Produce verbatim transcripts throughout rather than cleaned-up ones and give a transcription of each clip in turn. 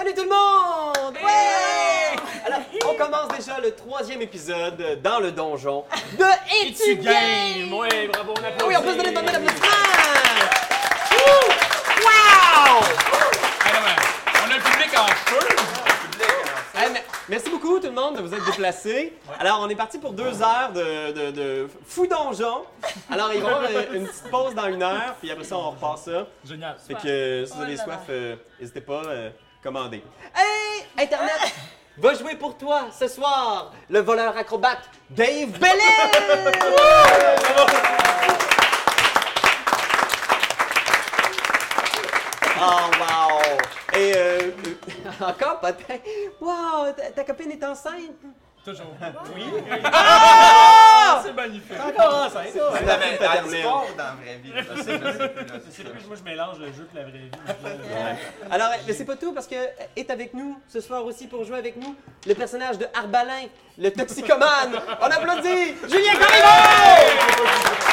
Bienvenue tout le monde! Ouais! Alors, on commence déjà le troisième épisode dans le donjon de Es-tu game? Oui, bravo, on applaudit. Oui, on peut se donner pas mal d'applaudissements! Wow! Alors, on a le public en feu. Hey, mais- merci beaucoup tout le monde de vous être déplacés. Alors, on est parti pour deux heures de, de, de fou donjon. Alors, il va y avoir euh, une petite pause dans une heure, puis après ça, on repart ça. Génial. Fait que euh, si vous avez soif, euh, n'hésitez pas à commander. Hey! Internet! Va jouer pour toi ce soir le voleur acrobate Dave Bellil! Oh wow! Et euh, encore peut-être. Wow! Ta, ta copine est enceinte? Toujours. Oui. Ah! C'est magnifique. Encore enceinte. C'est Dans la la fête dans la paternelle. sport ou dans la vraie vie? Je sais, je sais plus, là, C'est c'est ça. plus, moi je mélange le jeu que la vraie vie. Alors, mais c'est pas tout parce que est avec nous ce soir aussi pour jouer avec nous le personnage de Arbalin, le toxicomane. On applaudit Julien Corriveau!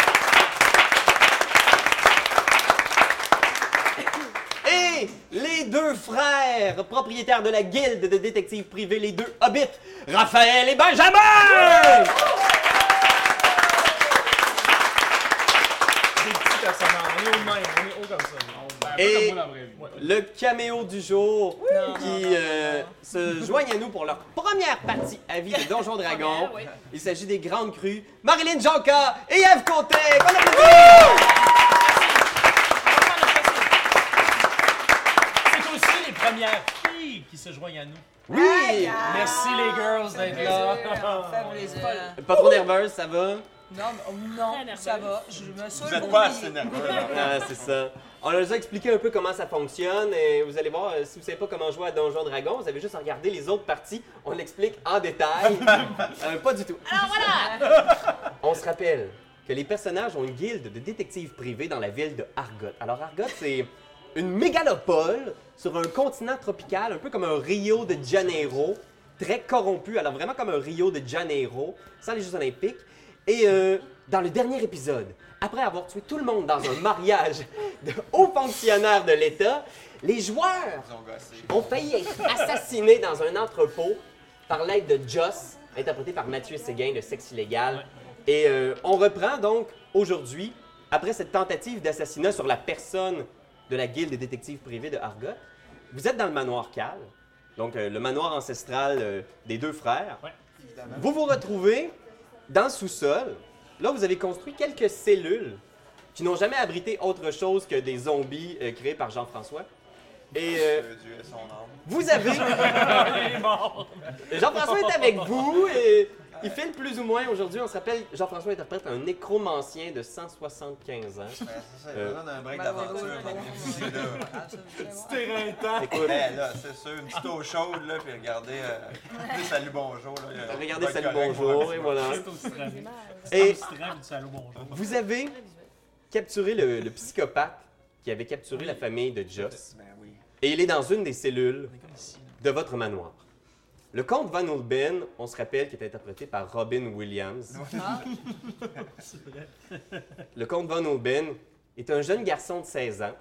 Et les deux frères propriétaires de la guilde de détectives privés, les deux hobbits, Raphaël et Benjamin! Des petits personnages. On est au même, on est haut comme ça. On- ben, un peu Et- comme moi dans la vraie vie. Ouais. Le caméo du jour qui euh, se joignent à nous pour leur première partie à vie de Donjon Dragon. Il s'agit des grandes crues Marilyn Jonca et Ève Côté. Bon applaudissements! C'est aussi les premières filles qui se joignent à nous. Oui! Merci les girls d'être là. Fait plaisir. Pas trop nerveuse, ça va? Non, mais- oh, non, ça va. Je me suis Vous êtes pas assez nerveux, là. Ah, c'est ça. On a déjà expliqué un peu comment ça fonctionne et vous allez voir, euh, si vous savez pas comment jouer à Donjon Dragon, vous avez juste à regarder les autres parties. On l'explique en détail. Euh, pas du tout. Alors voilà! On se rappelle que les personnages ont une guilde de détectives privés dans la ville de Argot. Alors Argot, c'est une mégalopole sur un continent tropical, un peu comme un Rio de Janeiro, très corrompu, alors vraiment comme un Rio de Janeiro, sans les Jeux Olympiques. Et euh, dans le dernier épisode, après avoir tué tout le monde dans un mariage de hauts fonctionnaires de l'État, les joueurs Ils ont gossé. ont failli être assassinés dans un entrepôt par l'aide de Joss, interprété par Mathieu Séguin, le sexe illégal. Et euh, on reprend donc aujourd'hui, après cette tentative d'assassinat sur la personne de la guilde des détectives privés de Argot. Vous êtes dans le manoir Cal, donc euh, le manoir ancestral euh, des deux frères. Ouais. Vous vous retrouvez dans le sous-sol. Là, vous avez construit quelques cellules qui n'ont jamais abrité autre chose que des zombies euh, créés par Jean-François. Et euh, Que Dieu ait son âme. vous avez... Il est mort. Jean-François est avec vous et il file plus ou moins aujourd'hui. On se rappelle, Jean-François interprète un nécromancien de cent soixante-quinze ans. Ouais, c'est ça, il y Euh, a besoin d'un break Malheureusement, d'aventure. non. dans le là. C'était éreintant. Écoute, Ben là, c'est sûr, une petite eau chaude, là, puis regardez, euh, puis salut, bonjour. Là, il y a- regardez va être Salut correct, Bonjour ouais. et voilà. C'est aussi stressant. Et C'est stressant du salut bonjour. vous avez capturé le, le psychopathe qui avait capturé la famille de Joss. Ben oui. Et il est dans une des cellules On est comme ici. de votre manoir. Le comte Van Oulben, on se rappelle, qui est interprété par Robin Williams. C'est vrai. Le comte Van Oulben est un jeune garçon de seize ans.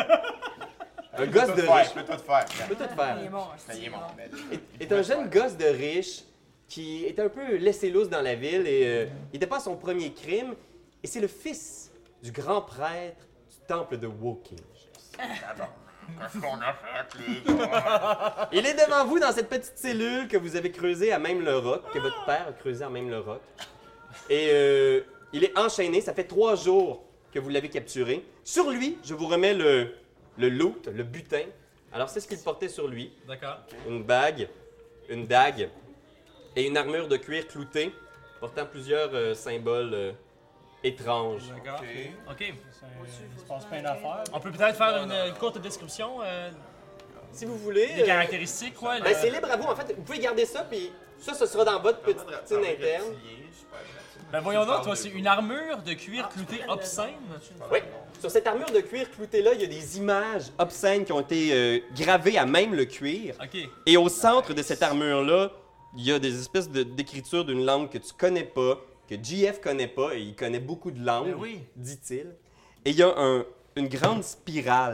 Un Je gosse peux de tout faire, riche. je peux tout faire. Je peux tout faire. Il est mort. Ben, il est mort, mais- Est, est un jeune gosse de riche qui est un peu laissé lousse dans la ville et euh, il n'était pas à son premier crime. Et c'est le fils du grand prêtre du temple de Woking. Qu'est-ce qu'on a fait, les gars? Il est devant vous dans cette petite cellule que vous avez creusée à même le roc, que votre père a creusée à même le roc. Et euh, il est enchaîné, ça fait trois jours que vous l'avez capturé. Sur lui, je vous remets le, le loot, le butin. Alors c'est ce qu'il portait sur lui. D'accord. Une bague, une dague et une armure de cuir cloutée portant plusieurs euh, symboles euh, étranges. D'accord. Ok. OK. Ça- Il se passe plein d'affaires. On peut peut-être faire une, une courte description euh, Si vous voulez, des euh, caractéristiques, quoi. ben, le- c'est libre à vous. En fait, vous pouvez garder ça, puis ça, ce sera dans votre petite routine interne. Ben voyons donc, toi, c'est une armure de cuir clouté obscène. Oui. Sur cette armure de cuir cloutée-là, il y a des images obscènes qui ont été euh, gravées à même le cuir. OK. Et au centre de cette armure-là, il y a des espèces de- d'écritures d'une langue que tu connais pas, que J F connaît pas, et il connaît beaucoup de langues, Ben oui. dit-il. Et il y a un- une grande spirale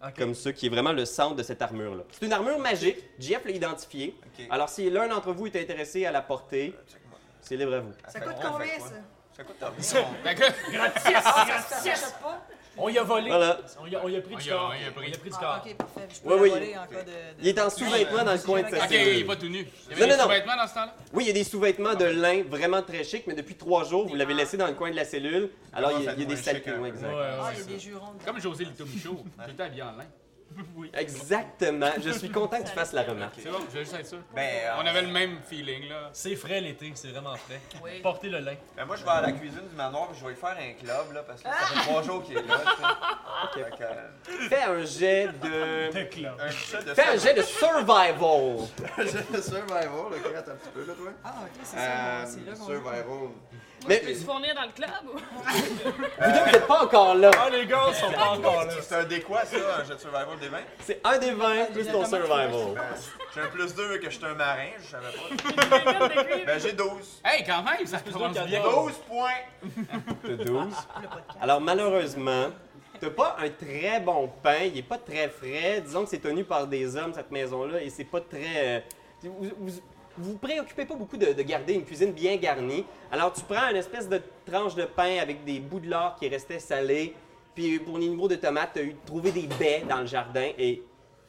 Ok. comme ça, qui est vraiment le centre de cette armure-là. C'est une armure magique. J F l'a identifiée. Ok. Alors, si l'un d'entre vous est intéressé à la porter, Check-moi. c'est libre à vous. Ça coûte combien, ça? Ça coûte combien? Fait que, gratis! Ah, ça se t'achète pas? On y a volé. Voilà. On y a, on y a pris On du y a- corps. on y a pris. On y a pris du Ah, corps. ok, parfait. Je peux Ouais, la oui. voler en cas de... de- Il est en sous-vêtements dans le coin de sa Ok, il cellule. est pas tout nu. Il y Non, avait des non, non. sous-vêtements dans ce temps-là? Oui, il y a des sous-vêtements de lin vraiment très chic, mais depuis trois jours, vous l'avez laissé dans le coin de la cellule. Alors, il y a, il y a des saletés. Ouais, exact. Ouais, Ah, ouais. il y a des jurons. Comme José Lito Michaud, tout le temps habillé en lin. Oui. Exactement. Je suis content que tu fasses la remarque. C'est bon, je veux juste être sûr. Ben, euh, On avait le même feeling, là. C'est frais l'été, c'est vraiment frais. Oui. Portez le lin. ben, moi, je vais à la cuisine du manoir et je vais lui faire un club, là, parce que ça fait trois jours qu'il est là, tu sais. Fait que, euh, Fais un jet de... T'es club. un chat de Fais un jet de survival. Un jet de survival, ok, attends un petit peu, là, toi. Ah, ok, c'est Euh, ça. C'est là qu'on survival. Mais Je peux se fournir dans le club ou? vous deux, vous n'êtes pas encore là. Ah, les gars, ils sont pas encore là. C'est un D quoi, ça, un jet de survival des vingt? C'est un des vingt plus ton survival. Ben, j'ai un plus deux que je suis un marin, je savais pas. Ben, j'ai douze. Hey, quand même, ça commence de bien. cadeaux. douze points! T'as douze. Alors, malheureusement, t'as pas un très bon pain. Il est pas très frais. Disons que c'est tenu par des hommes, cette maison-là, et c'est pas très... euh, Vous, vous, vous vous préoccupez pas beaucoup de, de garder une cuisine bien garnie. Alors, tu prends une espèce de tranche de pain avec des bouts de lard qui restaient salés. Puis, pour les niveaux de tomates, tu as eu trouvé des baies dans le jardin et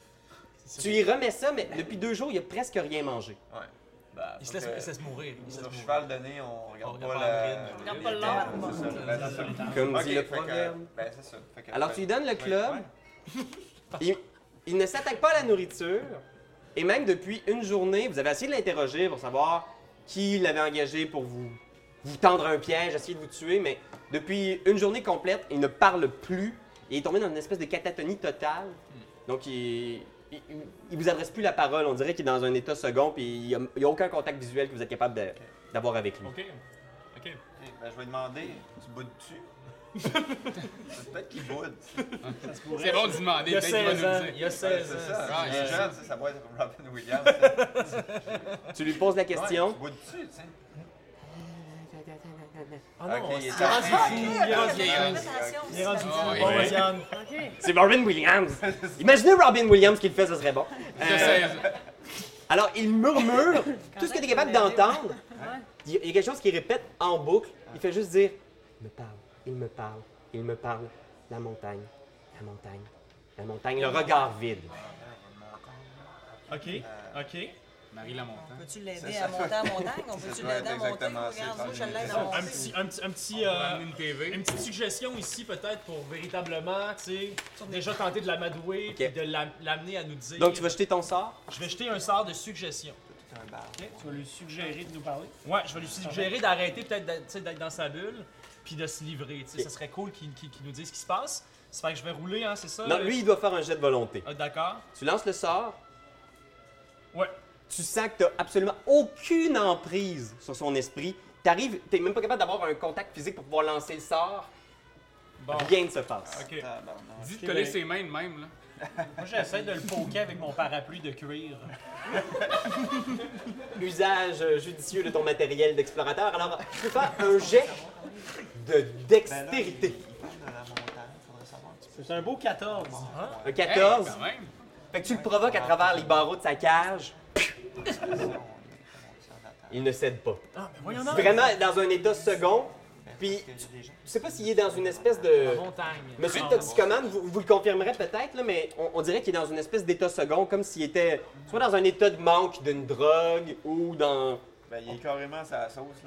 tu y remets ça, mais depuis deux jours, il a presque rien mangé. Ouais. Bah, Il se laisse, il se laisse mourir. Il se laisse Sur mourir. cheval de nez, on regarde On pas regarde la... pas la Regarde pas le lard. C'est ça, ben, c'est ça. Comme Ok, dit le fait que, proverbe. ben, c'est ça. Fait que, Alors, ben, tu lui donnes le ouais, club. ouais. Il, il ne s'attaque pas à la nourriture. Et même depuis une journée, vous avez essayé de l'interroger pour savoir qui l'avait engagé pour vous, vous tendre un piège, essayer de vous tuer. Mais depuis une journée complète, il ne parle plus. Il est tombé dans une espèce de catatonie totale. Donc, il, il, il vous adresse plus la parole. On dirait qu'il est dans un état second. Puis il n'y a, a aucun contact visuel que vous êtes capable de- d'avoir avec lui. Ok. Ok. Ok, ben, je vais demander, tu boudes dessus? Peut-être qu'il boude. C'est bon de demander, Il y a peut-être qu'il va seize ans. nous le Il y dire. a seize C'est ans. ça, Ah, il est ouais. jeune, ça, ça doit être comme Robin Williams. ça. Tu lui poses la Ouais, question. tu boudes dessus, tu sais. Ah non, Ok, il est il est rendu fou. Il est rendu Ok, fou. rendu- Il est rendu fou. Ah, Bon, oui. vas-y, Anne. OK. C'est Robin Williams. Imaginez Robin Williams qui le fait, ce serait bon. De Euh, seize. Alors, il murmure tout ce que tu es capable d'entendre. Ouais. Il y a quelque chose qu'il répète en boucle. Il fait juste dire il me parle, il me parle, il me parle. La montagne, la montagne, la montagne, le regard vide. Ok. Ok. Marie Lamontagne. Peux-tu l'aider C'est à ça. monter à montagne? On peut-tu Ça doit l'aider à être monter? exactement ça. Regarde, moi, je l'aide à Un monter. petit, un petit, un petit, On va euh, amener une T V. une petite suggestion ici peut-être pour véritablement, tu sais, déjà tenter de l'amadouer Ok. puis de l'am- l'amener à nous dire. Donc, tu vas jeter ton sort. Je vais jeter un sort de suggestion. Tu vas lui suggérer de nous parler. Ouais, je vais lui suggérer d'arrêter peut-être d'être tu sais, d'être dans sa bulle puis de se livrer. Tu sais, Ok. ça serait cool qu'il qu'il- qu'il nous dise ce qui se passe. Ça fait que je vais rouler, hein, c'est ça? Non, lui, il doit faire un jet de volonté. Ah, d'accord. Tu lances le sort. Ouais. Tu sens que tu n'as absolument aucune emprise sur son esprit. Tu arrives, tu n'es même pas capable d'avoir un contact physique pour pouvoir lancer le sort. Bon. Rien ne se passe. Ok. Dis de coller ses mains de même, là. Moi, j'essaie de le poker avec mon parapluie de cuir. L'usage euh, judicieux de ton matériel d'explorateur. Alors, tu peux faire un jet de dextérité. C'est un beau quatorze. Un quatorze. Hey, quand même. Fait que tu le provoques à travers les barreaux de sa cage. Il ne cède pas. Ah, mais voyons donc. Vraiment dans un état second. Puis, tu, tu sais pas s'il est dans une espèce de... Montagne. Monsieur le Ah, toxicomane, vous, vous le confirmerez peut-être, là, mais on, on dirait qu'il est dans une espèce d'état second, comme s'il était soit dans un état de manque d'une drogue ou dans... Ben, il est carrément sa sauce, là,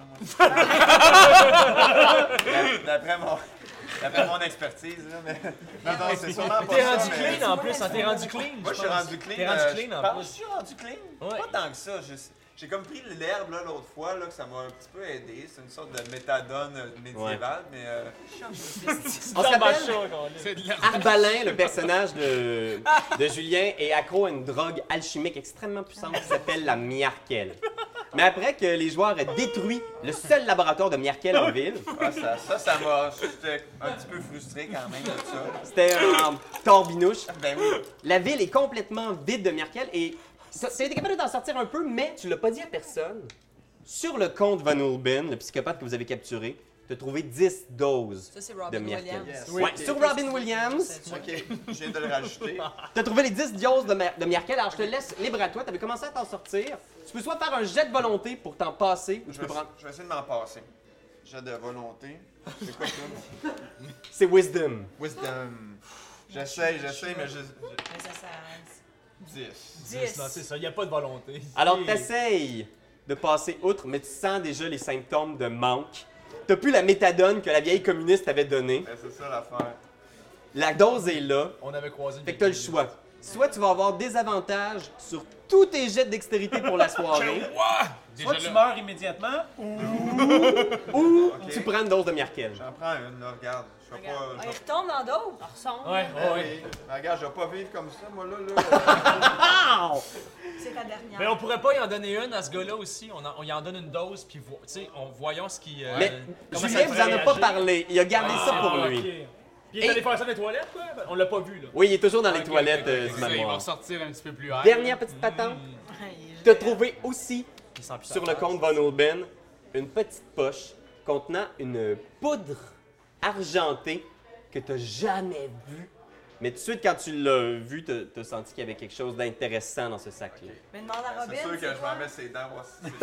moi. D'après mon... D'après mon expertise, là, mais... Non, non, c'est sûrement pas T'es ça, rendu mais- clean en plus, hein, t'es rendu clean. Moi, je suis pense. rendu clean. T'es rendu euh, clean je en pense plus. que je suis rendu clean. Ouais. Pas tant que ça. je- J'ai comme pris l'herbe là l'autre fois, là, que ça m'a un petit peu aidé. C'est une sorte de méthadone euh, médiévale, mais... euh, On se rappelle, C'est de la... Arbalin, le personnage de, de Julien, est accro à une drogue alchimique extrêmement puissante qui s'appelle la Miarkel. Mais après que les joueurs aient détruit le seul laboratoire de Miarkel en ville, ah, ça, ça, ça m'a... J'étais un petit peu frustré quand même de ça. c'était un torbinouche. Ben oui. La ville est complètement vide de Miarkel et tu as été capable d'en sortir un peu, mais tu l'as pas dit à personne. Sur le compte Van Ulben, le psychopathe que vous avez capturé, tu as trouvé dix doses Ça, c'est de Robin Myrkelle. Williams. Ouais, Ok. sur Robin Williams, Ok, je viens de le rajouter. tu as trouvé les dix doses de, Mer- de Myrkelle. Alors, je te laisse libre à toi. Tu avais commencé à t'en sortir. Tu peux soit faire un jet de volonté pour t'en passer, ou tu Je peux vais, prendre... je vais essayer de m'en passer. J'ai de volonté. C'est quoi ça? C'est Wisdom. Wisdom. J'essaye, j'essaye, mais je. Mais ça, ça... dix. dix. Non, c'est ça, il n'y a pas de volonté. Alors, t'essayes de passer outre, mais tu sens déjà les symptômes de manque. T'as plus la méthadone que la vieille communiste t'avait donnée. Ben, c'est ça l'affaire. La dose est là. On avait croisé une Fait que t'as le victime. choix. Soit tu vas avoir des avantages sur tous tes jets de dextérité pour la soirée, Déjà Soit tu là. meurs immédiatement, ou ou Ok. tu prends une dose de Myrkelle. J'en prends une, là, regarde. Je vais Regarde. pas. Ah, je il vais- retombe dans d'autres. On ressemble. Ouais, Ben ouais, ouais. oui. Mais regarde, je vais pas vivre comme ça, moi, là. là. Pow! C'est ta dernière. Mais on pourrait pas y en donner une à ce gars-là aussi. On, en, on y en donne une dose, puis vo- tu sais, on voyons ce qui. euh, Mais comment ça Julien vous en ferait a pas réagir. parlé. Il a gardé ça pour Ah, lui. ok. Puis il Et- est allé faire ça dans les toilettes, quoi? On l'a pas vu, là. Oui, il est toujours dans les Ok, toilettes ok, euh, ok, du C'est ça, il va manoir. ressortir un petit peu plus high. Dernière petite patente. Il est Tu as génial. trouvé aussi Il sent plus sur sa le face. compte Von Olben une petite poche contenant une poudre argentée que tu n'as jamais vue. Mais tout de suite, quand tu l'as vu, tu as senti qu'il y avait quelque chose d'intéressant dans ce sac-là. Mais demande à Robin. C'est sûr que c'est je quoi? m'en mets ses dents. voir si c'est-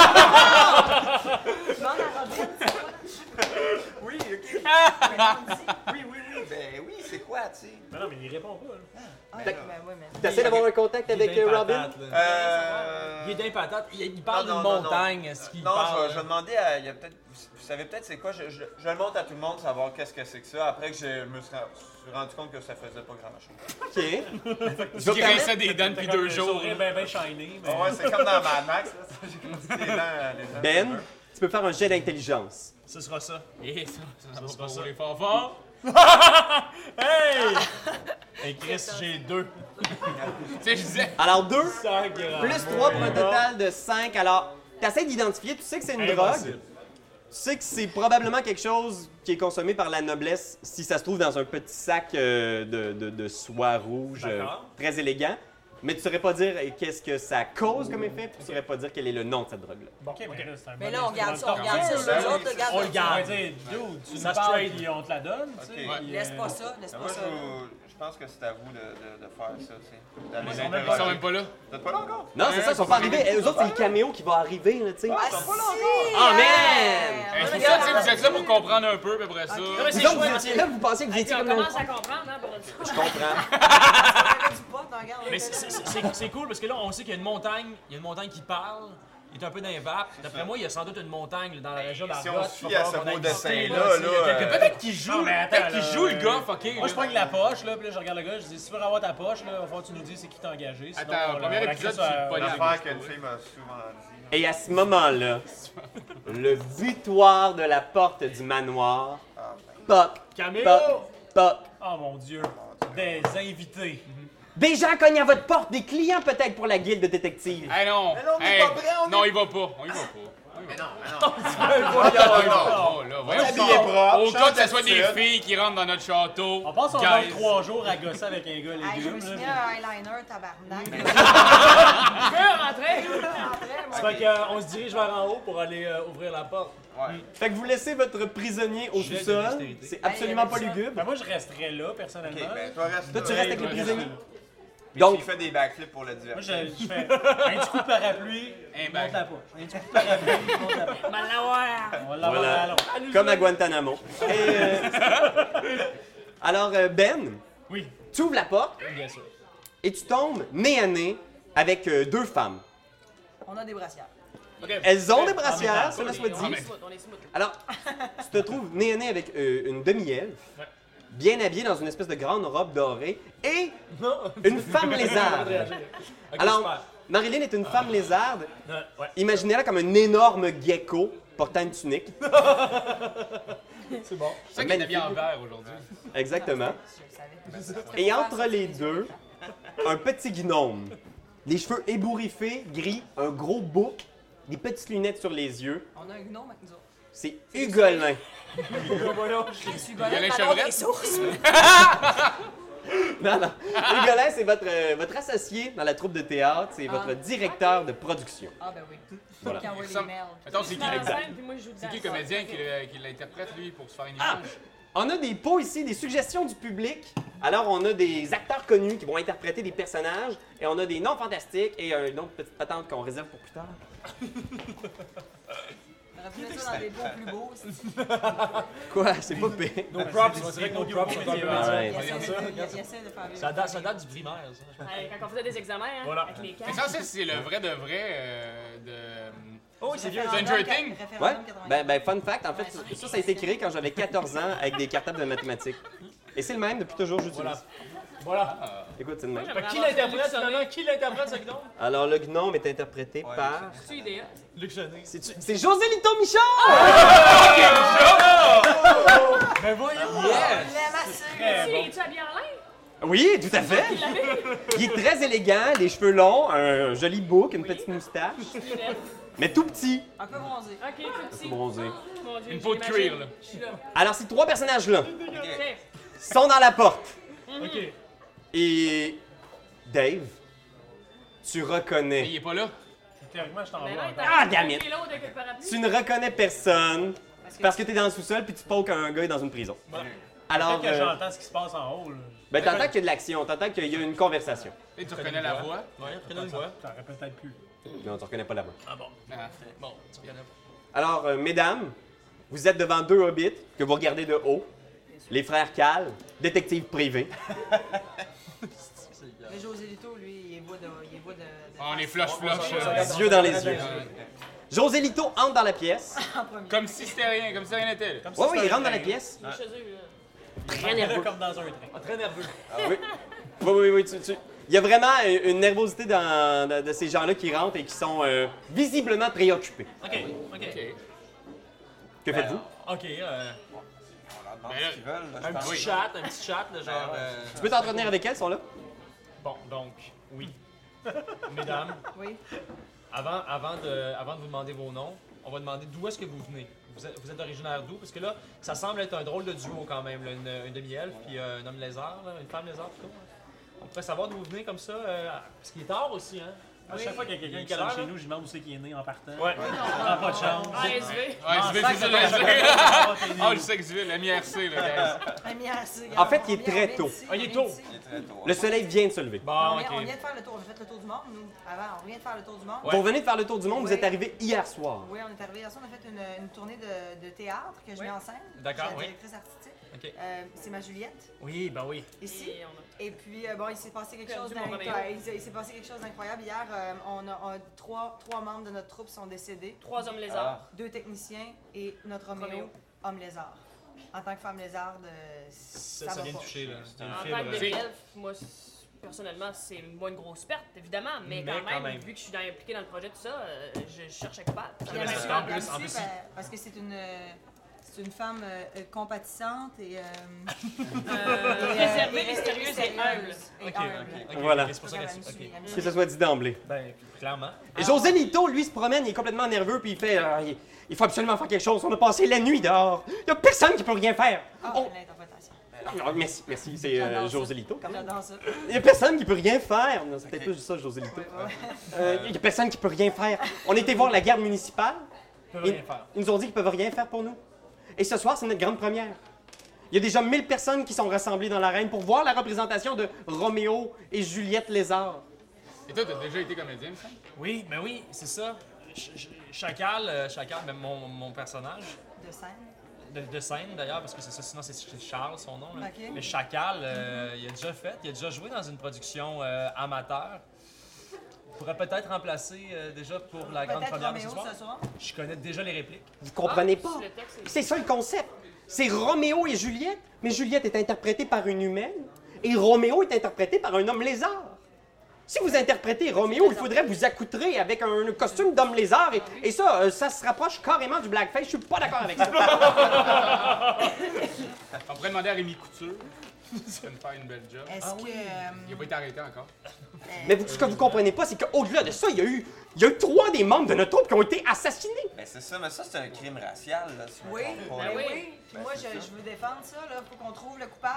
Demande à Robin, c'est quoi? Oui, ok. Mais non, dis. Oui, oui, oui. Ben oui, c'est quoi, tu sais? Mais non, mais il répond pas, là. Ah, Ben ben là. oui, mais... Tu essaies d'avoir un contact Il est avec d'un euh, Robin? patate, là. Euh. Il est d'un patate. Il, il parle Non, d'une non, non, montagne, non. est-ce qu'il Non, parle? je vais, je vais demander à. Il y a peut-être. Vous savez peut-être c'est quoi? Je, je, je le montre à tout le monde, savoir qu'est-ce que c'est que ça. Après que je me suis ren- suis rendu compte que ça faisait pas grand-chose. OK. Je Je vais dirais permettre- ça des dents depuis deux jours. Il ben, ben shiny, mais... Ah ouais, c'est comme dans Mad Max, là. J'ai comme dit les dents. Les dents Ben, tu peux faire un jet d'intelligence. Ce sera ça. Et ça, ça, Ça ça sera va ça. rouler fort fort. Hey! Hey Chris, j'ai deux. Tu sais, je disais, Alors, deux, cent grammes. plus trois pour un total de cinq. Alors, tu essaies d'identifier, tu sais que c'est une drogue. Impossible. Tu sais que c'est probablement quelque chose qui est consommé par la noblesse, si ça se trouve dans un petit sac euh, de, de- de soie rouge euh, D'accord. très élégant. Mais tu saurais pas dire euh, qu'est-ce que ça cause comme effet, puis tu saurais pas dire quel est le nom de cette drogue-là. Bon, ok, mais là, c'est un Mais bon là, on instrument garde de ça, on torture, garde ça. là. Nous Ben oui, autres, c'est garde On le ça. garde. Ouais, On va dire, dude, tu Ça nous parles, straight. puis on te la donne, tu sais. Ok. puis, Laisse euh, pas ça, laisse Moi, pas ça. je, je pense que c'est à vous de, de, de faire ça, tu sais. D'aller Moi, les ils sont même ils sont interroger. même pas là. Vous êtes pas là encore? Non, c'est ça, ils sont pas arrivés. Eh, Eux autres, c'est le caméo qui va arriver, là, tu sais. Ah, Ils sont pas là si! encore. Ah, man! Eh, C'est pour ça, tu sais, vous êtes là pour comprendre un peu, puis après ça. Ok. mais c'est Vous autres, chouette, vous étiez là, vous pensiez que vous Et étiez puis on comme nous. commence à comprendre, hein, pour une fois. Je comprends. On avait du pot, on regarde. Mais c'est- c'est c'est- c'est cool parce que là, on sait qu'il y a une montagne, il y a une montagne qui parle, il est un peu dans les vapes. D'après moi, il y a sans doute une montagne là, dans la région Si d'Argot. on se fie à ce beau dessin-là, là. Peut-être qu'il joue, Non, mais attends, peut-être qu'il là, joue le euh, gars, fucké. Moi, je là. pogne la poche, là, puis là, je regarde le gars, je dis, si tu veux avoir ta poche, là, il va falloir que tu nous dises c'est qui t'a engagé. Sinon, Attends, on au la- premier on la épisode, crée sur- tu pognes on la- la- L'affaire qu'une fille m'a souvent dit. Et à ce moment-là, le butoir de la porte du manoir Ah, ben, pop, Caméo! pop, pop. Oh mon dieu, des invités. Des gens cognent à votre porte, des clients peut-être pour la guilde de détectives. Eh non! Mais non, on est Hey, pas prêt, on est- Non, il va pas. On y va pas. On y va Mais non, pas. mais non. Oh, là, voyons. Habillé propre, Au cas que ce change soit des d'attitude. filles qui rentrent dans notre château. On passe on guys. a trois jours à gosser avec un gars Hey, je me légumes. suis là. mis un eyeliner, tabarnak. Je peux rentrer? Je rentrais, moi. Ça fait qu'on se dirige vers en haut pour aller euh, ouvrir la porte. Ouais. Fait que vous laissez votre prisonnier au Jet de sous-sol. dextérité. C'est absolument pas Ben, il y avait lugubre. Ben, moi, je resterais là, personnellement. Ok, ben toi reste Toi, tu là. restes avec les Ouais, prisonniers. Puis Donc, il fait des backflips pour le Moi, divertir. je, je fais un petit coup de parapluie, Un il bac. monte la poche. Un petit coup de parapluie, il monte la poche. Ben l'avoir. On va l'avoir Voilà. à l'allons. comme à Guantanamo. Et, euh, Alors, euh, Ben, Oui, tu ouvres la porte bien sûr. et tu tombes nez à nez avec euh, deux femmes. On a des brassières. Elles ont des En brassières, métal. cela soit On dit. est smooth, on est smooth. Alors, tu te trouves nez à nez avec euh, une demi-elfe, Ouais. bien habillée dans une espèce de grande robe dorée, et Non. une femme lézarde. Ok, Alors, super. Marilyn est une femme lézarde. Ouais, ouais, Imaginez-la comme un énorme gecko portant une tunique. c'est bon. C'est ça qu'il est habillé en vert aujourd'hui. Exactement. Je le savais. Et entre les deux, un petit gnome. Les cheveux ébouriffés, gris, un gros bouc, des petites lunettes sur les yeux. On a un gnome avec nous autres. C'est Hugolin. Je suis Violin bonne, chevrette. des sources. Non, non. Égolin, c'est votre, euh, votre associé dans la troupe de théâtre, c'est votre Ah. directeur de production. Ah, ben oui. Voilà. Qui envoie les Ça- mails. Attends, c'est Je qui, mets en exact? scène, puis moi, je joue C'est qui le dedans. comédien qui, le- qui l'interprète, lui, pour se faire une Ah! image? On a des pots ici, des suggestions du public. Alors, on a des acteurs connus qui vont interpréter des personnages, et on a des noms fantastiques et euh, une autre petite patente qu'on réserve pour plus tard. On aurait pu mettre ça dans des pots plus beaux. c'est- Quoi? C'est pas pire. Nos props, on dirait que nos props sont un peu Ouais. Il médiocres. essaie de- il essaie de faire Ça date, ça date du primaire, ça. Ouais, Quand on faisait des examens, hein, Voilà. avec les Mais cartes. ça, c'est le vrai de vrai euh, de... Oh, c'est vieux. Référendum Stranger qua- Things? Ouais? référendum quatre-vingt-quatorze. Ben, ben, fun fact, en fait, ça, ça, ça a été créé quand j'avais quatorze ans avec des cartables de mathématiques. Et c'est le même depuis toujours, j'utilise. Voilà. Voilà. Écoute, c'est le même. Moi, Fait que qui j'aimerais l'interprète avoir ça, finalement? Qui l'interprète, ce gnome? Alors, le gnome est interprété Ouais, par... C'est idéal. Luc Chenet. C'est c'est José Lito Michon! Ben voyons! La masse. Très bon. Es-tu habillé en lin? Oui, tout à fait. Il est très élégant, les cheveux longs, un joli bouc, une petite moustache, mais tout petit. Un peu bronzé. Ok, tout petit. Bronzé. Mon Dieu, Une peau de j'imagine. cuir, là. Je suis là. Alors, ces trois personnages-là Ok. sont dans la porte. Ok. Et Dave, tu Mais reconnais. il est pas là. Théoriquement, je t'en Mais vois là, encore. Ah, damn it. il est l'autre avec le parapluie. Tu ne reconnais personne parce que tu es dans le sous-sol puis tu pokes un gars dans une prison. Alors, Peut-être que euh, j'entends ce qui se passe en haut, là. ben, t'entends qu'il y a de l'action, t'entends qu'il y a une conversation. Et tu reconnais la voix. Ouais, tu reconnais une voix. Ça aurait peut-être pu. Non, tu reconnais pas la voix. Ah bon. Ah. Bon, tu reconnais pas. Alors, euh, mesdames, vous êtes devant deux hobbits que vous regardez de haut. Les frères Cal, détectives privés. Mais José Lito, lui, il est beau de. Il est beau de, de On est flush flush. Les yeux dans les yeux. José Lito entre dans la pièce. en premier. Comme si c'était rien, comme si rien n'était. là. Comme si Oui, oui, c'était il rentre dans un la train. pièce. Il est chez eux, là. Très nerveux. Comme dans un train. Très nerveux. Oui, oui, oui. oui, tu- tu- Il y a vraiment une une nervosité dans, de, de ces gens-là qui rentrent et qui sont euh, visiblement préoccupés. Ok, ok. Ok. Que faites-vous? Ok, euh, On leur demande Mais là, ce qu'ils veulent. là, je un pense. petit oui. chat, un petit chat, de genre. ouais. euh, Tu peux t'entretenir avec elles, elles sont là? Bon, donc, oui. Mesdames, Oui. avant, avant, de, avant de vous demander vos noms, on va demander d'où est-ce que vous venez. Vous êtes, vous êtes originaire d'où? Parce que là, ça semble être un drôle de duo quand même, là, une, une demi-elfe puis euh, un homme lézard, là, une femme lézard plutôt. On pourrait savoir d'où vous venez comme ça, euh, parce qu'il est tard aussi, hein? À chaque fois qu'il y a quelqu'un qui Quelle sonne heure, chez là? nous, je demande où c'est qu'il est né en partant. Ouais. On prend pas de chance. Ah, S V. Ouais, Ah, je vais sac, c'est ça ça, fait je vais. longtemps que t'es né. Ah, je sais que je vais, la mi-R C, là, guys. Un mi-assez, En fait, il est on vient- très on vient tôt. d'ici, Ah, il est on vient tôt. d'ici. Il est très tôt. Le soleil vient de se lever. Bon, On vient, on ok. vient de faire le tour. On a fait le tour du monde, nous. Avant, on vient de faire le tour du monde. Vous revenez de faire le tour du monde, vous Oui. êtes arrivé hier soir. Oui, on est arrivé hier soir, on a fait une, une tournée de, de théâtre que je Oui. mets en scène. D'accord, Je suis la oui. directrice artistique. Ok. Euh, c'est ma Juliette, Oui, ben oui. ici. Et on a- Et puis, euh, bon, il s'est passé quelque Perdu chose mon d'incroyable. Roméo. Il s'est- il s'est passé quelque chose d'incroyable. Hier, euh, on a, on a trois, trois membres de notre troupe sont décédés. Trois hommes lézards. Deux techniciens et notre Roméo, Roméo. homme lézard. En tant que femme lézarde, euh, ça, Ça, ça va vient de pas. toucher, là. C'est une En fibre. tant que C'est- demi-elfe, moi, c- personnellement, c'est moi une grosse perte, évidemment, mais, Mais quand, même, quand même. vu que je suis dans- impliqué dans le projet, tout ça, euh, je cherche à coupable. Ça Mais me c'est fait ça, peur. en plus, en plus, Là-dessus, ben, parce que c'est une, euh, c'est une femme euh, euh, compatissante et, euh, Euh, et, réservée, et- mystérieuse et humble. et Ok, humble. ok, ok. Voilà. Ok, C'est pour ça Donc, qu'elle elle me suit, ok. elle me Que suit. ça soit dit d'emblée. Ben, clairement. Et José Lito, lui, se promène, il est complètement nerveux, puis il fait euh, il, il faut absolument faire quelque chose. On a passé la nuit dehors. Il n'y a personne qui peut rien faire. Ah, On- l'interprétation. Ah, merci, merci, c'est euh, J'adore ça. José Lito quand même. J'adore ça. Il n'y a personne qui peut rien faire. Non, c'est peut-être plus ça, José Lito. Euh, Il n'y a personne qui peut rien faire. On était voir la garde municipale. Peut Ils, rien faire. ils nous ont dit qu'ils peuvent rien faire pour nous. Et ce soir, c'est notre grande première. Il y a déjà mille personnes qui sont rassemblées dans l'arène pour voir la représentation de Roméo et Juliette Lézard. Et toi, t'as déjà été comédien, ça? Oui, ben oui, c'est ça. Ch- ch- Chacal, euh, Chacal, ben mon, mon personnage, De scène. de, de scène d'ailleurs, parce que c'est ça, sinon c'est c'est Charles son nom. Là. Ok. Mais Chacal, euh, il a déjà fait, il a déjà joué dans une production euh, amateur. Il pourrait peut-être remplacer euh, déjà pour la grande Peut-être première de ce Roméo soir. ce soir. Je connais déjà les répliques. Vous comprenez Ah, pas? le texte, c'est- C'est ça le concept. C'est Roméo et Juliette, mais Juliette est interprétée par une humaine et Roméo est interprété par un homme lézard. Si vous interprétez Roméo, il faudrait vous accoutrer avec un costume d'homme lézard et, et ça, euh, ça se rapproche carrément du blackface. Je suis pas d'accord avec ça. On pourrait demander à Rémi Couture. Ça va nous faire une belle job. Est-ce que. Il n'a pas été arrêté encore. Mais vous- ce que vous comprenez pas, c'est qu'au-delà de ça, il y a eu, il y a eu trois des membres de notre troupe qui ont été assassinés. Ben c'est ça, mais ça c'est un crime racial, là, si je me Oui, trompe pas, ben là. oui. Puis moi, je, je veux défendre ça, là. Faut qu'on trouve le coupable.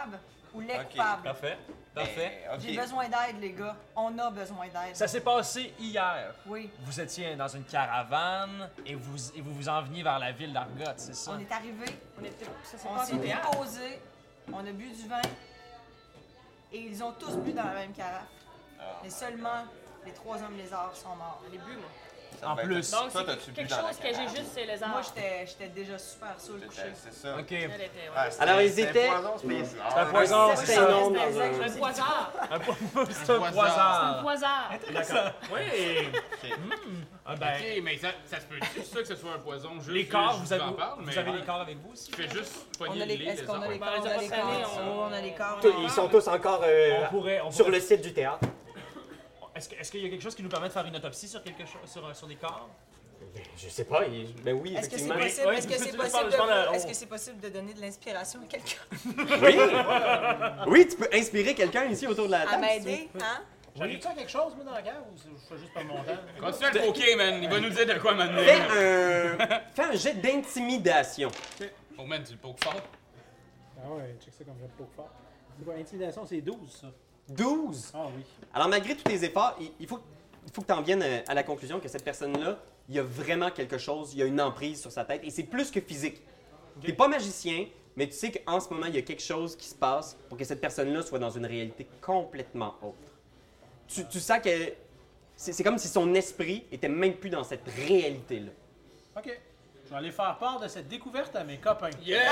ou les Ok. coupables. Parfait. Parfait. Mais, ok. J'ai besoin d'aide, les gars. On a besoin d'aide. Ça s'est passé hier. Oui. Vous étiez dans une caravane et vous et vous, vous en veniez vers la ville d'Argot, c'est ça? On est arrivé, On était... Ça s'est on passé s'est au théâtre. déposé, on a bu du vin, et ils ont tous bu dans la même carafe. Ah. Mais seulement les trois hommes lézards sont morts. On est bu, moi. Ça En va être- plus. Donc, Toi, c'est t'as-tu bu quelque dans la chose que j'ai carafe? juste, c'est les Moi, arts. j'étais j'étais déjà super sur le coucher. C'est ça. Ok. Elle était, ouais. Ah, c'était- Alors, ils c'était étaient- poison, c'est pas- C'est un poison, C'est c'est un ça. nom dans C'était un... Un poisard. Un po- C'est un poisard. Un poisard. poisard. D'accord. Oui. Hmm. Ah ben, Ok, mais ça, ça se peut-tu, ça, que ce soit un poison? Juste, les corps, je vous avez, en parle, vous mais avez les corps avec vous aussi? Je fais juste On poigner a les les, les est-ce qu'on a les arbres. corps? On On les a a les pas corps. scellés, Oh, on a les corps. Ils sont tous encore euh, On pourrait, on sur pourrait- le site du théâtre. Est-ce que- est-ce qu'il y a quelque chose qui nous permet de faire une autopsie sur quelque chose, sur, un- sur des corps? Ben, je sais pas, il- ben oui, Est-ce que c'est effectivement. possible, Oui, est-ce que oui, c'est je possible, parle- je parle à- de, est-ce oh. que c'est possible de donner de l'inspiration à quelqu'un Oui! Oui, tu peux inspirer quelqu'un ici autour de la à table. si tu m'aider? Hein? J'arrive-tu à quelque chose, moi, dans la guerre, ou c'est- je fais juste pas mon temps? Continue à le poker, man. Il va nous dire de quoi veux. m'amener. Fais un, fais un jet d'intimidation. Oh, man, tu le pokes fort. Ah ouais, check ça comme je poke fort. C'est quoi, intimidation, c'est douze, ça. douze. Ah oui. Alors, malgré tous tes efforts, il, il faut, il faut que tu en viennes à, à la conclusion que cette personne-là, il y a vraiment quelque chose, il y a une emprise sur sa tête, et c'est plus que physique. Tu n'es pas magicien, mais tu sais qu'en ce moment, il y a quelque chose qui se passe pour que cette personne-là soit dans une réalité complètement autre. Tu, tu sens que c'est c'est comme si son esprit était même plus dans cette réalité-là. OK. Je vais aller faire part de cette découverte à mes copains. Yeah!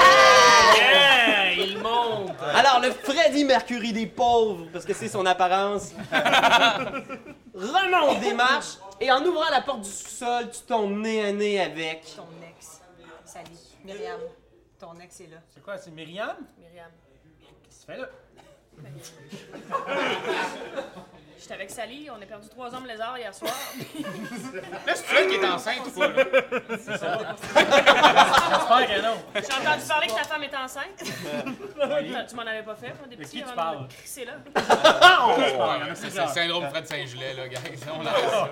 Yeah! Il monte! Alors, le Freddie Mercury des pauvres, parce que c'est son apparence, remonte des marches et en ouvrant la porte du sous-sol, tu tombes nez à nez avec. Ton ex, Sally, Myriam, ton ex est là. C'est quoi, c'est Myriam? Myriam. Qu'est-ce que tu fais là? J'étais avec Sally, on a perdu trois hommes lézards hier soir. Là, c'est elle qui est enceinte ou pas, là? J'espère que non. J'ai entendu parler que ta femme est enceinte. Oui. Tu m'en avais pas fait, moi, des De petits qui tu avant de parles? me crisser là. Ouais, c'est c'est le syndrome Fred Saint-Gelais, là, guys. On arrête ça.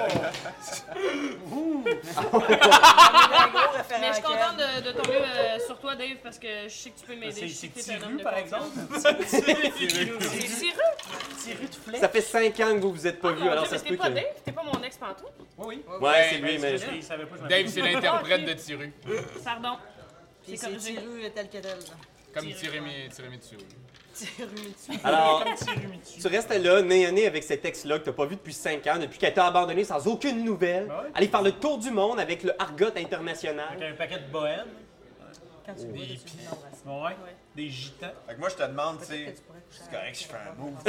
Un gros référent Mais je suis à contente Ken. de, de tomber euh, sur toi, Dave, parce que je sais que tu peux m'aider. C'est Je sais c'est que t'es un homme Tiru, de par confiance. exemple? C'est Tiru? Tiru de flèche? Ça fait cinq ans que vous vous êtes pas Oh vus, mon alors Dieu, ça mais se t'es peut pas que... Dave? T'es pas mon ex pantoute? Oui, oui. Ouais, c'est lui, Ben, mais... c'est parce qu'il savait pas que je Dave, m'appelais. c'est l'interprète Ok. de Tiru. Pardon. Puis C'est c'est corrigé. Tiru tel que tel. là. Comme Tirémie Tirémie dessus. Tiru dessus. Alors, Comme Tiru Mitsu. tu restes là, nez à nez avec cet ex-là que t'as pas vu depuis cinq ans, depuis qu'elle t'a abandonné sans aucune nouvelle, Ben ouais. aller faire le tour du monde avec le Argot international. Avec un paquet de bohème. Quand tu le vois, Des tu dis non, reste. Ouais. Ouais. Des gitans. Fait que moi, je te demande, tu Peut-être sais, que tu pourrais coucher c'est correct, je fais un move.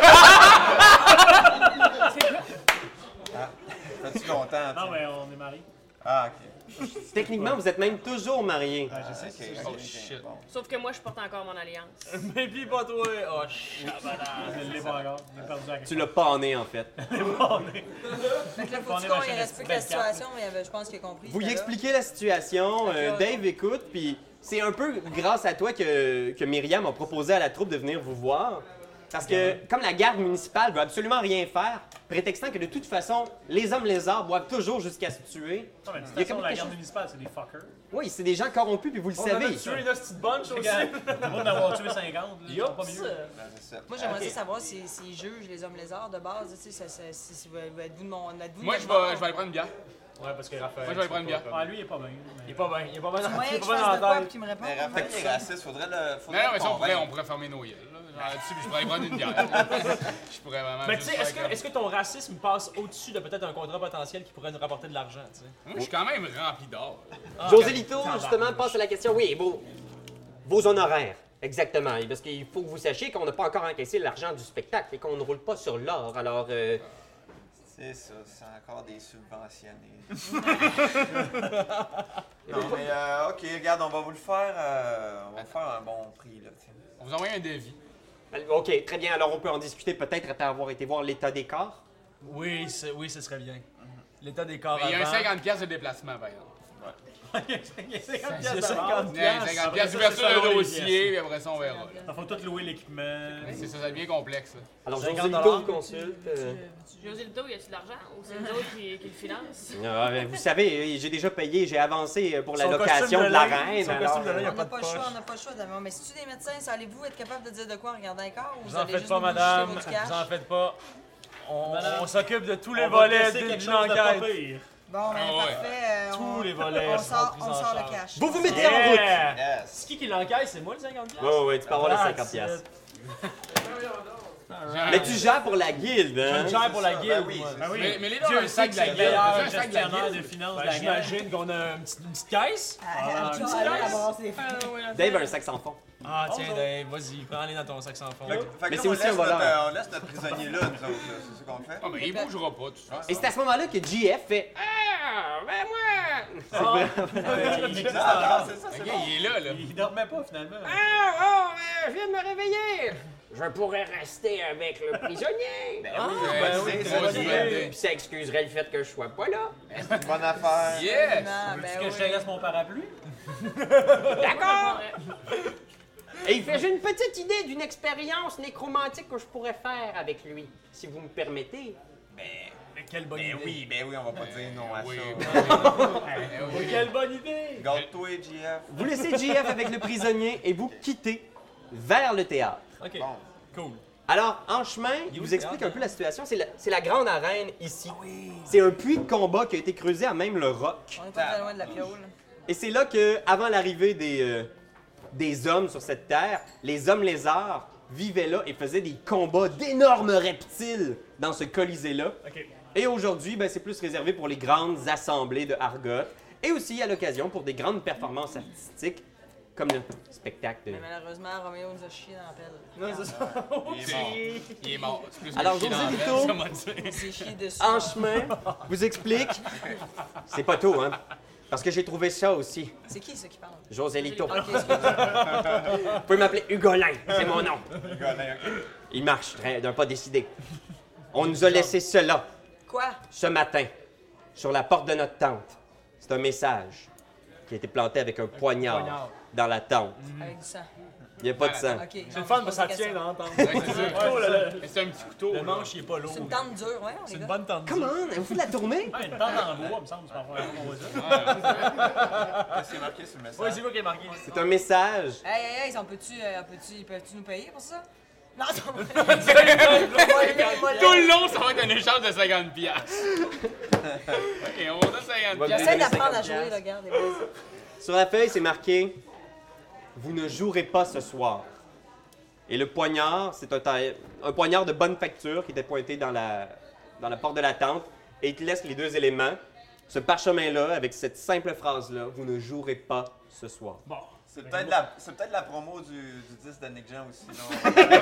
Ah, ça fait-tu longtemps, tu Non, sais? mais on est mariés. Ah, ok. Techniquement, vous êtes même toujours mariés. Ah, je sais, Ok, c'est ok, ça. ok, shit. bon. Sauf que moi, je porte encore mon alliance. Mais pis pas toi! Oh, shit! Je l'ai pas encore. J'ai perdu la Tu l'as pas en nez, en fait. Fait que là, On faut est que machin il de explique belle la situation, mais euh, je pense qu'il a compris. Vous lui C'était là. expliquez la situation, euh, Ok, Dave écoute, puis c'est un peu grâce à toi que, que Myriam a proposé à la troupe de venir vous voir. Parce que, comme la garde municipale veut absolument rien faire, prétextant que de toute façon, les hommes lézards boivent toujours jusqu'à se tuer. Non, mais de toute Il y a façon, comme la quelque garde chose- municipale, c'est des fuckers. Oui, c'est des gens corrompus, puis vous le On savez. avait tué une petite bunch aussi! Regarde, moi d'en avoir tué cinquante, là, ils sont pas Yops! mieux. Ben, c'est ça. Moi, j'aimerais Ok. ça savoir si- s'ils jugent les hommes lézards de base. Tu sais, ça- ça- si, si vous êtes-vous de mon. êtes-vous de Moi, notre je bord? vais, je vais aller prendre une bière. Ouais, parce que Raphaël. Moi, je vais prendre une bière. Ah, lui, il est pas bien. Il est pas bien, il est pas bien dans Moyen il est que je pas bien fasse de dans quoi la pour qu'il me réponde. Mais Raphaël est raciste, faudrait le. Non, Faudrait non, mais le ça, on pourrait, on convaincre. pourrait fermer nos gueules. là. Genre, Là-dessus, puis je pourrais aller prendre une bière. Je pourrais vraiment. Mais tu juste sais, est-ce faire que, comme- est-ce que ton racisme passe au-dessus de peut-être un contrat potentiel qui pourrait nous rapporter de l'argent, tu sais? Moi, je suis quand même rempli d'or. José Lito, justement, passe à la question. Oui, vos, vos honoraires. Exactement. Et parce qu'il faut que vous sachiez qu'on n'a pas encore encaissé l'argent du spectacle et qu'on ne roule pas sur l'or. Alors, euh, C'est ça, c'est encore des subventionnés. non, mais euh, ok, regarde, on va vous le faire. euh, on va vous faire un bon prix, là, tiens. On vous envoie un devis. OK, très bien. Alors, on peut en discuter peut-être après avoir été voir l'état des corps. Oui, c'est- oui, ce serait bien. L'état des corps Mais il y a un avant. cinquante piastres de déplacement, par exemple. Il y a cinquante Il y a piastres cinquante Il y a cinquante piastres d'ouverture de dossier, puis après ça, on verra. Il faut tout louer l'équipement. C'est ça, ça devient complexe. ça. Alors, cinquante José Lito dollars. vous consulte. euh, José Lito, y a-tu de l'argent ou c'est nous autres qui, qui le financent? Ah, ben, vous savez, j'ai déjà payé, j'ai avancé pour la Son location costume de de la lin, reine. son alors, costume de lin, il y a On pas n'a de pas le choix, poche. on n'a pas le choix d'abord. Mais si tu des médecins, ça allez-vous être capable de dire de quoi en regardant un corps ou Vous vous en allez faites juste pas, nous madame. bouger votre cash? Vous en faites pas. On, Madame, on s'occupe de tous les On va volets laisser d'une quelque d'une chose de pas enquête. pire. Bon, ben Ah ouais. parfait. euh, Tous on- les volets On seront sort, pris on en sort charge. le cash. Vous vous mettez en route! Yeah! Yes. C'est qui qui l'encaisse? C'est moi le cinquante piastres? Ouais, ouais, ouais, tu peux avoir les Ah, cinquante piastres. c'est- Mais tu gères pour la guilde, Je hein? me gère pour la ça, guilde, ben oui, moi. c'est Ben oui. Mais, mais les Dieu deux, un sait sac que de la c'est le gueule. meilleur Un sac de la gestionnaire gueule. de finances Ben, de la gang. j'imagine qu'on a une petite, une petite caisse. Ah, Ah, elle- un elle- petit elle caisse. ramasse les Ah, fonds. ouais, Dave a un sac sans fond. Ah, tiens, Dave, vas-y, prends-les dans ton sac sans fond. Fait que- fait Mais que c'est là, on aussi un laisse notre, voleur. euh, on laisse notre prisonnier là, nous autres, là. C'est ça qu'on fait? Ah, mais il bougera pas, de toute façon. Et c'est à ce moment-là que J F fait Ah, ben moi! C'est vrai. Il existe Ah, encore. c'est ça, Le c'est gars, bon. il est là, là. Il dormait pas finalement. Ah, oh, euh, je viens de me réveiller! Je pourrais rester avec le prisonnier! Ah, Ouais, ben oui, c'est c'est une bonne bonne idée. idée. Puis ça excuserait le fait que je sois pas là. Bonne affaire. Yes! Non, Veux-tu ben que oui. je te laisse mon parapluie? D'accord! Et il fait j'ai une petite idée d'une expérience nécromantique que je pourrais faire avec lui, si vous me permettez. Mais quelle bonne Ben idée. oui, ben oui, on va pas dire non à Oui, ça. ben oui. Quelle bonne idée. Garde-toi, J F. Vous laissez J F avec le prisonnier et vous quittez vers le théâtre. Ok, Bon. cool. Alors, en chemin, il où vous le explique théâtre, un peu la situation. C'est la, c'est la grande arène ici. C'est un puits de combat qui a été creusé à même le roc. On est pas très loin de la piole. Et c'est là que, avant l'arrivée des, euh, des hommes sur cette terre, les hommes lézards vivaient là et faisaient des combats d'énormes reptiles dans ce colisée-là. Ok. Et aujourd'hui, ben, c'est plus réservé pour les grandes assemblées de Argot et aussi à l'occasion pour des grandes performances artistiques comme le spectacle de... Mais malheureusement, Roméo nous a chié dans la pelle. Non, c'est ça. Il est mort. Il est mort. C'est plus Alors, que chier José dans la Lito- veine, ça m'a dit. Il s'est chié dessus. En chemin, vous explique... C'est pas tout, hein? Parce que j'ai trouvé ça aussi. C'est qui ça qui parle? José Lito. Ok, excuse-moi. Vous pouvez m'appeler Hugolin, c'est mon nom. Rigolin, ok. Il marche très- d'un pas décidé. On nous a laissé cela Quoi? ce matin sur la porte de notre tente. C'est un message qui a été planté avec un poignard, poignard. dans la tente. Avec du sang. Il n'y a pas de sang. Ok. C'est le fun parce que ça tient dans la tente. Ouais, c'est ça. Oh là là. Mais c'est un petit couteau. Le là. manche, il est pas lourd. C'est une tente dure, ouais, on C'est les une gars. bonne tente. Come on, vous faites la tournée? Ah, une tente en bois, me semble, c'est pas vrai qu'on va dire. Qu'est-ce qui est marqué sur le message? Oui, c'est quoi qui est marqué? C'est un message. Hey, hey, hey, on peut-tu, euh, on peut-tu, peuvent-tu nous payer pour ça? Non, non. Tout le long, ça va être un échange de cinquante piastres. OK, on va donner cinquante Va piastres. J'essaie donner d'apprendre à cinquante jouer, là, regarde. vas-y. Sur la feuille, c'est marqué « Vous ne jouerez pas ce soir ». Et le poignard, c'est un, taille- un poignard de bonne facture qui était pointé dans la, dans la porte de la tente. Et il te laisse les deux éléments. Ce parchemin-là, avec cette simple phrase-là, « Vous ne jouerez pas ce soir Bon. C'est peut-être la, c'est peut-être la promo du, du disque d'Annick Jean aussi, non?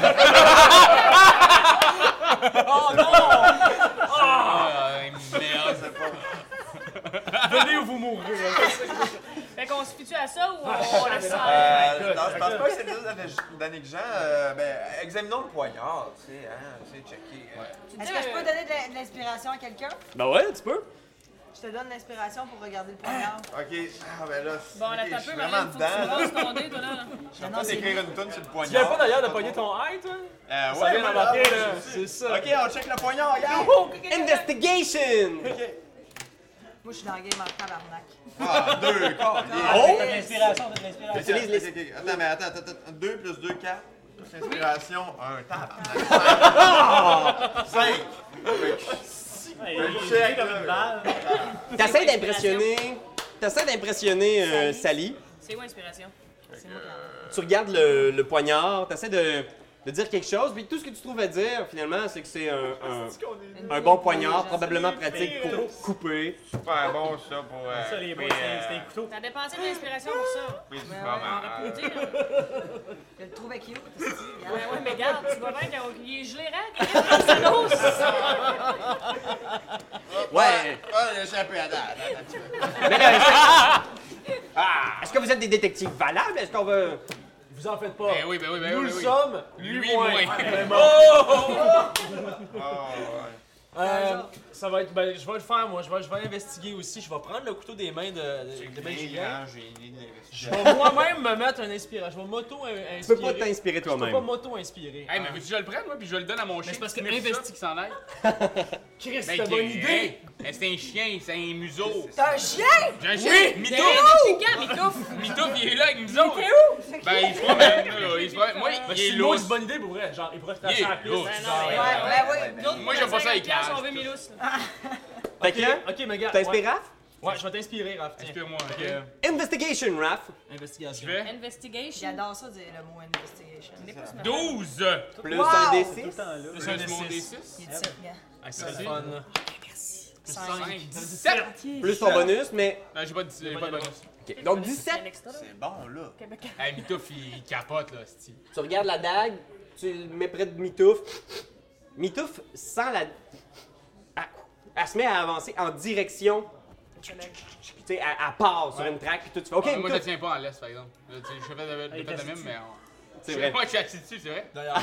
Ah, merde. Je sais pas. Venez ou vous mourrez. Fait qu'on se fie-tu à ça ou on laisse ça? Euh, non, je pense pas que c'est le disque d'Annick- d'Annick Jean. Euh, ben, examinons le poignard, tu sais, hein, tu sais, checker. euh. Est-ce que je peux donner de la- de l'inspiration à quelqu'un? » Ben ouais, tu peux. Je te donne l'inspiration pour regarder le poignard. Ok, ah ben là, Bon, ok, là, je t'as suis peu, vraiment Marilyn, faut que tu dedans. là. brosses ton dé, toi, là. Je suis en Non, train c'est d'écrire lui. une tonne sur le Tu poignard. viens pas d'ailleurs de pogner ton high, toi? Euh, Ça ouais, vient voilà, d'embarquer, ouais, là. je sais. C'est ça. Ok, on check le poignard, regarde! Investigation! Moi, je suis dans le game en tabarnak. Ah, deux, corps. Oh! T'as de l'inspiration, t'as de l'inspiration. Utilise les... Ok, ok, attends, mais attends, attends, attends. deux plus deux, quatre. Plus inspiration, un tabarnak. cinq. Hey, Le il check, est comme une là. balle. T'essaies d'impressionner... T'essaies d'impressionner euh, Sally. C'est quoi l'inspiration? C'est moi qui en- Tu regardes le, le poignard, t'essaies de, de dire quelque chose, puis tout ce que tu trouves à dire, finalement, c'est que c'est un, un, un bon poignard, probablement pratique pour couper. Super bon, ça, pour. euh, Ça, les boys, couper, c'est euh, c'est un couteau. T'as dépensé de l'inspiration pour ça. couper du Ouais, fromage. Écoutez, là. Je le trouvais cute. Ouais, ouais, mais regarde, tu vois bien qu'il est gelé raide. Il est dans sa dose. Ouais! Ah, j'ai échappé, attends, attends, attends. Mais là, est-ce- est-ce que vous êtes des détectives valables? Est-ce qu'on veut... Vous en faites pas. Ben oui, ben oui, ben Nous oui. le ben oui. sommes, lui, Lui, moins. moins. Vraiment. Oh, ouais. Euh, Ça va être. Ben, je vais le faire, moi. Je vais, je vais investiguer aussi. Je vais prendre le couteau des mains de, de, de Ben Julien. Je vais moi-même me mettre un inspiration. Je vais m'auto-inspirer. Tu peux pas t'inspirer Je peux toi-même. pas m'auto-inspirer. Hey, mais veux-tu que je le prenne, moi, puis je le donne à mon chien? c'est parce que Smith, investi qui s'en aille. Chris, Ben, c'est une qui- bonne idée! hey, hey, c'est un chien, c'est un museau. T'as un chien? J'ai un chien! T'es Mitouf! depuis quand, Mitouf? Mitouf, il est là avec nous autres! Ben, il se promène, là. Il se promène. Moi, Ben, il c'est est une lousse. mauvaise bonne idée pour vrai. Genre, il pourrait se Il est tracer à la piste. lousse. Ben genre, non, Ouais, euh, ouais, ouais. Moi, j'aime pas ça avec cinquante Cash. on veut Milos. Fait que, Ok, mais gars. t'inspires ouais. Raph? Ouais, je vais t'inspirer, Raph. tiens. Inspire-moi, ok? Euh, Investigation, Raph. Investigation. Je vais. Investigation. J'adore ça dire le mot investigation. douze! Plus Wow! un D Tout le six. temps là. C'est un mon D six. Il est type, gars. Ah, c'est le fun. là. cinq, dix-sept! Plus ton bonus, mais. Non, j'ai pas de j'ai pas de bonus. Ok. Donc dix-sept. C'est bon, là. Hey, Mitouf, il il capote, là, c'ti. Tu regardes la dague, tu le mets près de Mitouf. Mitouf sent la. Elle, elle se met à avancer en direction. Tu sais, elle, elle part sur une traque, puis tout, tu fais OK, Ouais, moi, je Mitouf. tiens pas en laisse, par exemple. Là, tu sais, je fais de, de, de, Hey, fait de t'as même, assis mais. on- C'est Je- vrai. Moi, je suis assis dessus, c'est vrai? D'ailleurs.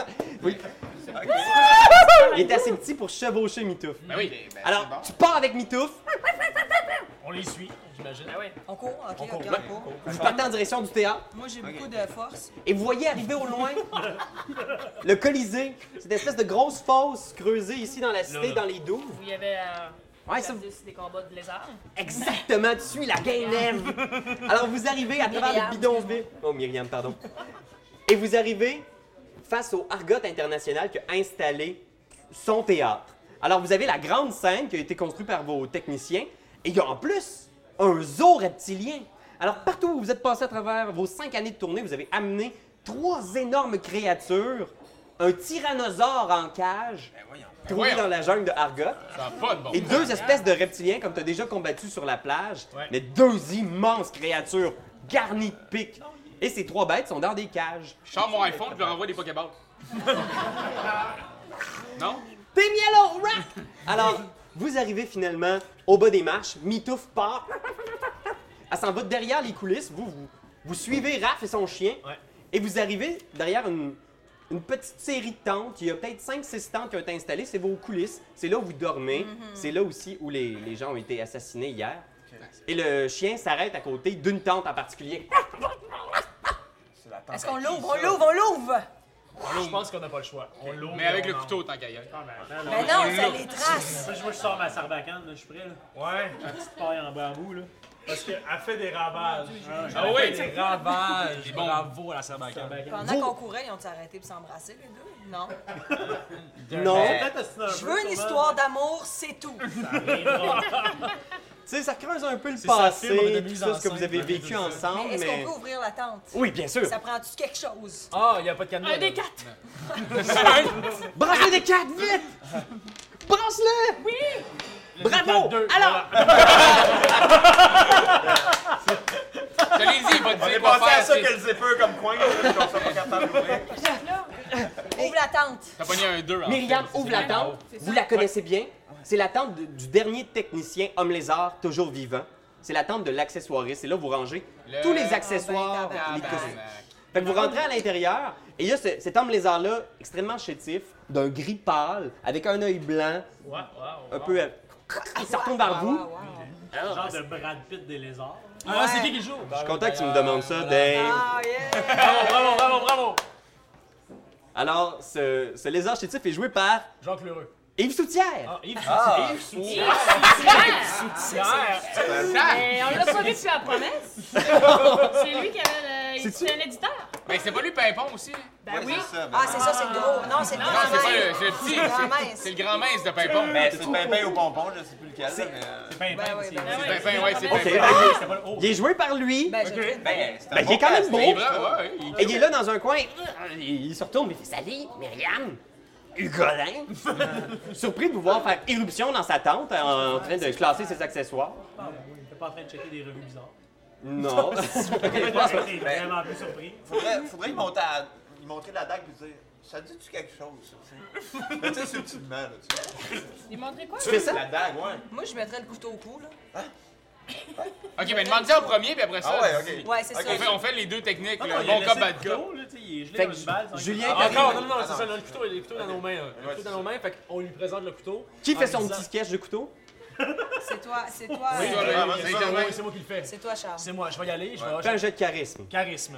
Il est assez petit pour chevaucher Mitouf. Ben oui. Ben, Alors, c'est bon. tu pars avec Mitouf, On les suit, j'imagine. Ah ouais. On court? Ok, ok, court, on ouais, court. vous partez en direction du théâtre, Moi, j'ai beaucoup de force. et vous voyez arriver au loin le Colisée. C'est une espèce de grosse fosse creusée ici dans la cité, là. dans les douves. Où il y avait euh, Ouais, ça, des, des combats de lézards. exactement, tu suis la Gainève. Alors, vous arrivez à travers Myriam, le bidonville. Oh, Myriam, pardon. Et vous arrivez face au Argot International qui a installé son théâtre. Alors, vous avez la grande scène qui a été construite par vos techniciens, et il y a en plus un zoo reptilien. Alors, partout où vous êtes passé à travers vos cinq années de tournée, vous avez amené trois énormes créatures, un tyrannosaure en cage, Ben voyons. trouvé voyons. dans la jungle de Argot, Ça a pas de bon. et deux espèces de reptiliens, comme tu as déjà combattu sur la plage, Ouais. mais deux immenses créatures garnies de pics. Et ces trois bêtes sont dans des cages. Je sors mon iPhone, je leur envoie des Pokéballs. Non? Team Yellow, rock! Alors, vous arrivez finalement au bas des marches, Mitouf part. Elle s'en va derrière les coulisses, vous, vous, vous suivez Raph et son chien, Ouais. et vous arrivez derrière une, une petite série de tentes. Il y a peut-être cinq six tentes qui ont été installées, c'est vos coulisses. C'est là où vous dormez. C'est là aussi où les, les gens ont été assassinés hier. Et le chien s'arrête à côté d'une tente en particulier. C'est la tente Est-ce qu'on à qui, l'ouvre? ça? On l'ouvre, on l'ouvre! Je pense qu'on n'a pas le choix. On l'ouvre. Mais avec et le on couteau, tant qu'à y aller. Ah, ben, attends, Mais là, non, ça les trace! moi, je- moi, je sors ma sarbacane, là, je suis prêt. Là. Ouais. Ma petite paille en bambou. Là. Parce qu'elle fait des ravages. Ah oui, des ravages. bon. Bravo à la Sarbacane. Pendant Vous- qu'on courait, ils ont-ils arrêté pour s'embrasser, les deux? Non. Non. Peut-être ostiner un Je peu, veux une sûrement. histoire d'amour, c'est tout. Ça arrivera. Tu sais, ça creuse un peu le C'est sa film de passé, mise tout ça, en ce que vous scène, avez ça, vécu tout ça. ensemble, Mais est-ce mais... qu'on peut ouvrir la tente? Oui, bien sûr. Ça prend-tu quelque chose? Ah, il n'y a pas de cadenas. Un des quatre. Branchez les quatre, vite! Branche-le! Oui! Bravo! Deux, Alors, Je l'ai dit, il va te On est dire quoi passé à faire. ça c'est- que le zipper comme coin, là, puis qu'on soit pas capable d'ouvrir. Ouvre la tente. T'as pogné un deux en Myriam fait, c'est ouvre la bien. tente. Vous la connaissez bien. C'est la tente de- du dernier technicien homme lézard toujours vivant. C'est la tente de l'accessoiriste. C'est là où vous rangez Le- tous les accessoires, Ah, ben, les Tabarnak. costumes. Fait que vous rentrez à l'intérieur et il y a ce- cet homme lézard-là, extrêmement chétif, d'un gris pâle, avec un œil blanc, Ouais, ouais, un ouais. peu... euh, Il se retourne vers vous. Wow, wow. Genre de Brad Pitt des lézards. Ah, c'est qui qui joue? Je suis content que tu me demandes ça, Dave. Ah, yeah! Bravo, bravo, bravo, bravo. Alors, ce, ce lézard chétif est joué par Jacques Lheureux. Yves Soutière. Ah, Yves Ah. Yves Soutier. Pierre! Mais on l'a pas vu depuis la promesse. C'est lui qui avait le. C'est-tu? C'est un éditeur. Mais c'est pas lui Pimpon aussi? Ben Ouais, oui. c'est ça. Ah, c'est ça, c'est le gros. Non, c'est le Non, grand c'est pas le, mince. c'est le petit. Le grand c'est- mince. C'est le grand mince de Pimpon. Ben, c'est Pimpin au pompon, je sais plus lequel. C'est- là, mais, euh, C'est Pimpin Ben oui, aussi. ben oui. C'est Pimpin, ouais, c'est OK, Pimpin. ben, il est- C'était pas le haut. il est joué par lui. Ben, je le trouve. Ben, c'est un Ben, il bon est quand même casting. beau. Il est vrai, ouais, il- Et il est là dans un coin, il il se retourne, il fait Salut, Myriam, Hugolin. Surpris de vous voir faire éruption dans sa tente en, en train de classer ses accessoires. Ah, oui, t'es pas en train de checker des revues bizarres. Non. T'es vraiment plus surpris. Faudrait, faudrait lui, monter à- lui montrer la dague et dire ça dit-tu quelque chose, ça? tu sais? Mais tu sais, subtilement, là, tu sais. Il montrait quoi? Tu fais ça? La dague, ouais. Moi, je mettrais le couteau au cou, là. Ok, ben demande ça en premier, puis après ça. Ah ouais, ok. dis- Ouais, c'est Ok, ça. On fait, on fait les deux techniques, Non, le non, il a bon laissé cop, bad le cop. couteau, là, tu sais, il est gelé Fait dans que une balle. sans Julien qu'il- Ah, encore, non, non, Ah, non, c'est non. ça, le couteau, le couteau dans nos mains. là. Le Ouais, couteau dans c'est nos mains, fait qu'on lui présente le couteau. Qui en fait son disant- petit sketch de couteau? C'est toi, c'est toi. Oui, euh, toi, oui, ben, oui, c'est c'est Germain. moi, c'est moi qui le fais. C'est toi, Charles. C'est moi, je vais y aller, je Ouais. Fais un vais. jet de charisme. Charisme.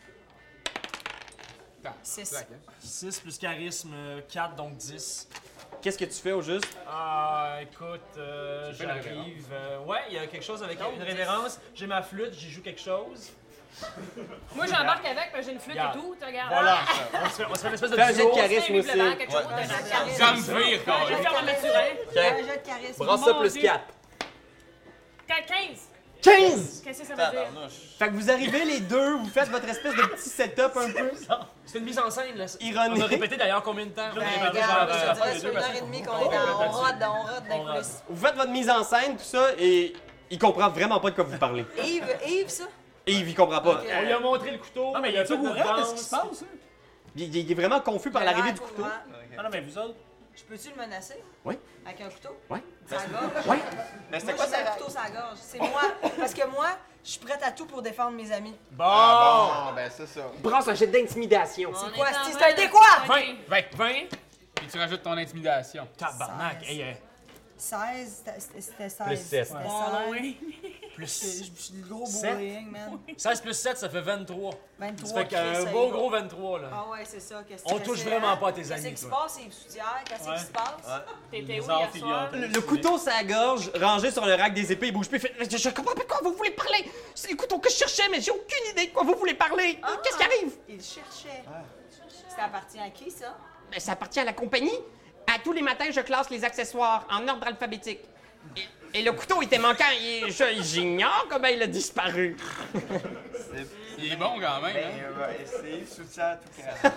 six. six plus charisme, quatre, donc dix. Qu'est-ce que tu fais au juste? Ah, écoute, euh, Tu fais la j'arrive. euh, ouais, il y a quelque chose avec une révérence. J'ai ma flûte, j'y joue quelque chose. Moi, j'embarque avec, mais j'ai une flûte Regarde. et tout. Tu regardes. Voilà, on se fait, on se fait une espèce de Fais un jet de duo. charisme Vive le vent, aussi. quelque chose Ouais. de Un jet de radical. charisme. J'en me vire, Je vais quand faire un maturin. Un jet de charisme. Brasse ça Mon plus Dieu. quatre. quinze. quinze! Qu'est-ce que ça veut dire? Tabarnouche. Fait que vous arrivez les deux, vous faites votre espèce de petit setup un peu. C'est une mise en scène, là. Ironique. On a répété d'ailleurs combien de temps? Ben, On a regarde, genre, je euh, te dirais, les sur deux, une heure parce et que- demie qu'on est dans. On rôde dans, on rôde dans On les coulisses. Vous faites votre mise en scène, tout ça, et il comprend vraiment pas de quoi vous parlez. Yves, Yves, ça? Et il comprend pas. Ok. On lui a montré le couteau. Non, mais il a est fait au notre courant de ce danse. qui se passe, hein? Il, il est vraiment confus par Il a l'arrivée l'air du au couteau. courant. Non, non, mais vous autres, Je peux-tu le menacer? Oui. Avec un couteau? Ouais. Sa gorge? Ouais. Mais c'était Moi, quoi j'ai ça? un couteau sur la gorge. C'est moi. Parce que moi, je suis prête à tout pour défendre mes amis. Bon! Ah bon, ben c'est ça. Brasse un jet d'intimidation. On quoi, est en c'est- train c'est un de- dé quoi? vingt! vingt! vingt! Puis tu rajoutes ton intimidation. Tabarnak! seize. Hey, euh, seize, c'était- c'était c'était seize. Plus sept. C'était Oh, seize. oui. plus Je suis le gros Sept. bullying, man. seize plus sept, ça fait vingt-trois. vingt-trois. Ça fait qu'un Chris, ça beau y va. gros vingt-trois, là. Ah ouais, c'est ça. Qu'est-ce On que touche c'est, vraiment hein? pas à tes Qu'est-ce amis, qui se toi. passe, Yves Soutière? Qu'est-ce Ouais. qui se passe? T'étais les où arts hier filiaux. soir? Le, le couteau sur la gorge, rangé sur le rack des épées, il bouge plus. Il fait, je, je comprends pas de quoi vous voulez parler. C'est le couteau que je cherchais, mais j'ai aucune idée de quoi vous voulez parler. Ah! Qu'est-ce qui arrive? Il cherchait. Ça appartient à qui, ça? Ben, ça appartient à la compagnie. À tous les matins, je classe les accessoires en ordre alphabétique. Et, et le couteau était manquant. Et je- J'ignore comment il a disparu. Il est bon quand même, Ben, hein? euh, ben, c'est Yves Soutière tout cas.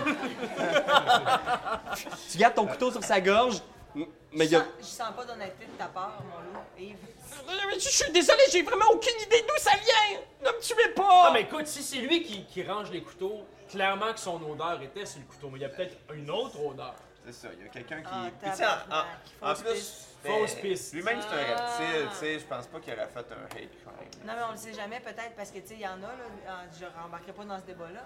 Tu gardes ton couteau sur sa gorge, mais il y Je a... sens- je sens pas d'honnêteté de ta part, mon loup, Yves. Je je suis désolé, j'ai vraiment aucune idée d'où ça vient. Ne me tuez pas. Ah, mais écoute, si c'est lui qui, qui range les couteaux, clairement que son odeur était sur le couteau, mais il y a peut-être une autre odeur. C'est ça, il y a quelqu'un qui. Ah, Puis, tu sais, en, en- tabarnak, en fausse plus. piste. ben, Fausse piste. Lui-même, c'est un Ah. reptile, tu sais, je pense pas qu'il aurait fait un hate crime. Non, mais on le sait jamais, peut-être, parce que, tu sais, il y en a, là. euh, Je rembarquerai pas dans ce débat-là.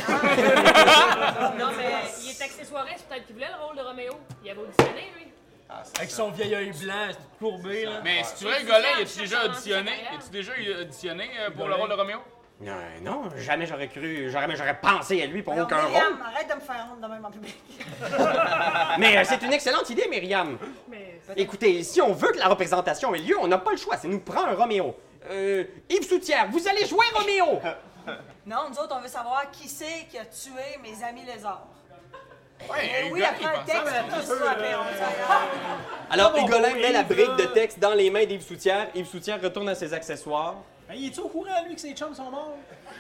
Non, mais il est accessoiriste, peut-être qu'il voulait le rôle de Roméo. Il avait auditionné, lui. Ah, c'est Avec ça. son vieil œil blanc, courbé, là. Mais si tu veux, Ouais. le gars-là, C'est il a-tu ça, déjà cherche un auditionné? ancien As-tu déjà auditionné euh, pour Le le rôle de gars-là. Roméo? Non, non, jamais j'aurais cru, jamais j'aurais pensé à lui pour Alors, aucun rôle. Myriam, arrête de me faire honte de même en public. Mais euh, c'est une excellente idée, Myriam. Mais Écoutez, si on veut que la représentation ait lieu, on n'a pas le choix, c'est nous prend un Roméo. Euh, Yves Soutière, vous allez jouer Roméo! Non, nous autres, on veut savoir qui c'est qui a tué mes amis lézards. Ouais, Eh le oui, gars, après il un pensait texte, à- tout ça, après, on s'en va. Alors, Ah, mon Hugolin beau met la Yves, brique de là. texte dans les mains d'Yves Soutière. Yves Soutière retourne à ses accessoires. Ben, il est-tu au courant, lui, que ses chums sont morts?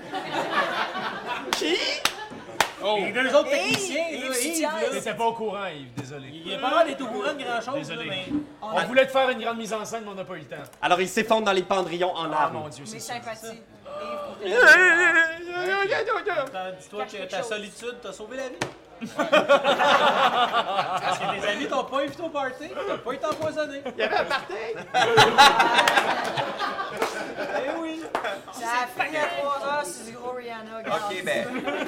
Qui? Oh! Les deux autres Hey, techniciens, Yves là, Yves, Soutière. là, T'étais pas au courant, Yves, désolé. il est pas l'air d'être au courant de grand-chose, là, Désolé. mais... On voulait te faire une grande mise en scène, mais on n'a pas eu le temps. Alors, il s'effondre dans les pendrillons en Ah, larmes. mon Dieu, Mes c'est ça. sympathies. Yves, pour tes- Attends, dis-toi Cache que quelque ta chose. solitude t'a sauvé la vie. Parce que tes amis t'ont pas invité au party, t'as pas été empoisonné. Il y avait un party! Eh oui! Ça a fini à trois heures sur du gros Rihanna. regarde. Ok, ben.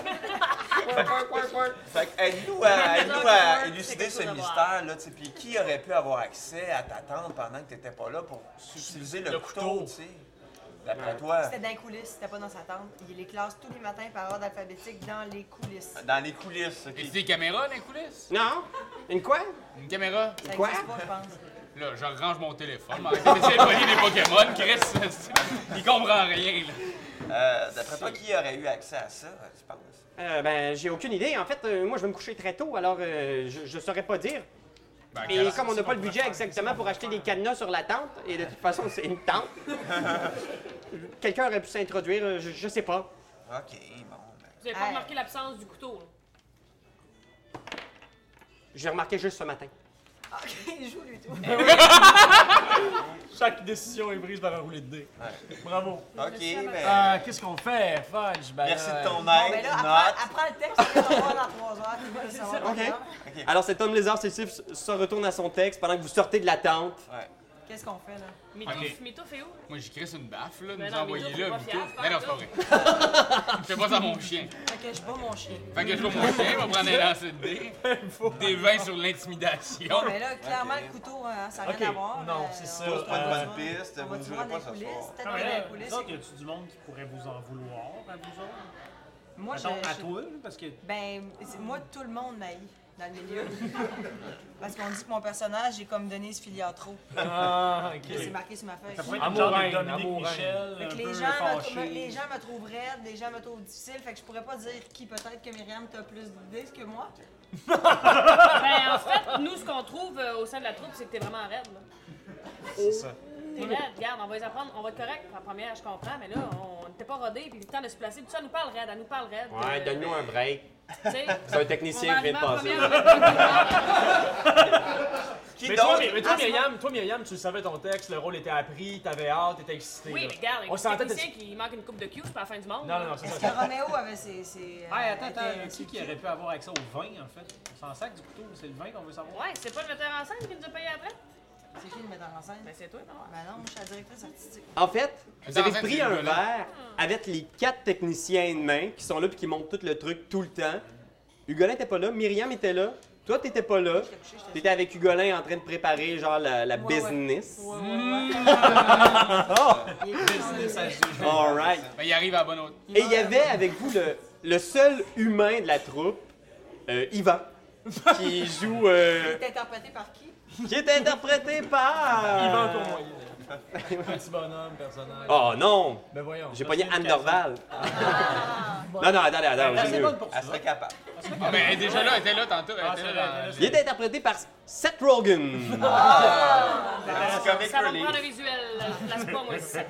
Fait que aide-nous à, aide-nous C'est à quelque élucider chose ce à voir. mystère, là, tu sais. Puis qui aurait pu avoir accès à ta tante pendant que t'étais pas là pour utiliser le, Le couteau, couteau. tu sais? D'après toi, C'était dans les coulisses, c'était pas dans sa tente. Il les classe tous les matins par ordre alphabétique dans les coulisses. dans les coulisses, ok. Est-ce des caméras dans les coulisses? Non? Une quoi? Une caméra? Ça Quoi? existe pas, je pense. Là, je range mon téléphone. Arrêtez d'essayer de voler des Pokémon. Chris, il comprend rien, là. Euh, D'après toi, qui aurait eu accès à ça, tu penses? Euh, ben, j'ai aucune idée. En fait, euh, moi, je vais me coucher très tôt, alors euh, je, je saurais pas dire. Ben, Mais quelle- comme on n'a pas le budget exactement pour acheter des cadenas sur la tente, et de toute façon, c'est une tente, quelqu'un aurait pu s'introduire, euh, je, je sais pas. Ok, bon, ben. vous avez pas Hey. remarqué l'absence du couteau. là. J'ai remarqué juste ce matin. Ok, il joue lui tout. Chaque décision est prise par un roulé de dés. Bravo. Ok, ben. Ah, qu'est-ce qu'on fait, Fudge? Ben, Merci euh, de ton Bon, ben aide, là, note. apprends, apprends le texte, on va le voir dans trois heures. Tu vas le savoir dans Ok. trois heures. Alors, cet homme lézard sécif se retourne à son texte pendant que vous sortez de la tente. Ouais. Qu'est-ce qu'on fait, là? Mitouf, Ok. Mitouf est où? Moi, j'y crisse une baffe, là. Ben Nous non, envoyer Mitouf, là, faut pas Mitouf. fiable, Mais non, c'est pas vrai. Fais pas ça à mon chien. Fait que je bats mon chien. Fait que je vois mon chien, va prendre un lancer de dés. Des vingt sur l'intimidation. Bon, mais là, clairement, le couteau, hein, ça n'a Ok, rien à voir. non, euh, c'est ça. on va C'est pas une se bonne voir- piste, on vous va ne se jouerez voir dans pas les ce coulisses. soir. Peut-être Ah, dans mais les là, coulisses. vous autres, y a-tu du monde qui pourrait vous en vouloir à vous autres? Moi, je, Mettons, à je- toi, là, parce que... Ben, c'est- moi, tout le monde m'haït dans le milieu. Parce qu'on dit que mon personnage est comme Denise Filiatro. Ah, C'est ok. marqué sur ma feuille. Ça pourrait être Amour une genre de reine, Dominique amour Michel, Fait un que peu les, gens me, fâché. me- les gens me trouvent raide, les gens me trouvent difficile, fait que je pourrais pas dire qui peut-être que Myriam t'a plus d'idées que moi. Ben, en fait, nous, ce qu'on trouve euh, au sein de la troupe, c'est que t'es vraiment raide, là. C'est ça. T'es raide, regarde, on va les apprendre, on va être correct. La première, je comprends, mais là, on n'était pas rodés, puis le temps de se placer, tout ça, elle nous parle raide, elle nous parle raide. Ouais, euh, donne-nous un break. tu sais, C'est un on technicien va qui vient de arriver en passer. première avec- Qui Mais toi, d'autre? mais, mais toi, Ah, c'est Myriam, toi, Myriam, tu savais ton texte, le rôle était appris, t'avais hâte, t'étais excité. Oui, là. mais regarde, On le s'entend. technicien qui manque une coupe de cue, c'est pas la fin du monde. Non, non, non, c'est Est-ce ça. que Roméo avait ses. ses Ah, euh, attends, attends, était- qui qui aurait pu avoir accès au vin, en fait? On s'en sac du couteau, c'est le vin qu'on veut savoir? Ouais, c'est pas le metteur en scène qui nous a payé après? C'est qui le metteur en scène? Ben, c'est toi, non? Ben non, moi je suis la directrice artistique. En fait, vous Dans avez la pris scène, un c'est le gars, là. verre avec les quatre techniciens de main qui sont là puis qui montent tout le truc tout le temps. Hugolin était pas là, Myriam était là, toi t'étais pas là. J'étais couché, j'étais. T'étais avec Hugolin en train de préparer genre la, la Ouais, ouais. business. Ouais, ouais, ouais. Oh! Il est business as usual. Alright. Ben, il arrive à la bonne hauteur. Et il y avait avec vous le, le seul humain de la troupe, euh, Yvan, qui joue. euh, Il est interprété par qui? qui est interprété par. Yvan Cournoyer. Petit bonhomme, personnage. Oh non! Ben voyons. J'ai ça, pogné c'est Anne une Dorval. Non, non, attendez, attendez, Elle j'ai est mieux. bonne pour Elle ça. serait capable. Ah, ben, elle est déjà là, elle était là tantôt. Elle Ah, était c'est là vrai, dans- Il est interprété par Seth Rogen. C'est comic Ça va me prendre un relief. visuel, je place pas, moi, ici.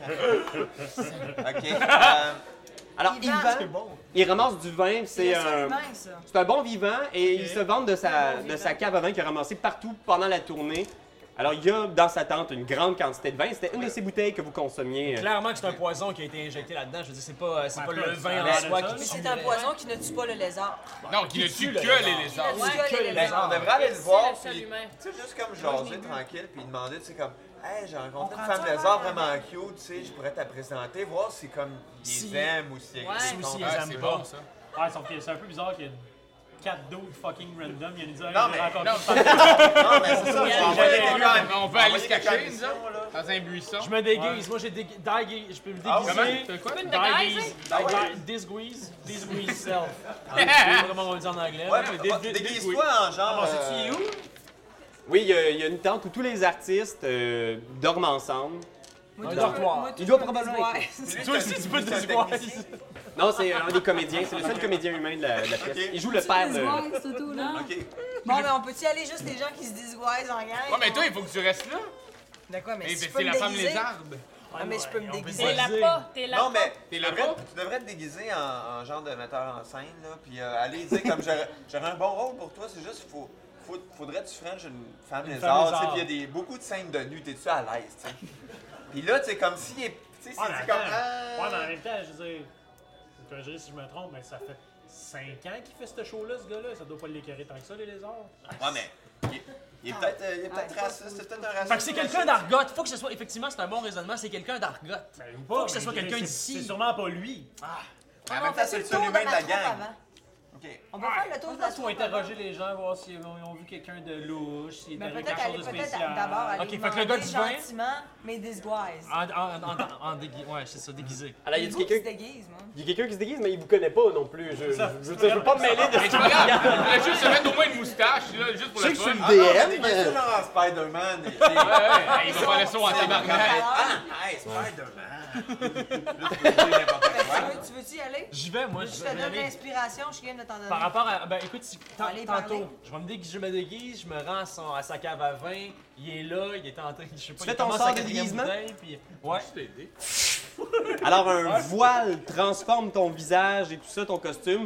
OK. euh, Alors, Yvan, Yvan, il ramasse du vin, C'est c'est le seul un. humain, ça. C'est un bon vivant et il se vante de sa, Un bon de vivant. sa cave à vin qu'il a ramassé partout pendant la tournée. Alors, il y a dans sa tente une grande quantité de vin. C'était une de ces bouteilles que vous consommiez. euh, Clairement que c'est un poison qui a été injecté là-dedans. Je veux dire, c'est pas, c'est Ouais, pas après, le ça vin a en l'air soi de ça. qui Mais c'est tue. un poison qui ne tue pas le lézard. Non, qui ne Qui tue tue que le les lézard. lézards. Qui oui. ne tue que les ben, lézards. on devrait aller le C'est voir, le seul puis humain. tu sais, juste comme Moi, je l'ai jaser vu. tranquille, puis demander, tu sais, comme, hey, j'ai rencontré On une prend femme ça lézard avant, vraiment cute, tu sais, je pourrais te la présenter, voir si comme ils Si- aiment ou si ils Ouais. Si aussi, ils Ah, aiment c'est pas. bon, ça. Ah, sauf que c'est un peu bizarre qu'il y ait quatre dudes fucking random. Il y a une dire, Non, j'ai mais- rencontré non, une femme. Non, mais c'est ça, Il y je a- vais envoyer il y a- quelqu'un. On peut aller se envoyer quelqu'un cacher, en nous mission, autres, là. dans un buisson. Je me déguise. Moi, j'ai dég... déguisé- je peux me Ah, déguiser. Comment? Tu fais quoi? Tu peux me déguiser? Déguise. Disguise. Disguise self. Ah, je sais pas comment on va le dire en anglais. Ouais, mais mais dé- va- dé- déguise-toi en genre. Bon, c'est-tu euh, où? Oui, il y, a, il y a une tente où tous les artistes euh, dorment ensemble. Moi, Un tout, dortoir. moi, tout, Il doit je me probablement désoise. lui, Toi aussi, c'est un tu peux te technicien. disguiser. Non, c'est un des comédiens. C'est le seul comédien humain de la, de la pièce. Ok. Il joue le père de. Disguise, c'est tout, là. OK. Bon, mais on peut-y aller juste les gens qui se disguisent en gang? Ouais, mais toi, il faut que tu restes là. De quoi, mais Mais si je peux c'est me la femme déguiser... lézarde. Ah, mais je peux me On peut déguiser. T'es là Vas-y. pas, t'es là Non, pas. mais T'es tu là devrais, pas? tu devrais te déguiser en, en genre de metteur en scène, là, puis euh, aller dire comme j'aurais j'aurais un bon rôle pour toi, c'est juste faut, faut, faudrait que tu frenches une femme Une lézard, femme tu sais, lézard. puis il y a des, beaucoup de scènes de nu, t'es-tu à l'aise, tu sais. Puis là, tu sais, comme si, tu sais, c'est Ah, mais c'est comme... attends. ah. Ouais, mais en même temps, je veux dire, tu me corrigeras si je me trompe, mais ça fait cinq ans qu'il fait ce show-là, ce gars-là. Ça doit pas l'écœurer tant que ça, les lézards. Ouais, mais il est, il est peut-être euh, il est peut-être Ouais, raciste, c'est peut-être un raciste. Fait que c'est quelqu'un d'argot. Faut que ce soit, effectivement, c'est un bon raisonnement, c'est quelqu'un d'argot. Ben, ou Faut pas, que ce mais soit je veux quelqu'un dire, c'est- d'ici. C'est sûrement pas lui. En Non, même on temps, fait c'est le le seul tour humain de la troupe gang. avant. OK. On va faire le tour Je de la pense qu'il faut troupe avant. interroger les gens, voir s'ils ont, ils ont vu quelqu'un de louche, s'il est Mais arrivé peut-être quelque aller, chose de peut-être spécial. d'abord aller Ok, fait que demander le gars du vin- gentiment, mais disguise. En, en, en, en déguisé. Ouais, c'est ça, déguisé. Alors, il y a Vous quelqu'un qui se déguise, moi. il y a quelqu'un qui se déguise, mais il vous connaît pas non plus. Je, je, ça. je veux dire, je veux pas me mêler de Mais ce c'est pas grave. Il voulait juste se mettre au moins une moustache, là, juste pour Je le sais que fun. je suis Ah le non, D mais M. déguise-toi genre en Spider-Man. et- Ouais, ouais, il va faire le saut en tabarnak. Ah, hey, Spider-Man. Juste pour dire n'importe quoi. Tu veux- Tu veux-tu y aller? J'y vais, moi. Je Je te vais y donne aller. l'inspiration, je suis game de t'en donner. Par rapport à. Ben écoute, si, tant- Allez tantôt, parler. je vais me déguiser, je me déguise, je me rends à, son- à sa cave à vin, il est là, il est en train. Je sais pas, Tu il fais ton commence sort sa de quatrième déguisement? bouteille, puis- Ouais. Je t'ai aidé. Alors, un voile transforme ton visage et tout ça, ton costume.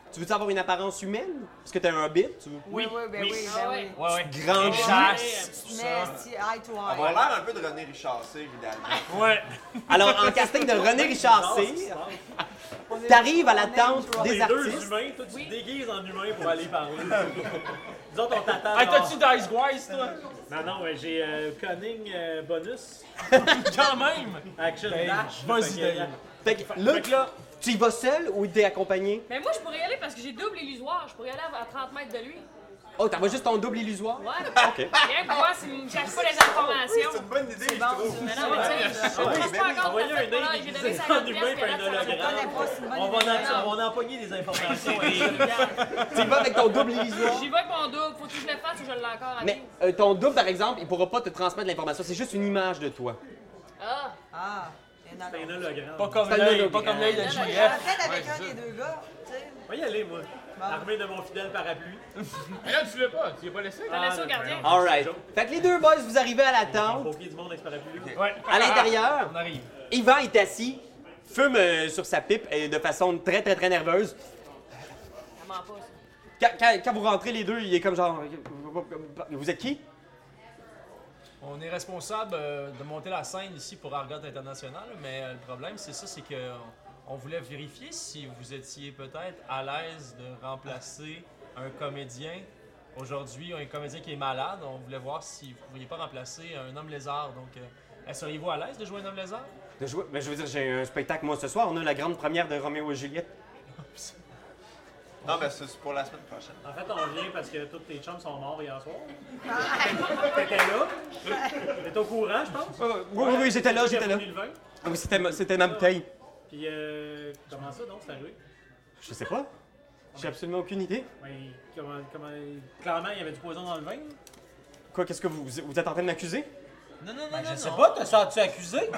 Tu veux avoir une apparence humaine? Parce que t'es un hobbit? Tu... Oui, oui, ben oui, ben Ah oui. ouais. Ouais, ouais. Grande chasse. Tu mets esti, eye to On eye. va l'air un peu de René Richard, c'est évidemment. Ouais. Alors, en casting de René Richard Cyr, t'arrives à la tente des Les deux artistes. humains, toi, tu te déguises en humain pour aller parler. Nous autres, on t'attend. Hey, genre- t'as-tu Dice Wise, toi? Non, non, ouais, j'ai euh, Cunning euh, bonus, Quand même! Action Dave, Dash. vas-y, Fait que, Dave. euh, Fait que là, Fait que là, tu y vas seul ou t'es accompagné? Mais moi, je pourrais y aller parce que j'ai double illusoire. Je pourrais y aller à trente mètres de lui. Oh, t'as juste ton double illusoire? Ouais. OK. Rien pour voir s'il me cache pas les informations. C'est une bonne idée, je Bon, trouve. Mais non, mais tu sais, je oui, ne ben pas oui. encore envoyez tout à un fait pour là. nez J'ai donné déguisé en cinquante humain pièces, puis un puis là, ça- Je connais hologramme. pas, c'est une bonne On va, idée. en, on va en empoigner des informations. et- Tu y vas avec ton double illusoire? J'y vais avec mon double. Faut que je le fasse ou je l'ai encore à Mais vie. euh, ton double, par exemple, il pourra pas te transmettre l'information. C'est juste une image de toi. Ah! Ah, c'est un C'est un hologramme. Pas comme C'est le l'œil, hologramme. pas comme l'œil de Non, non, J En F. fait, avec Ouais, un c'est des ça. deux gars, tu sais. On va y aller, moi. Armé de mon fidèle parapluie. Mais là, tu l'as pas, tu l'as pas laissé? T'as laissé au gardien. Alright. Fait que les deux boys, vous arrivez à la tente. Faut qu'il y ait du monde avec ce parapluie. Ouais. À l'intérieur, On arrive. Yvan est assis, fume euh, sur sa pipe et de façon très très très nerveuse. Ça ment pas, ça. Quand, quand- quand vous rentrez les deux, il est comme genre... Vous êtes qui? On est responsable euh, de monter la scène ici pour Argot International, mais euh, le problème, c'est ça, c'est que euh, on voulait vérifier si vous étiez peut-être à l'aise de remplacer un comédien. Aujourd'hui, un comédien qui est malade, on voulait voir si vous ne pourriez pas remplacer un homme lézard. Donc, euh, seriez-vous à l'aise de jouer un homme lézard? De jouer? Ben, je veux dire, j'ai un spectacle moi ce soir. On a la grande première de Roméo et Juliette. Non, mais c'est pour la semaine prochaine. En fait, on vient parce que tous tes chums sont morts hier soir. T'étais là. T'étais au courant, je pense. Euh, oui, oui, oui, j'étais là, Qui a j'étais là. fourni le vin. Ah oui, c'était ma, c'était ma bouteille. Puis, euh, comment ça, donc, c'est arrivé? Je sais pas. J'ai absolument aucune idée. Mais comment, comment, clairement, il y avait du poison dans le vin. Quoi, qu'est-ce que vous, vous êtes en train de m'accuser? Non, non, non, non. Je sais pas, te sens-tu accusé?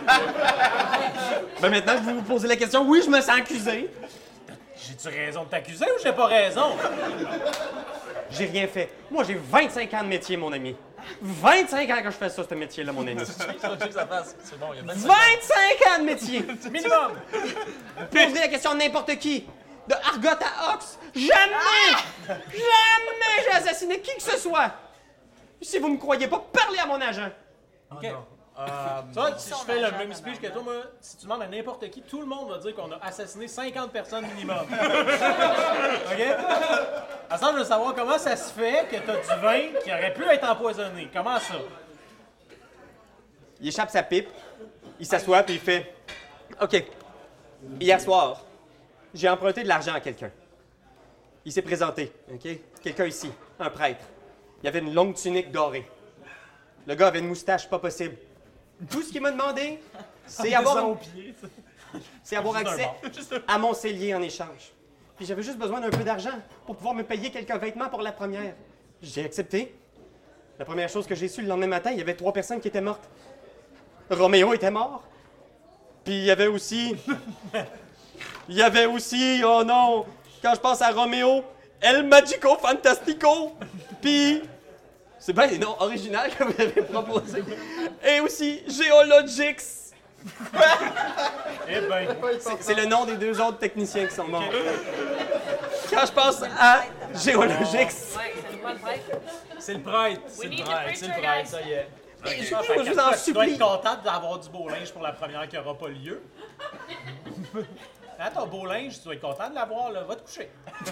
Ben maintenant que vous vous posez la question, oui, je me sens accusé. J'ai-tu raison de t'accuser ou j'ai pas raison? J'ai rien fait. Moi, j'ai vingt-cinq ans de métier, mon ami. vingt-cinq ans que je fais ça, ce métier-là, mon ami. C'est bon, il y a vingt-cinq vingt-cinq ans de métier! Minimum! Posez la question à n'importe qui. De Argot à Ox, jamais, jamais j'ai assassiné qui que ce soit. Si vous me croyez pas, parlez à mon agent. OK. Tu vois, si je fais le même speech que toi, moi, si tu demandes à n'importe qui, tout le monde va dire qu'on a assassiné cinquante personnes minimum. OK? À ça, je veux savoir comment ça se fait que t'as du vin qui aurait pu être empoisonné. Comment ça? Il échappe sa pipe, il s'assoit puis il fait OK. Hier soir, j'ai emprunté de l'argent à quelqu'un. Il s'est présenté, OK? Quelqu'un ici, un prêtre. Il avait une longue tunique dorée. Le gars avait une moustache pas possible. Tout ce qu'il m'a demandé, c'est avoir, au pied. c'est avoir accès à mon cellier en échange. Puis j'avais juste besoin d'un peu d'argent pour pouvoir me payer quelques vêtements pour la première. J'ai accepté. La première chose que j'ai su le lendemain matin, il y avait trois personnes qui étaient mortes. Roméo était mort. Puis il y avait aussi... Il y avait aussi, oh non, quand je pense à Roméo, El Magico Fantastico. Puis... C'est bien les noms originaux que vous avez proposés. Et aussi, Geologix. Eh ben, C'est- C'est le nom des deux autres techniciens qui sont morts. Quand je pense à Geologix, Ouais, ça nous prend le prêtre. C'est le prêtre. C'est We le need the prêtre, c'est le preacher, prêtre, guys. ça y est. je, je- je fait vous que en toi, tu dois supplie. être contente d'avoir du beau linge pour la première qui n'aura pas lieu. Hein, ton beau linge, tu dois être content de l'avoir, là. Va te coucher.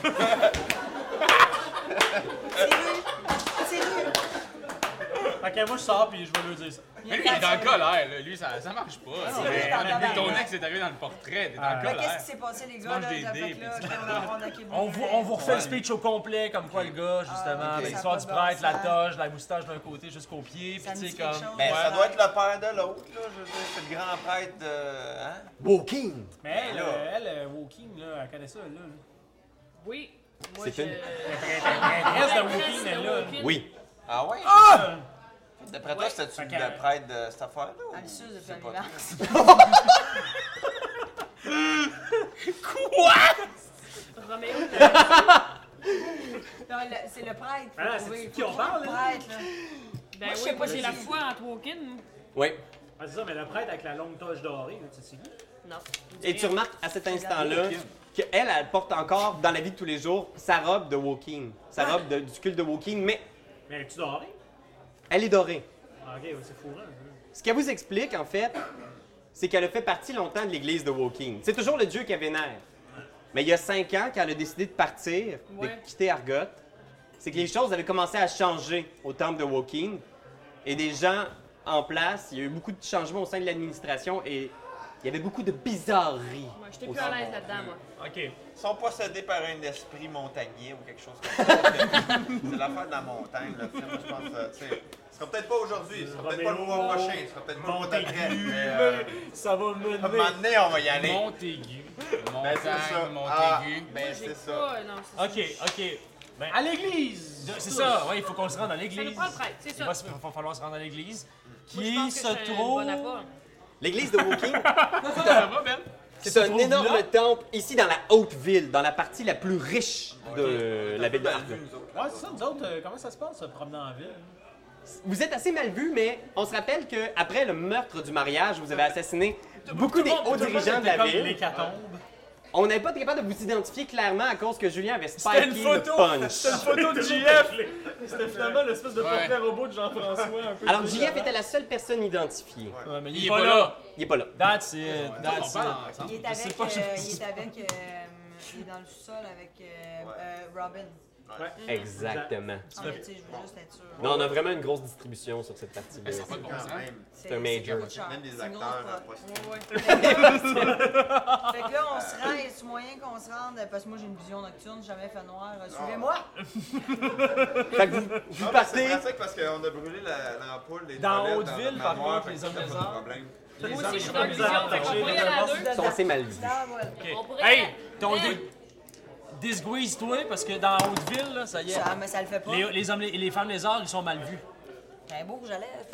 C'est lui. C'est lui. Fait que moi, je sors puis je vais lui dire ça. Mais lui, il est dans le colère, là. Lui, ça, ça marche pas. C'est là. lui, il est en Depuis que ton tabarnak. ex est arrivé dans le portrait, t'es dans Ah. le Mais colère. qu'est-ce qui s'est passé, les gars? manges Là, des Fait dés, que puis là, tu- je vais en rendre à Québec. On vous, on vous refait le speech au complet, comme quoi le gars, justement, Ah, ok. avec Ça l'histoire a du pas de prêtre, bon la sens. toge, la moustache d'un côté jusqu'aux pieds, Ça puis me tu sais, dit quelque comme... chose. Ben, ça Ouais. doit être le père de l'autre, là. Je veux dire, c'est le grand prêtre de. Hein? Walking. Mais elle, Là. euh, elle, euh, Walking, là, elle connaît ça, là. Oui. Moi, C'est je... une- L'adresse de Walking, elle, là. Oui. Ah ouais? Ah! D'après toi, Ouais. c'était-tu Fait que- le prêtre de cette affaire-là? ou- À l'issue de C'est Fanny pas Mars. Roméo, Non, le- c'est le prêtre. faut Ah, c'est trouver. de qui Faut on trouver parle, le là? prêtre, là. ben Moi, je oui, sais pas moi, j'ai c'est la qui. foi en Twokin. Oui. Ah, c'est ça, mais le prêtre avec la longue toche dorée, là, tu sais, c'est qui? Non. Et tu remarques à cet instant-là qu'elle, elle porte encore dans la vie de tous les jours sa robe de Woking, sa robe de- du culte de Woking, mais Mais es-tu doré? elle est dorée. Ah, ok, ouais, c'est fourrant. hein. Ce qu'elle vous explique, en fait, c'est qu'elle a fait partie longtemps de l'église de Woking. C'est toujours le dieu qu'elle vénère. Mais il y a cinq ans, quand elle a décidé de partir, Ouais. de quitter Argot, c'est que les choses avaient commencé à changer au temple de Woking. Et des gens en place, il y a eu beaucoup de changements au sein de l'administration et il y avait beaucoup de bizarreries. Moi, j'étais au plus à l'aise là-dedans, moi. Ok. Ils sont possédés par un esprit montagnier ou quelque chose comme ça. C'est l'affaire de la montagne, le film, je pense. euh, tu sais, ce sera peut-être pas aujourd'hui, ce sera peut-être pas le mois prochain, ce sera peut-être pas le mois d'après. Mais euh, Ça va à un mener. moment donné, on va y aller. Montaigu. Ben, c'est Montagne, ça. Montaigu. Ah, Moi, ben, j'ai c'est ça. pas. Non, c'est Ok, ok. Ben, À l'église! c'est ça, ouais, il faut qu'on se rende à Ça l'église. nous prend le prêtre, c'est Il ça. va, se- va falloir se rendre à l'église. Moi, je Qui pense que se je suis un trouve. bon apport. L'église de Woking, Ça va, Ben? c'est un trouve énorme là? temple ici dans la haute ville, dans la partie la plus riche de la ville de Argot. Ouais, c'est ça, nous autres, euh, comment ça se passe, se promener en ville? Vous êtes assez mal vus, mais on se rappelle qu'après le meurtre du mariage, vous avez assassiné beaucoup des hauts dirigeants de la ville. L'hécatombe. On n'avait pas été capable de vous identifier clairement à cause que Julien avait C'était une spiké le photo! punch. C'était une photo de J F! C'était finalement l'espèce de Ouais. portrait robot de Jean-François un peu. Alors, J F était la seule personne identifiée. Ouais, mais Il est pas là. Il est pas là. That's it, On that's parle it. ensemble. Il est Je sais avec, pas, je- euh, il est avec, euh, il est dans le sous-sol avec euh, euh, Robin. Exactement. Ah, mais tu sais, je veux juste être sûr. Non, on a vraiment une grosse distribution sur cette partie-là. Mais ça n'a pas de bon sens. C'est un major. ça coûte cher. Même des C'est une grosse acteurs. prod. euh, Ouais, pas- ouais. Fait que là, on se rend, y a-tu moyen qu'on se rende? Parce que moi, j'ai une vision nocturne, jamais fait noir. Euh, Suivez-moi! Fait que vous, vous Non, mais partez. C'est pratique parce qu'on a brûlé la- l'ampoule des Dans toilettes Haute-Ville, notre par manoir, contre, fait les que hommes ça, pas de lézards. problème. Les Moi hommes aussi, je suis les dans le vision, bizarres, fait qu'on j'ai- pourrait y aller à deux. Ils sont assez mal vus. Ah, voilà. On pourrait Hey! aller- Ton Hey! dé... Disguise-toi, parce que dans Haute-Ville, là, ça y est. Ça, mais ça le fait pas. Les, les hommes, les, les femmes lézards, ils sont mal vus. J'ai un beau rouge à lèvres.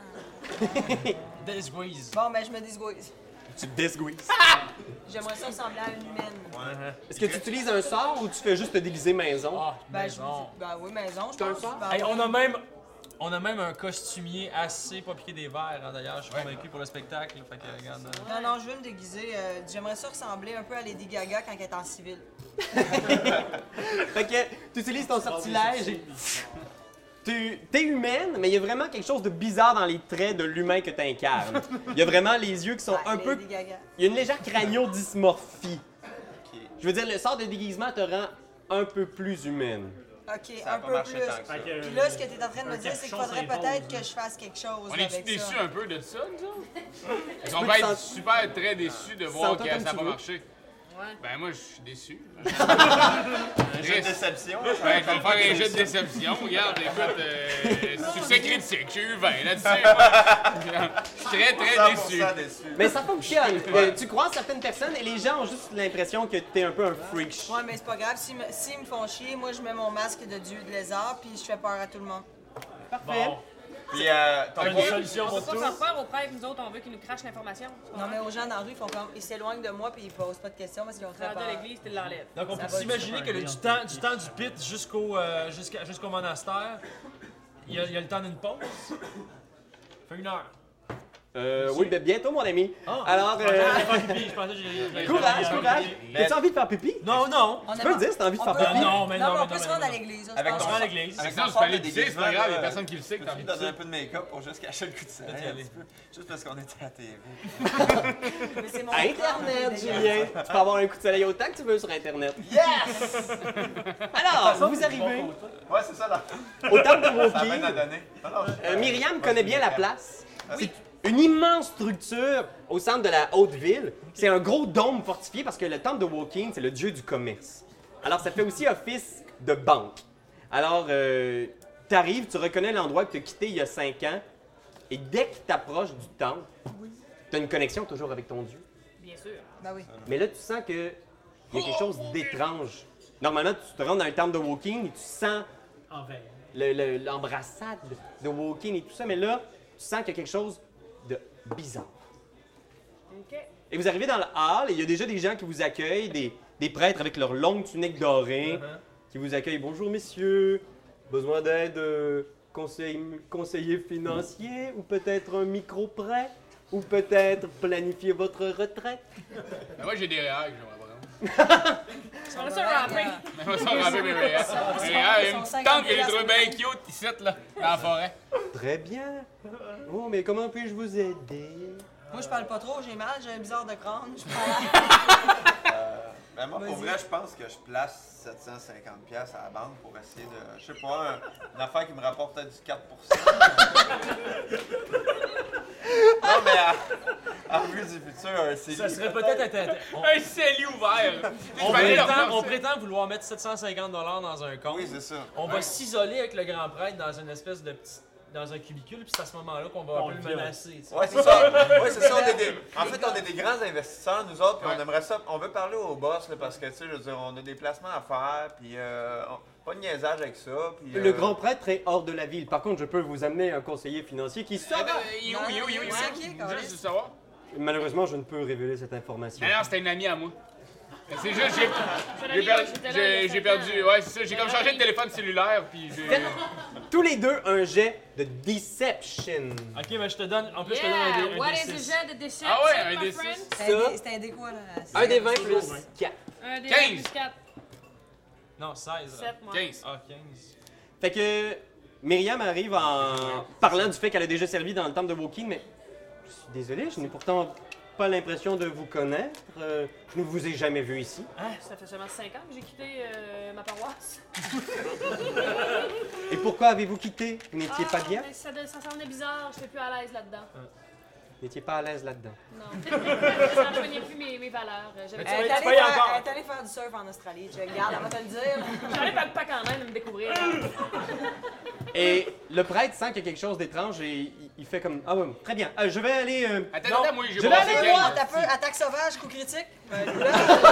Bon. Disguise. Bon, ben, je me disguise. Tu te déguises. J'aimerais ça ressembler à une humaine. Est-ce que tu utilises un sort ou tu fais juste te déguiser maison? Ah, Ben, je, maison. ben oui, maison, je C'est un pense. sort? Ben, Hey, oui. on a même... On a même un costumier assez pas piqué des verres, hein, d'ailleurs. Je suis convaincu pour le spectacle. Fait que, regarde, euh, Non, non, je veux me déguiser. euh, J'aimerais ça ressembler un peu à Lady Gaga quand elle est en civil. Fait que tu utilises ton sortilège et tu es humaine, mais il y a vraiment quelque chose de bizarre dans les traits de l'humain que tu incarnes. Il y a vraiment les yeux qui sont Ouais, un peu... Lady Gaga. Il y a une légère craniodysmorphie. Je veux dire, le sort de déguisement te rend un peu plus humaine. Ok, Ça a un pas peu marché plus. tant que ça. Fait que, Puis là, ce que tu es en train de me un dire, c'est qu'il capuchon faudrait s'impose, peut-être là. que je fasse quelque chose On est avec déçus ça. un peu de ça, nous autres? peux On te va être sent- super très déçus de voir Sens-toi que comme ça n'a tu pas veux. marché. Ouais. Ben moi, je suis déçu. Un jeu de Triste. déception. Ouais, je vais me faire un jeu de déception. Regarde, écoute, euh, succès critique, j'ai eu vingt là-dessus. moi. Je suis très, très cent déçu. pour cent déçu. Mais ça fonctionne. Euh, tu croises certaines personnes et les gens ont juste l'impression que tu es un peu un freak. Ouais, mais c'est pas grave. S'ils me, s'ils me font chier, moi, je mets mon masque de dieu de lézard, puis je fais peur à tout le monde. Parfait. Bon, Puis, euh, ton t'as une gars, solution On pour peut pas tout? faire peur aux prêtres, nous autres, on veut qu'ils nous crachent l'information. Non, mais aux gens dans la rue, ils font comme. Ils s'éloignent de moi, puis ils posent pas de questions parce qu'ils ont très Rendu peur. à l'église, tu l'enlèves. Donc on Ça peut va s'imaginer être que le- du, super temps, du temps du pit jusqu'au euh, jusqu'à- jusqu'au monastère, il y, a, il y a le temps d'une pause. Fait une heure. Euh, oui, ben bientôt, mon ami. Ah, Alors, je pensais que euh, j'allais faire pipi, je pensais que j'allais- courage, j'allais- courage. Mais- As-tu envie de faire pipi? Non, non. On Tu a peux le pas- dire si t'as envie de on faire peut- pipi. Non, mais non, mais on mais peut non, se mais rendre à non. l'église. ça, Avec je On pense. se rend à l'église. Avec Sinon, ton tu peux aller forme de pisser, c'est pas grave, il y a déguisement, personne qui le sait que J'ai t'as envie envie de de donner un pisser. peu de make-up pour juste cacher le coup de soleil Peut-y un aller. petit peu. Juste parce qu'on était à la T V. Mais c'est mon Internet, crâne, Julien. Tu peux avoir un coup de soleil autant que tu veux sur Internet. Yes! Alors, vous arrivez Ouais, c'est ça là. au temple de Ça a bien à Woking. donner. Non, non, je- Euh, Myriam connaît bien la place. C'est une immense structure au centre de la haute ville. C'est un gros dôme fortifié parce que le temple de Woking, c'est le dieu du commerce. Alors, ça fait aussi office de banque. Alors, euh, tu arrives, tu reconnais l'endroit que tu as quitté il y a cinq ans, et dès que tu t'approches du temple, tu as une connexion toujours avec ton dieu. Bien sûr. Ben oui. Mais là, tu sens que il y a quelque chose d'étrange. Normalement, tu te rends dans un temple de Woking et tu sens En veille. le- le- l'embrassade de Woking et tout ça, mais là, tu sens qu'il y a quelque chose de bizarre. OK. Et vous arrivez dans le hall et il y a déjà des gens qui vous accueillent, des, des prêtres avec leurs longues tuniques dorées, qui vous accueillent. Bonjour messieurs, besoin d'aide, euh, conseil, conseiller financier ou peut-être un micro-prêt ou peut-être planifier votre retraite. Ben, moi, j'ai des règles, j'aimerais On va se ramper. On va se ramper, mais mais, hein. Mais, hein, il y a une petite tente que j'ai trouvée bien cute ici, là, dans la forêt. Très bien. Oh, mais comment puis-je vous aider? Moi, je parle pas trop, j'ai mal, j'ai un bizarre de crâne. Ben moi, pour vrai, je pense que je place sept cent cinquante dollars à la banque pour essayer de, je sais pas, un, une affaire qui me rapporte peut-être du quatre pour cent. Non, mais en vue du futur, un C E L I. Ça serait peut-être intéressant. Un C E L I ouvert. On, prétend, on prétend vouloir mettre sept cent cinquante dollars dans un compte. Oui, c'est ça. On va s'isoler avec le grand prêtre dans une espèce de petit. Dans un cubicule, puis c'est à ce moment-là qu'on va un peu le menacer. Tu sais. Ouais, c'est ça. Ouais, c'est ça. On est des... En fait, on est des grands investisseurs, nous autres, puis on aimerait ça. On veut parler au boss, là, parce que, tu sais, je veux dire, on a des placements à faire, puis euh, on... pas de niaisage avec ça. Puis, euh... Le grand prêtre est hors de la ville. Par contre, je peux vous amener un conseiller financier qui sort. Attends, il est où, il est où, il est où? C'est qui, quand même? Juste de savoir. Malheureusement, je ne peux révéler cette information. Non, non, c'était une amie à moi. C'est juste, j'ai l'ai j'ai eu, perdu, j'étais là, j'ai- il y a j'ai cinq perdu, ans. ouais, c'est ça, j'ai comme changé de téléphone cellulaire, puis j'ai... Faites tous les deux un jet de deception. Ok, mais je te donne. En plus, je te donne un, dé- Yeah! un What D is six. the jet de déchet? Ah ouais, check, un my D six. friend? C'était un dé- C'était un dé quoi, là? Un des vingt c'est plus vingt. quatre. Un des quinze. plus quatre. Non, seize. sept, moi. quinze. Ah, quinze. Fait que Myriam arrive en parlant du fait qu'elle a déjà servi dans le temple de Woking, mais je suis désolé, je n'ai pourtant pas l'impression de vous connaître. Euh, je ne vous ai jamais vu ici. Ah, ça fait seulement cinq ans que j'ai quitté euh, ma paroisse. Et pourquoi avez-vous quitté? Vous n'étiez pas Ah, bien? mais Ça, ça semblait bizarre, j'étais plus à l'aise là-dedans. Vous n'étiez pas à l'aise là-dedans. Non. Ça ne rejoignait plus mes, mes valeurs. J'avais tu Elle est vas- allée tu vas y faire- encore. elle est allée faire du surf en Australie. Je regarde, elle va te le dire. J'allais backpack en Inde me découvrir. Et le prêtre sent qu'il y a quelque chose d'étrange et il, il fait comme ah ouais, très bien. Euh, je vais aller. euh, Attends, non, attends, moi, j'ai je vais brassé aller quinze. voir. T'as peu, attaque sauvage, coup critique. Ben, là.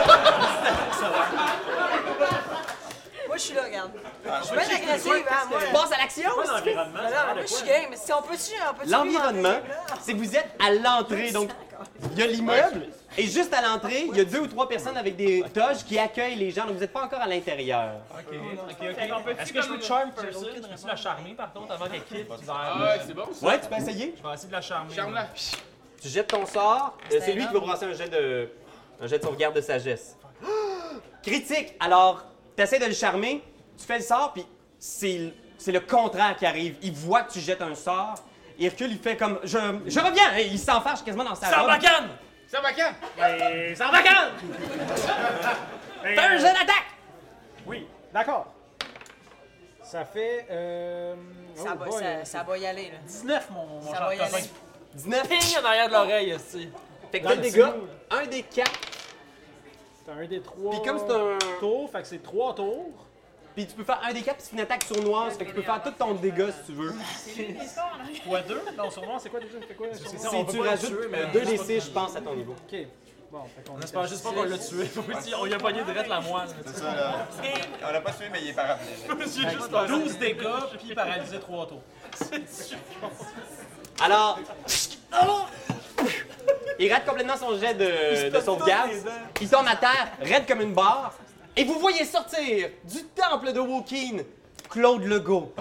Moi, je suis là, regarde. Je suis bien agressive, hein, moi. Je passe à l'action. Quoi l'environnement? Ben là, moi, je suis game. Si on peut-tu, on peut-tu L'environnement, vivre en paix, c'est que vous êtes à l'entrée. Donc, il y a l'immeuble et juste à l'entrée, il y a deux ou trois personnes avec des toges qui accueillent les gens. Donc, vous n'êtes pas encore à l'intérieur. Ok, ok, ok. Est-ce que je peux charm person? Je peux-tu la charmer par contre avant qu'elle quitte vers. Ah ouais, c'est bon, ça. Ouais, tu peux essayer. Je vais essayer de la charmer. Charme-la. Tu jettes ton sort. Euh, c'est lui qui va brasser un jet de, un jet de sauvegarde de sagesse. Critique. Alors, tu essaies de le charmer. Tu fais le sort, puis c'est c'est le contraire qui arrive. Il voit que tu jettes un sort. Il recule, il fait comme je, je reviens. Et il s'enfarge quasiment dans sa robe. Sarbacane! Ça va quand? Ben, Sarbacane! Ben, Fais un euh, jet d'attaque. Oui, d'accord. Ça fait. Euh... Ça, oh va, boy, ça, euh, ça va y aller, là. dix-neuf, mon, mon Ça cher va y copain. aller. dix-neuf. Ping en arrière de l'oreille, aussi. Fait que Dans quel le dégâts? sous. Un des quatre. C'est un des trois Puis comme c'est un. tours, fait que c'est trois tours. Puis tu peux faire un des quatre, puis c'est une attaque sournoise. Fait que tu peux faire tout ton dégât si tu veux. Fois deux. Non, sur moi, c'est quoi déjà? C'est quoi? sur moi? ça, Si on peut tu pas le rajoutes tuer, mais euh, on deux peut des pas six, je pense, à ton niveau. Ok. Bon, fait qu'on On espère juste pas qu'on l'a tué. On y a pogné direct la moelle. C'est ça, là. On l'a pas suivi, mais il est paraplégique. J'ai juste pas douze dégâts, puis paralysé trois tours. Alors. Il rate complètement son jet de, de sauvegarde. Il tombe à terre, raide comme une barre. Et vous voyez sortir du temple de Woking, Claude Legault.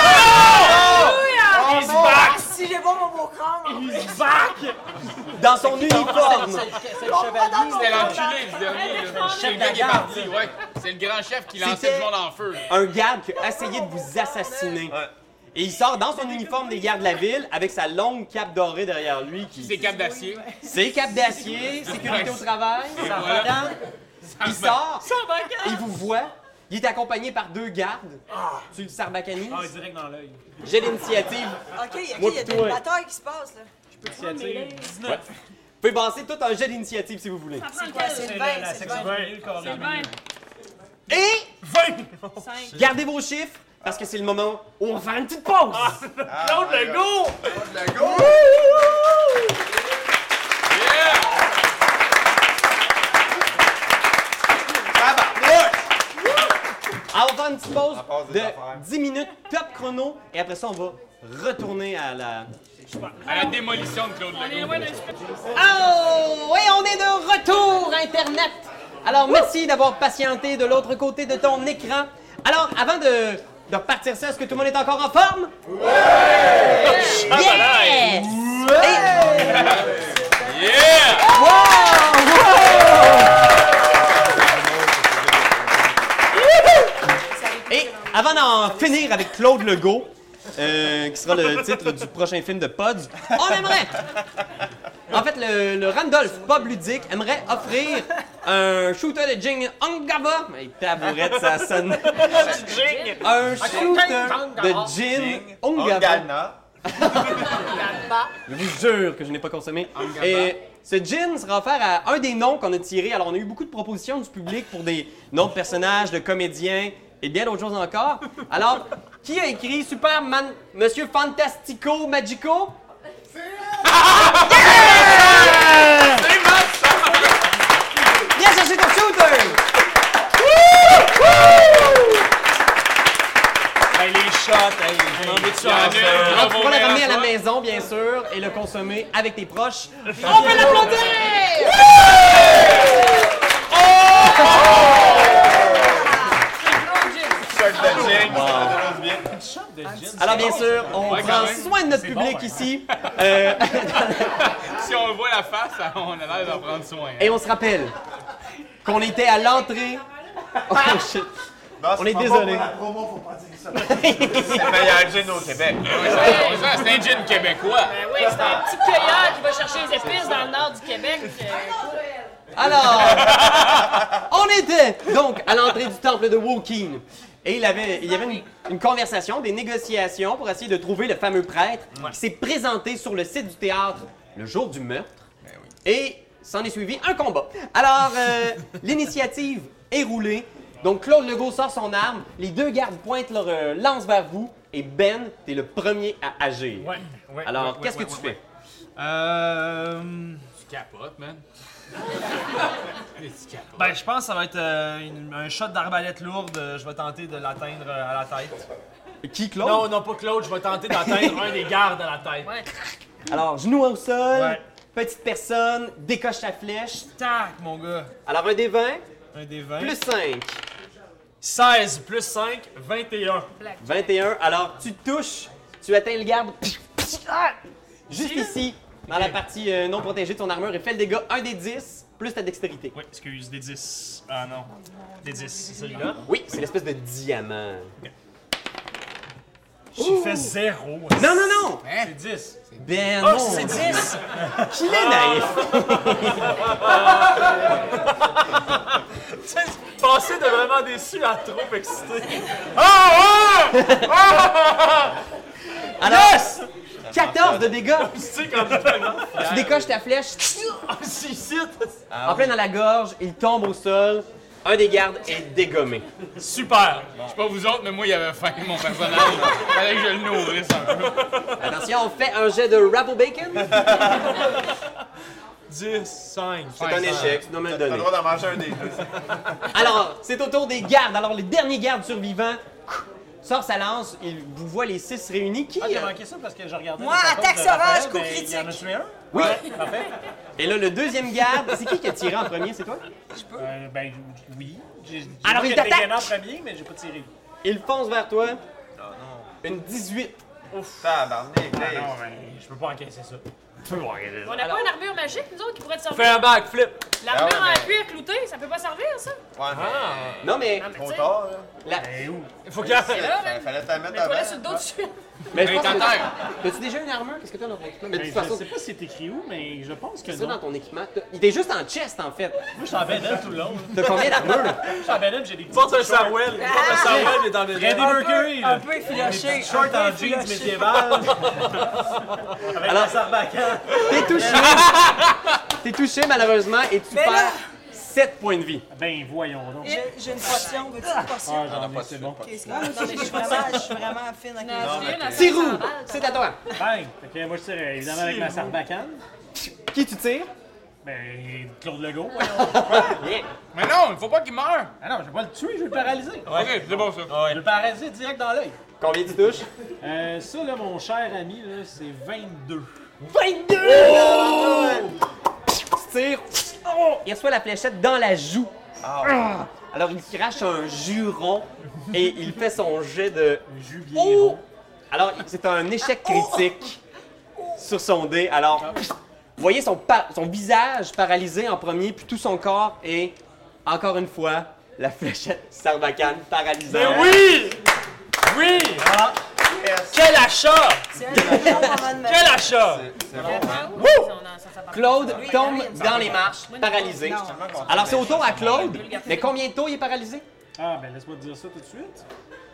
He's back! Si j'ai pas mon beau crâne! He's back! Dans son uniforme. C'est le chevalier. C'était l'enculé, le dernier. là. C'est le gars qui est parti, ouais. C'est le grand chef qui lançait C'était- le monde en feu. Un garde qui a essayé de vous assassiner. Ouais. Et il sort dans son uniforme des gardes de la ville avec sa longue cape dorée derrière lui. Qui... C'est cap d'acier. C'est cape d'acier, sécurité au travail. Voilà. Il sort, il vous voit. Il est accompagné par deux gardes. Tu le sarbacanises. Ah, direct dans l'œil. J'ai l'initiative. Ok, ok, Moi il y a pis des toi. batailles qui se passent, là. Initiative dix-neuf. Vous pouvez passer tout un jet d'initiative si vous voulez. C'est quoi? C'est C'est le la, vingt, la c'est le section vingt. viril carré. C'est le vingt. Et cinq. gardez vos chiffres parce que c'est le moment où on va faire une petite pause. Claude Legault! Claude Legault! Yeah! Alors, on va faire une petite pause On passe des de affaires. dix minutes top chrono et après ça, on va retourner à la... À la démolition de Claude On est Legault. loin d'un super. Oh! Oui, on est de retour, Internet! Alors, merci d'avoir patienté de l'autre côté de ton écran. Alors, avant de, de repartir ça, est-ce que tout le monde est encore en forme? Oui! Yes! Yeah! Wow! Wow! avant d'en finir avec Claude Legault, euh, qui sera le titre du prochain film de Pods, on aimerait... En fait, le, le Randolph Pub Ludique aimerait offrir un shooter de Jing Ongaba. Mais tabourette, ça sonne. Un shooter de Jing Ongaba. Je vous jure que je n'ai pas consommé. Et ce gin sera offert à un des noms qu'on a tirés. Alors, on a eu beaucoup de propositions du public pour des noms de personnages, de comédiens et bien d'autres choses encore. Alors, qui a écrit Superman, Monsieur Fantastico Magico? Yeah! C'est mal, ça! Viens chercher ton shooter! Hey, les shots, hey, j'en veux-tu en faire? Alors, tu pourras le ramener à la maison, bien sûr, et le consommer avec tes proches. On peut l'applaudir! Alors, bien sûr, on Ouais, quand prend même. soin de notre C'est public bon, hein. ici. Euh, Si on voit la face, on a l'air d'en prendre soin. hein. et on se rappelle qu'on était à l'entrée. Oh shit. On est désolé. C'est le meilleur gin au Québec. Ouais, ça- ça, c'est un gin québécois. Ben oui, c'est un petit cueilleur qui va chercher les épices dans le nord du Québec. euh, Alors, on était donc à l'entrée du temple de Wokin. Et il, avait, il y avait une, une conversation, des négociations pour essayer de trouver le fameux prêtre qui s'est présenté sur le site du théâtre le jour du meurtre. Et s'en est suivi un combat. Alors, euh, l'initiative est roulée. Donc, Claude Legault sort son arme. Les deux gardes pointent leur euh, lance vers vous. Et Ben, t'es le premier à agir. Ouais, ouais. Alors, ouais, qu'est-ce ouais, que tu ouais, fais? ouais. Euh. Tu capotes, man. Tu capotes. Ben, je pense que ça va être euh, une- un shot d'arbalète lourde. Euh, Je vais tenter de l'atteindre euh, à la tête. Qui, Claude? Non, non, pas Claude. Je vais tenter d'atteindre un des gardes à la tête. Ouais. Alors, genou au sol, Ouais. petite personne, décoche ta flèche. Tac, mon gars. Alors, un des vingt, Un des vingt. plus cinq. seize plus cinq, vingt et un. vingt et un. Alors, tu touches, tu atteins le garde. Juste ici, dans la partie euh, non protégée de ton armure, et fais le dégât un des dix, plus ta dextérité. Oui, excuse, des dix. Ah non. Des dix, c'est celui-là. Oui, c'est l'espèce de diamant. J'ai fait zéro. Non, non, non! C'est dix. Ben Oh, non! c'est dix! Qu'il est naïf! Passer de vraiment déçu à trop excité. Ah ouais! Alors, quatorze de dégâts! Tu sais quand je tellement. Tu décoches ta flèche Ah, c'est ici! en plein dans la gorge, il tombe au sol. Un des gardes est dégommé. Super! Je sais pas vous autres, mais moi, il avait faim, mon personnage. Fallait que je le nourrisse un peu. Attention, on fait un jet de Rabble Bacon. dix, cinq. C'est un échec, sinon me le T'as le donner. droit d'en manger un des deux. Alors, c'est au tour des gardes. Alors, le dernier garde survivant sort sa lance. Il vous voit les six réunis. Qui? Ah, j'ai euh, manqué ça parce que je regardais. Moi, le compte attaque de sauvage, Raphaël, coup mais critique. Il y en a tué un? Oui. Parfait. Et là, le deuxième garde, c'est qui qui a tiré en premier? C'est toi? Euh, ben, oui. J'ai j'ai Alors, vu il qu'il était t'attaque! gagnant en premier, mais j'ai pas tiré. Il fonce vers toi. Oh non. Une dix-huit. Tabarnak, Ah Dave. non, ben, je peux pas encaisser ça. On n'a pas une armure magique, nous autres, qui pourrait te servir? Fais un backflip. L'armure Ah ouais, en mais- cuir clouté, ça peut pas servir, ça? Ouais, mais. Non, mais... Non, mais Trop tu sais, tard, là. La... Ben où? Il faut qu'il y ait. c'est là, Fallait man. fallait t'en mettre Mets-toi là avant. sur le dos dessus. Mais je Hey, pense ta que... terre. T'as-tu déjà une armure? Qu'est-ce que t'as dans ton équipement? Mais de Ben, toute je façon, sais pas si c'est écrit où, mais je pense que c'est ça non. dans ton équipement. T'as- Il était juste en chest, en fait. Moi, je suis en Ben tout le long. T'as combien d'armures? Je suis en Ben j'ai des petits Porte un shorts. Sarwell. Porte un Sarwell, il est en Freddie vélo. Mercury, Un là. peu effiloché. Short un en peu jeans effiloché. médiéval. Avec Alors- la sarbacane. T'es touché. T'es touché, malheureusement, et tu Mais là- perds sept points de vie. Ben, voyons donc. J'ai j'ai une potion, veux-tu une potion? Ah, j'en ai, c'est bon. Ok, c'est bon. Non, mais je suis vraiment, je suis vraiment fine avec les Non, autres. j'ai une à Tirou, cinq cents balles, c'est à toi. Bang! Fait que moi, je tire euh, évidemment avec ma sarbacane. Qui tu tires? Ben, Claude Legault, voyons. Bien. Mais non, il faut pas qu'il meure. Ah non, je vais pas le tuer, je vais le paralyser. Ok, c'est bon ça. Je vais le paralyser direct dans l'œil. Combien tu touches? Euh, ça, là, mon cher ami, là, c'est vingt-deux. vingt-deux! Tu tires. Oh! Il reçoit la fléchette dans la joue. Ah! Alors il crache un juron et il fait son jet de... Jus bien rond. Alors c'est un échec critique sur son dé. Alors vous voyez son, pa- son visage paralysé en premier, puis tout son corps et encore une fois la fléchette Sarbacane paralysée. Mais oui! Oui! Voilà. Yes. Quel achat! C'est un des bons moments de ma vie. Quel achat! C'est c'est bon, hein? Claude tombe dans les marches, paralysé. Non. Alors, c'est au tour à Claude. Mais combien de tours il est paralysé? Ah, ben laisse-moi te dire ça tout de suite.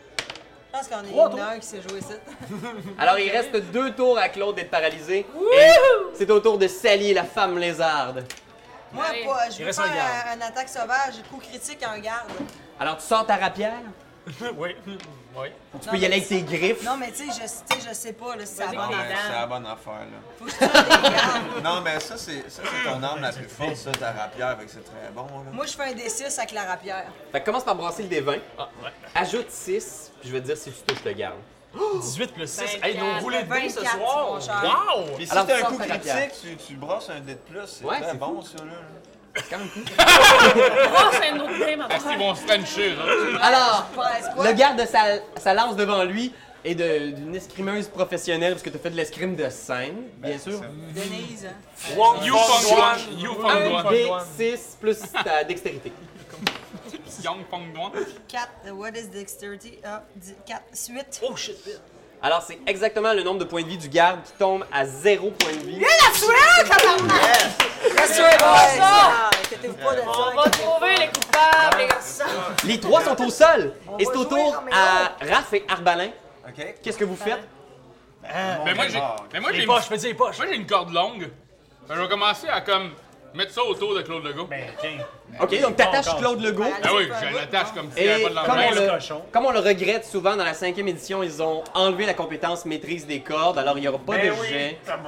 Je pense qu'on est Trois une tours. heure qui s'est joué ça. Alors, il reste deux tours à Claude d'être paralysé. Et c'est au tour de Sally, la femme lézarde. Moi, Allez. pas, je Il veux reste faire un garde. un, un attaque sauvage, coup critique à un garde. Alors, tu sors ta rapière. Oui. Oui. Tu peux y aller avec tes griffes. Non, mais tu sais, je, tu sais, je sais pas là, si c'est la Vas-y, bonne tes Ouais, affaire. c'est la bonne affaire, là. Faut que je tire des gardes. Non, mais ça, c'est ça, c'est ton arme la plus forte, ça, ta rapière, fait que c'est très bon, là. Moi, je fais un D six avec la rapière. Fait que commence par brasser le D vingt. Ah, ouais. Ajoute six, puis je vais te dire si tu touches le garde. dix-huit plus six. vingt-quatre. Hey, nous roulé de dés ce vingt-quatre, soir! mon cher. Wow! Puis si Alors, t'as tu un sors coup ta rapière. critique, tu, tu brasses un dé de plus, c'est Ouais, très c'est bon, ça, là. C'est quand même cool. Oh, c'est un autre game à Est-ce qu'ils vont se frencher, là? Alors, Presse quoi? le garde de sa, sa lance devant lui est de- d'une escrimeuse professionnelle, parce que tu as fait de l'escrime de scène, bien sûr. Denise. hein. You Fong Duan. You Fong Un Duan. D six plus ta dextérité. Young Fong Duan. quatre. uh, What is dexterity? Ah, quatre. huit. Oh shit! Alors, c'est exactement le nombre de points de vie du garde qui tombe à zéro point de vie. La tuer, tabarnak! La tuer, boys! Ah, inquiétez-vous pas de On ça. va trouver les coupables, les garçons. Les trois sont au sol. Et c'est va au jouer tour comme les à Raph et Arbalin. OK? Qu'est-ce que vous faites? Mais moi, j'ai mais moi, j'ai Les une, poches, je peux dire les poches. moi, j'ai une corde longue. Fait que je vais commencer à comme mettre ça autour de Claude Legault. Ben, tiens. OK, donc t'attaches Encore. Claude Legault. Ah oui, je l'attache comme s'il n'y avait Et pas de comme on, l'envers. le, cochon. comme on le regrette souvent dans la cinquième édition, ils ont enlevé la compétence maîtrise des cordes, alors il n'y aura pas de jet. Si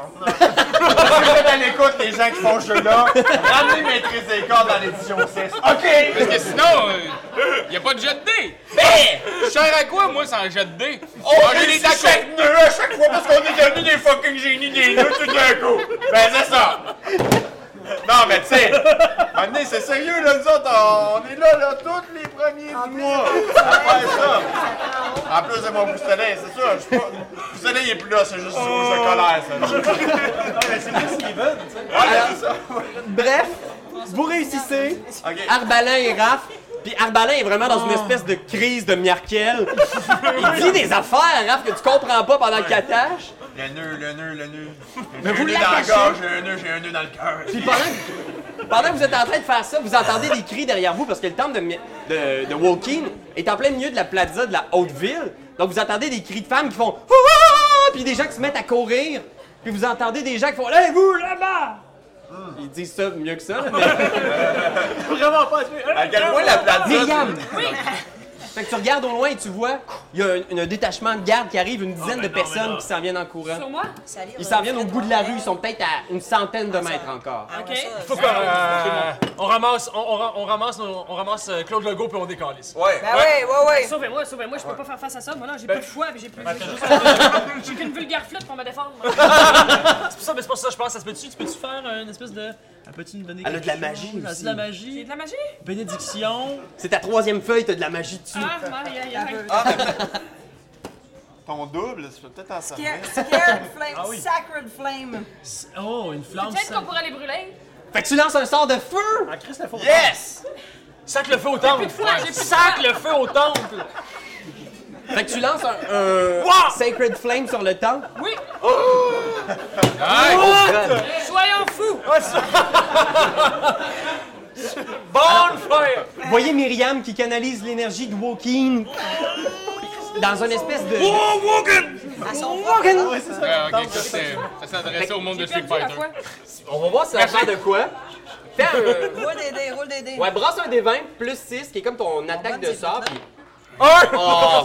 vous êtes à l'écoute, les gens qui font ce jeu-là, ramenez Maîtrise des cordes dans l'édition six. OK! Parce que sinon, il n'y a pas de jet de dés. Mais, je sers à quoi, moi, sans jet de dés? On Ah, j'ai réussit des tacos. chaque nœud à chaque fois parce qu'on est devenus des fucking génies des nœuds tout d'un coup. Ben, c'est ça. Non, mais tu sais, maintenant, c'est sérieux, là, nous autres, on est là, là, tous les premiers du mois à faire ça. En plus de mon pistolet, c'est ça, je suis pas... Le pistolet, il est plus là, c'est juste du rouge de colère, ça. Non, mais c'est plus Steven, tu sais. Ouais, c'est ça. Bref, vous réussissez. OK. Arbalin et Raph. Puis Arbalin est vraiment dans une espèce de crise de Miarkel. Il dit des affaires, Raph, que tu comprends pas pendant qu'il attache. Le nœud, le nœud, le nœud. Mais J'ai vous un nœud dans la l'attachez. gorge, j'ai un nœud, j'ai un nœud dans le cœur. Puis pendant que, pendant que vous êtes en train de faire ça, vous entendez des cris derrière vous parce que le temple de, Mi- de, de Woking est en plein milieu de la plaza de la Haute-Ville. Donc vous entendez des cris de femmes qui font Ouah! Puis des gens qui se mettent à courir. Puis vous entendez des gens qui font Hey, vous là-bas! Ils disent ça mieux que ça, là, mais. Vraiment pas tué. À quel point la plaza... Myriam! Fait que tu regardes au loin et tu vois, il y a un, un détachement de garde qui arrive, une dizaine de personnes qui s'en viennent en courant. Sur moi? Salut, Ils s'en viennent au bout de la rue, ils sont peut-être à une centaine de mètres encore. Ah, Ok. ouais, ça, Faut ça- qu'on euh, on ramasse, on, on, on ramasse, nos- on ramasse euh, Claude Legault puis on décalisse. Ouais. Ben ouais, ouais, ouais. Sauvez-moi, sauvez-moi, je peux pas faire face à ça. Moi, là, j'ai Ben- plus de choix, puis j'ai plus. Ben, j'ai- t'as juste J'ai qu'une vulgaire flûte pour me défendre. C'est pour ça, mais c'est pour ça, je pense, ça se peut-tu, tu peux-tu faire une espèce de, elle peut-tu nous donner Elle a quelque de la chose? magie Elle a aussi. de la J'ai magie, de la magie? bénédiction. C'est ta troisième feuille, t'as de la magie dessus. Ah, aïe, aïe, aïe. Ah, mais peut-être... Ton double, tu peux peut-être en servir. Scared, scared flame, Ah oui. sacred flame. Oh, une flamme. Peut-être qu'on sac- pourrait les brûler. Fait que tu lances un sort de feu! Ah, Chris, le faux. Yes! Sac le feu au temple. plus de foi, j'ai plus de Sac foi. le feu au temple. Fait que tu lances un, un Sacred Flame sur le temple. Oui, Hey! soyons fous. Bonfire. Vous voyez Myriam qui canalise l'énergie de Woking dans une espèce de. À son Woking! Ouais, c'est ça. Ouais, ok, ça, c'était- ça s'adressait au monde de Street Perdu la Fighter. foi. On va voir si ça va faire de quoi. Fais un. Roule des dés, roule des dés. Ouais, brasse un D vingt plus six qui est comme ton attaque bonne, de c'est sort. bon, Puis... Oh!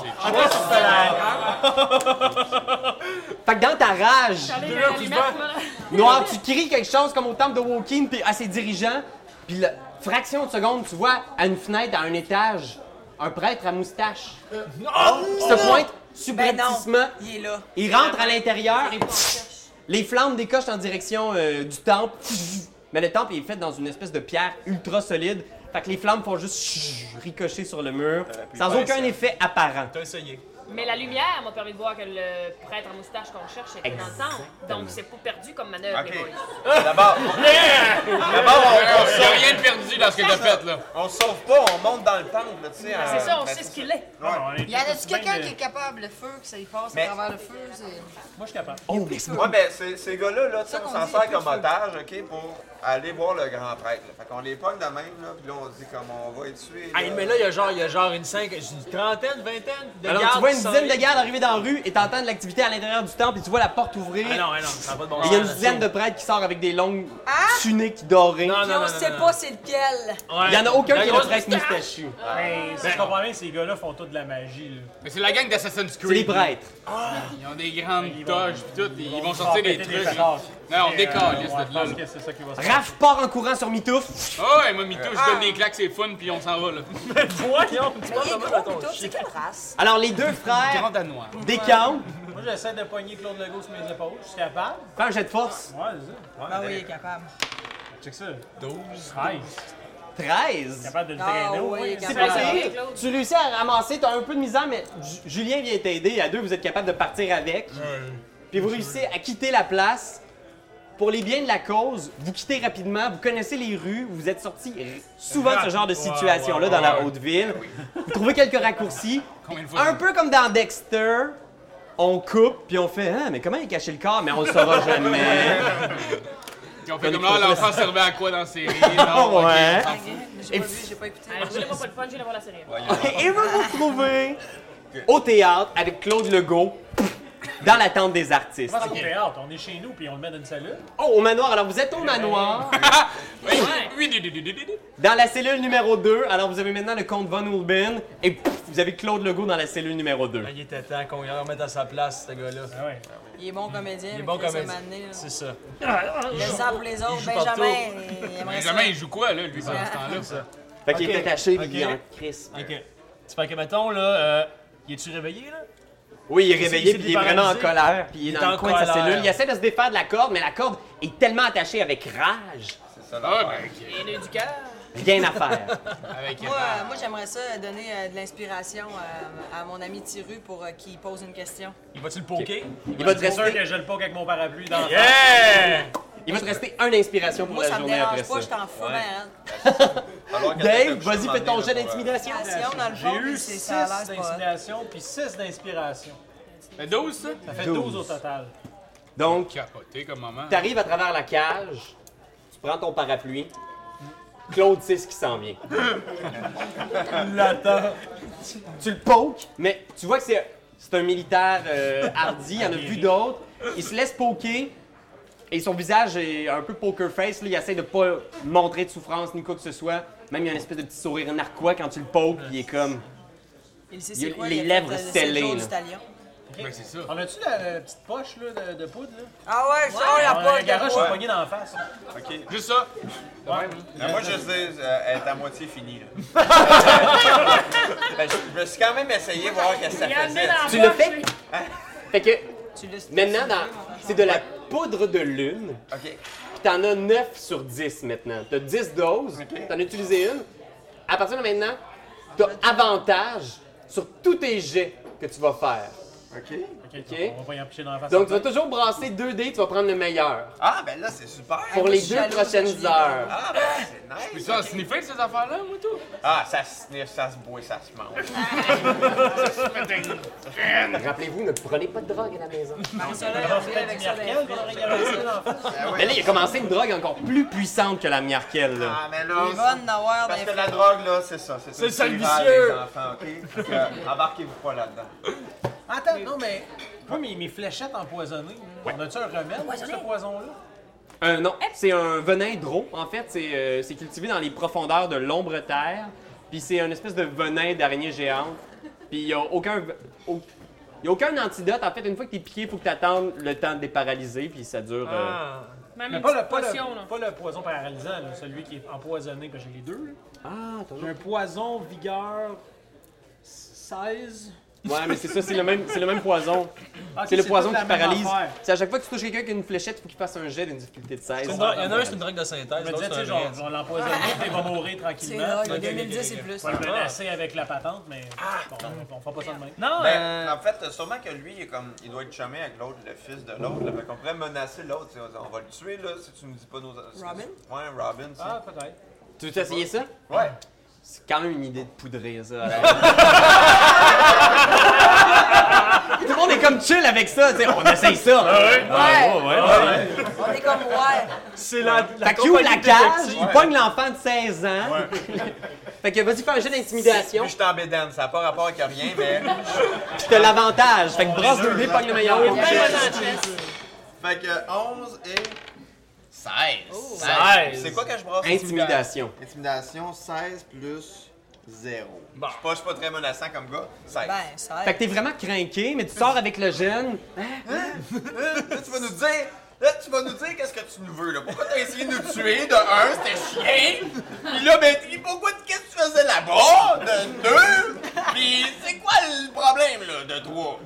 Fait que dans ta rage, Allez, Deux la coups de allumette, vent. voilà. Noir, tu cries quelque chose comme au temple de Woking puis à ses dirigeants. Puis la fraction de seconde, tu vois à une fenêtre, à un étage, un prêtre à moustache qui se pointe Ben non, subrepticement. il est là. Il rentre à l'intérieur et les flammes décochent en direction euh, du temple. Mais le temple est fait dans une espèce de pierre ultra solide. Fait que les flammes font juste ricocher sur le mur sans faire aucun ça. effet apparent. T'as essayé. Mais la lumière m'a permis de voir que le prêtre en moustache qu'on cherche était dans le temple. Donc, c'est pas perdu comme manœuvre, Ok. les boys. D'abord, d'abord on, on, Il y a rien de perdu dans ce que t'as fait, là. on se sauve pas, on monte dans le temple, là, tu sais. Ah, euh, c'est ça, on ben, sait ce qu'il est. Non, non, on est Y en a-tu tous quelqu'un bien de- qui est capable, le feu, que ça y passe Mais- à travers le feu? c'est- Moi, je suis capable. Oh, mais c'est Ouais, ben, ces, ces gars-là, là, tu sais, Ça on qu'on s'en dit, sert il y a comme plus de otage, OK, pour aller voir le grand prêtre. Là. Fait qu'on les pogne de même, là, puis là, on se dit comment on va être tués. Hey, mais là, il y a genre, il y a genre une, cinq, une trentaine, vingtaine de Alors, gardes tu vois qui une s'en dizaine de viennent. gardes arriver dans la rue et t'entends de l'activité à l'intérieur du temple et tu vois la porte ouvrir. Ah non, ah non, ça n'a pas de bon Et il y a une sens, dizaine de là. prêtres qui sortent avec des longues Ah! tuniques dorées. Non, Puis non, on non, sait non, pas c'est lequel. Ouais. Il y en a aucun La qui est le grosse prêtre moustache. moustachu. Mais si je comprends bien, ces gars-là font toute de la magie. Là. Mais c'est la gang d'Assassin's Creed. C'est les prêtres. Ils ont des grandes Ils vont- toges pis tout, ils vont se sortir faire des péter trucs. pétards. Non, on Mais, décolle, euh, liste ouais, de je là. pense que c'est ça qui va se faire. Raph part en courant sur Mitouf. Oh, ouais, moi, Mito, je donne des claques, c'est fun, puis on s'en va, là. Voyons, tu Il vois est comment gros, dans ton pis tout, chien. c'est quelle race? Alors, les deux frères Grand danois. décampent. Moi, j'essaie de pogner Claude Legault sur mes épaules. Je suis capable. Fais un jet de force. Ouais, c'est ça. Ouais, Ah oui, il est capable. check ça. douze. treize. treize. Capable de le Ah traîner. oui, oui. C'est capable. parti. Claude. Tu réussis à ramasser, t'as un peu de misère, mais Ju- Julien vient t'aider. À deux, vous êtes capable de partir avec. Puis vous réussissez à quitter la place. Pour les biens de la cause, vous quittez rapidement, vous connaissez les rues, vous êtes sortis r- souvent de ce genre de situation-là dans la haute ville. Vous trouvez quelques raccourcis. Combien de fois? Un peu comme dans Dexter, on coupe puis on fait ah mais comment il a caché le corps mais on le saura jamais. Puis on fait comme là, l'enfant servait à quoi dans la série? Non, ok, Ouais. on s'en Ok, fout. J'ai pas vu, j'ai pas écouté. Alors, je n'ai pas le fun, je vais voir la série. Et vous vous retrouvez au théâtre avec Claude Legault dans la tente des artistes. Moi, c'est au théâtre. On est chez nous puis on le met dans une cellule. Oh, au manoir. Alors vous êtes au manoir. Oui, oui, oui, oui, oui, oui, oui. Dans la cellule numéro deux, alors vous avez maintenant le comte Von Hulben et pff, vous avez Claude Legault dans la cellule numéro deux. Ah, il était temps qu'on le remette à sa place, ce gars-là. Ah ouais. Il est bon comédien. Il est mais bon Chris, comédien. à un moment donné, là. C'est ça. Laisse ça pour les autres. joue partout. Benjamin, il aimerait ça. Benjamin, il joue quoi, là, lui, pendant ce temps-là? ça. Fait qu'il Ok. est attaché puis il est Ok. en crisp. Ok. Tu fais que, mettons, là, euh, il est-tu réveillé, là? Oui, il est C'est- réveillé c'est puis il est vraiment en déparalysé. colère puis il est Il est dans le en coin de sa colère. cellule. Il essaie de se défaire de la corde mais la corde est tellement attachée avec rage. C'est ça, Ah, là. ben, ok. Et nœud du cœur. Rien à faire. Avec Moi, euh, moi j'aimerais ça donner euh, de l'inspiration à, à mon ami Thiru pour euh, qu'il pose une question. Il va-tu le poker? Il va te C'est sûr rester, que je le poke avec mon parapluie dans la face. Yeah! il va te rester une inspiration pour Moi, la ça me journée après dérange pas, je ça. t'en fous, man. Alors que Dave, t'as vas-y, couché fais ton un jet moment donné, d'intimidation. Inspiration dans le J'ai fond, eu puis c'est six ça a l'air c'est pas hot. d'inspiration puis six d'inspiration. Mais douze, ça? Ça fait douze. douze au total. Donc, Capoté comme moment. tu arrives à travers la cage, tu prends ton parapluie. Claude sait ce qui s'en vient. L'attends. Tu le pokes, mais tu vois que c'est c'est un militaire euh, hardi, il y en a vu d'autres. Il se laisse poker et son visage est un peu poker face. Là, il essaie de pas montrer de souffrance ni quoi que ce soit. Même il y a une espèce de petit sourire narquois quand tu le pokes, il est comme. Il sait Il c'est a quoi, les il a fait, lèvres euh, le sept scellées, jours là. du talion. Ouais, c'est ça. On a-tu la, la petite poche là, de, de poudre? Là? Ah ouais, je sors la On a un poche de garage poids. au poignet dans la face. OK. Juste ça. Ouais. Mais moi, je dis, euh, elle est à moitié finie, là. Ben, je, je me suis quand même essayé de voir qu'est-ce que ça Il a amené faisait. dans la Tu le poche, fais? lui. Fait que Tu l'as- maintenant, dans- c'est de la poudre de lune. OK. Puis t'en as neuf sur dix maintenant. T'as dix doses, Ok. t'en as utilisé une. À partir de maintenant, t'as avantage sur tous tes jets que tu vas faire. OK. Ok, Ok. on va pas y en picher dans la face. Donc tu vas toujours brasser deux dés, tu vas prendre le meilleur. Ah, ben là, c'est super. Pour moi, les je suis deux jalouse, prochaines Julien. heures. Ah, ben c'est Puis nice. ça, en sniffer ces affaires-là, moi, tout. Ah, ça se sniffe, ça se boit, ça se mange. Rappelez-vous, ne prenez pas de drogue à la maison. Bon, ça, là, Alors, on c'est vient peut-être avec du ça dans les Merkel qu'on aurait frites. gardé dans la face. Mais là, il a commencé une drogue encore plus puissante que la Miarkel. Là. Ah, mais Il là, est bon d'avoir parce des que la frites. drogue, là, c'est ça. C'est une ça, le spirale, vicieux. les enfants, OK? Fait que, embarquez-vous pas là-dedans. Attends, non, mais. Moi, mes, mes fléchettes empoisonnées, on a-tu un remède pour ce poison-là? Euh, non, c'est un venin drô. En fait, c'est euh, c'est cultivé dans les profondeurs de l'ombre-terre. Puis c'est une espèce de venin d'araignée géante. Puis il n'y a aucun... au- Il y a aucun antidote. En fait, une fois que t'es piqué, il faut que tu attendes le temps de déparalyser. Puis ça dure... euh, Ah. Même Mais une pas le, petite pas, potion, le, là. pas le poison paralysant, là, celui qui est empoisonné, parce que j'ai les deux. là. Ah, t'as J'ai un poison vigueur seize. Ouais, mais c'est ça, c'est le même, c'est le même poison. Ah, C'est le tout poison la qui même paralyse. affaire. C'est à chaque fois que tu touches quelqu'un qui a une fléchette, il faut qu'il fasse un jet d'une difficulté de seize. Il y en a un, c'est une drogue de synthèse. Je me l'autre, disais, tu c'est sais, un genre, vrai. je vais l'empoisonner, puis il va mourir C'est tranquillement. là, il y a Ok, deux mille ok, dix ok, et ok. plus. Je vais le menacer avec la patente, mais bon, on fera pas ça de même. Non, Ben, euh, en fait, sûrement que lui, il, est comme, il doit être chumé avec l'autre, le fils de l'autre. là. Fait qu'on pourrait menacer l'autre. tu sais, On va le tuer, là, si tu nous dis pas nos... Robin? Ouais, Robin, tu sais. Ah, peut-être. Tu veux essayer ça? Ouais. C'est quand même une idée de poudrer, ça. Tout le monde est comme chill avec ça, tu sais, on essaye ça. Ouais. ouais. On est comme, ouais. C'est la. Fait qu'il ouvre la cage, il pogne l'enfant de seize ans. Ouais. Fait que vas-y, fais un jeu d'intimidation. Puis je suis en bédane, ça n'a pas rapport avec rien, mais... Puis t'as l'avantage. Fait que brosse deux dés, pogne le meilleur. Fait que onze et... seize. seize. C'est quoi que je brosse? Intimidation. Intimidation, seize plus zéro. Bon. Je suis pas, je suis pas très menaçant comme gars. seize. Ben, ça Fait que t'es vraiment craqué, mais tu sors avec le jeune. Là, tu vas nous dire... Là, tu vas nous dire qu'est-ce que tu nous veux, là. Pourquoi t'as essayé de nous tuer, de un, c'était chien. Puis là, ben, pourquoi, qu'est-ce que tu faisais là-bas, de deux. Puis c'est quoi le problème, là, de trois?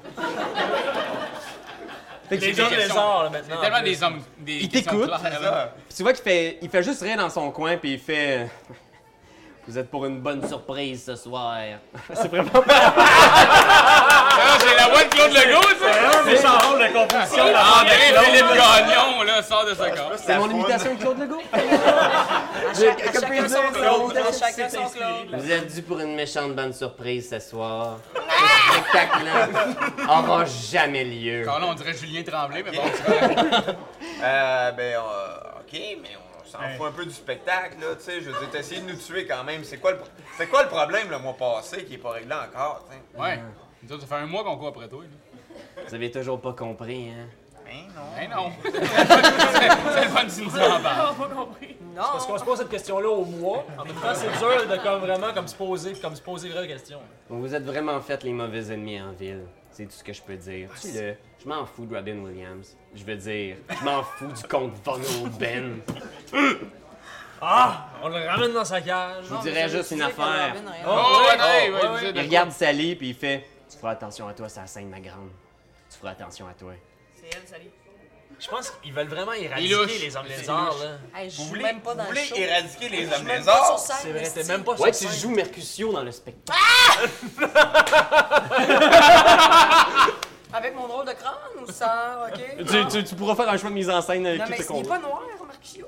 Fait que Les tu- hommes lézards, là, maintenant. C'est tellement des hommes. Des Il questions t'écoute. claires, C'est là. ça. Puis tu vois qu'il fait, il fait juste rire dans son coin, puis il fait. Vous êtes pour une bonne surprise ce soir. C'est vraiment pas. Ah, j'ai la voix de Claude Legault, ça! C'est sans rôle de compétition. André Philippe Gagnon, là, sort de ce corps. C'est mon imitation de Claude Legault. À chaque- à Comme chacun président, son Claude. À c'est chacun son inspiré Claude. de la- Vous êtes dû pour une méchante bonne surprise ce soir. Le spectacle-là aura jamais lieu. Encore là, on dirait Julien Tremblay, mais bon, c'est correct. Euh, ben, euh, ok, mais on s'en fout un peu du spectacle, là, tu sais. Je veux dire, t'as essayé de nous tuer quand même. C'est quoi le, pro- c'est quoi le problème le mois passé qui est pas réglé encore, tu sais? Ouais. Nous autres, ça fait un mois qu'on court après toi, là. Vous avez toujours pas compris, hein? Ben non. Ben non. C'est c'est le fun de nous en parler. Pas compris. Non. Parce qu'on se pose cette question-là au mois. En même temps, c'est dur de comme vraiment comme se poser, comme se poser vraies questions. Vous êtes vraiment fait les mauvais ennemis en ville. C'est tout ce que je peux dire. Tu le, je m'en fous de Robin Williams. Je veux dire, je m'en fous du comte Von Oben. Ah! On le ramène dans sa cage. Je vous dirais juste une affaire. Oh, ouais, ouais, ouais, ouais, ouais. Il regarde Sally puis il fait « Tu feras attention à toi, c'est la scène, ma grande. Tu feras attention à toi. C'est elle, salut. Je pense qu'ils veulent vraiment Il éradiquer louche. les hommes C'est lézards, louche. là. Hey, je Vous joue voulez, même pas vous dans le voulez show. éradiquer les Je hommes suis même pas lézards? sur scène, C'est vrai, t'es esti. même pas » Ouais, sur tu scène. joues Mercutio dans le spectacle. Avec mon drôle de crâne ou sans, ok? Tu, tu, tu pourras faire un choix de mise en scène euh, Non, qui mais te il est convient. pas noir, Marcusio.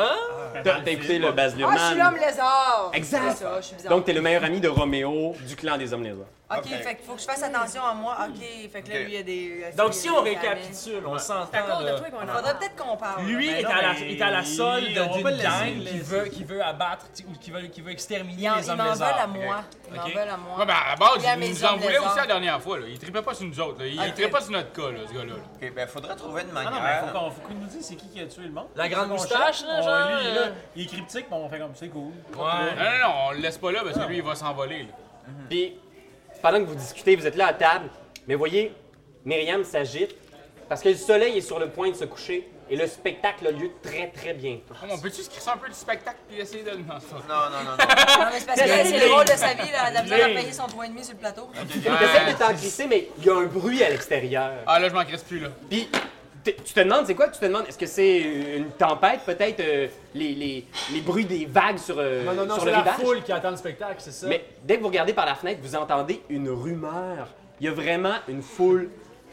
T'as t'as écouté le Baz Ah, je suis l'homme Luhrmann. lézard! Exact. C'est ça, je suis bizarre. Donc, t'es le meilleur ami de Roméo du clan des hommes lézards. Ok, Ok. fait qu'il faut que je fasse attention à moi. Ok, fait que là, Ok. lui, il y a des. Donc, il y si a on des familles. récapitule, on s'entend. C'est à cause de là. toi qu'on Il en faudrait parle. peut-être qu'on parle. Lui Ben est, non, à la, mais est à la solde on va pas d'une le laisser gang qui laisser. veut, qui veut abattre, tu sais, ou qui veut, qui veut exterminer Il en- les il hommes m'en veulent lézards. à moi. Ils m'en Ok. veulent à moi. Ouais, ben à la base, Il y a il mes nous en hommes voulait lézards. aussi la dernière fois, là. Il trippait pas sur nous autres, là. Il, il Ok. trippait pas sur notre cas, là, ce gars-là. là. Ok, ben, faudrait trouver une Ah non, mais manière. faut qu'on faut qu'il nous dise c'est qui qui a tué le monde. La grande C'est qu'on moustache, cherche. là, On- genre, lui, il est là, euh. il est cryptique, mais on fait comme c'est cool. Ouais. Non, non, non, on le laisse pas là parce que lui, il va s'envoler, là. Puis, pendant que vous discutez, vous êtes là à table, mais voyez, Myriam s'agite parce que le soleil est sur le point de se coucher et le spectacle a lieu très très bientôt. Comme, on peut-tu se crisser un peu du spectacle puis essayer de. Non, ça. Non, non, non, non. Non, mais c'est parce que c'est le rôle de sa vie, là. Elle a besoin de payer son trois virgule cinq sur le plateau. T'essaies de t'en crisser, mais il y a un bruit à l'extérieur. Ah, là, je m'en crisse plus, là. Puis, t- tu te demandes, c'est quoi? Tu te demandes, est-ce que c'est une tempête, peut-être euh, les, les, les bruits des vagues sur, euh, Non, non, non, sur c'est le la rivage? foule qui attend le spectacle, c'est ça. Mais dès que vous regardez par la fenêtre, vous entendez une rumeur. Il y a vraiment une foule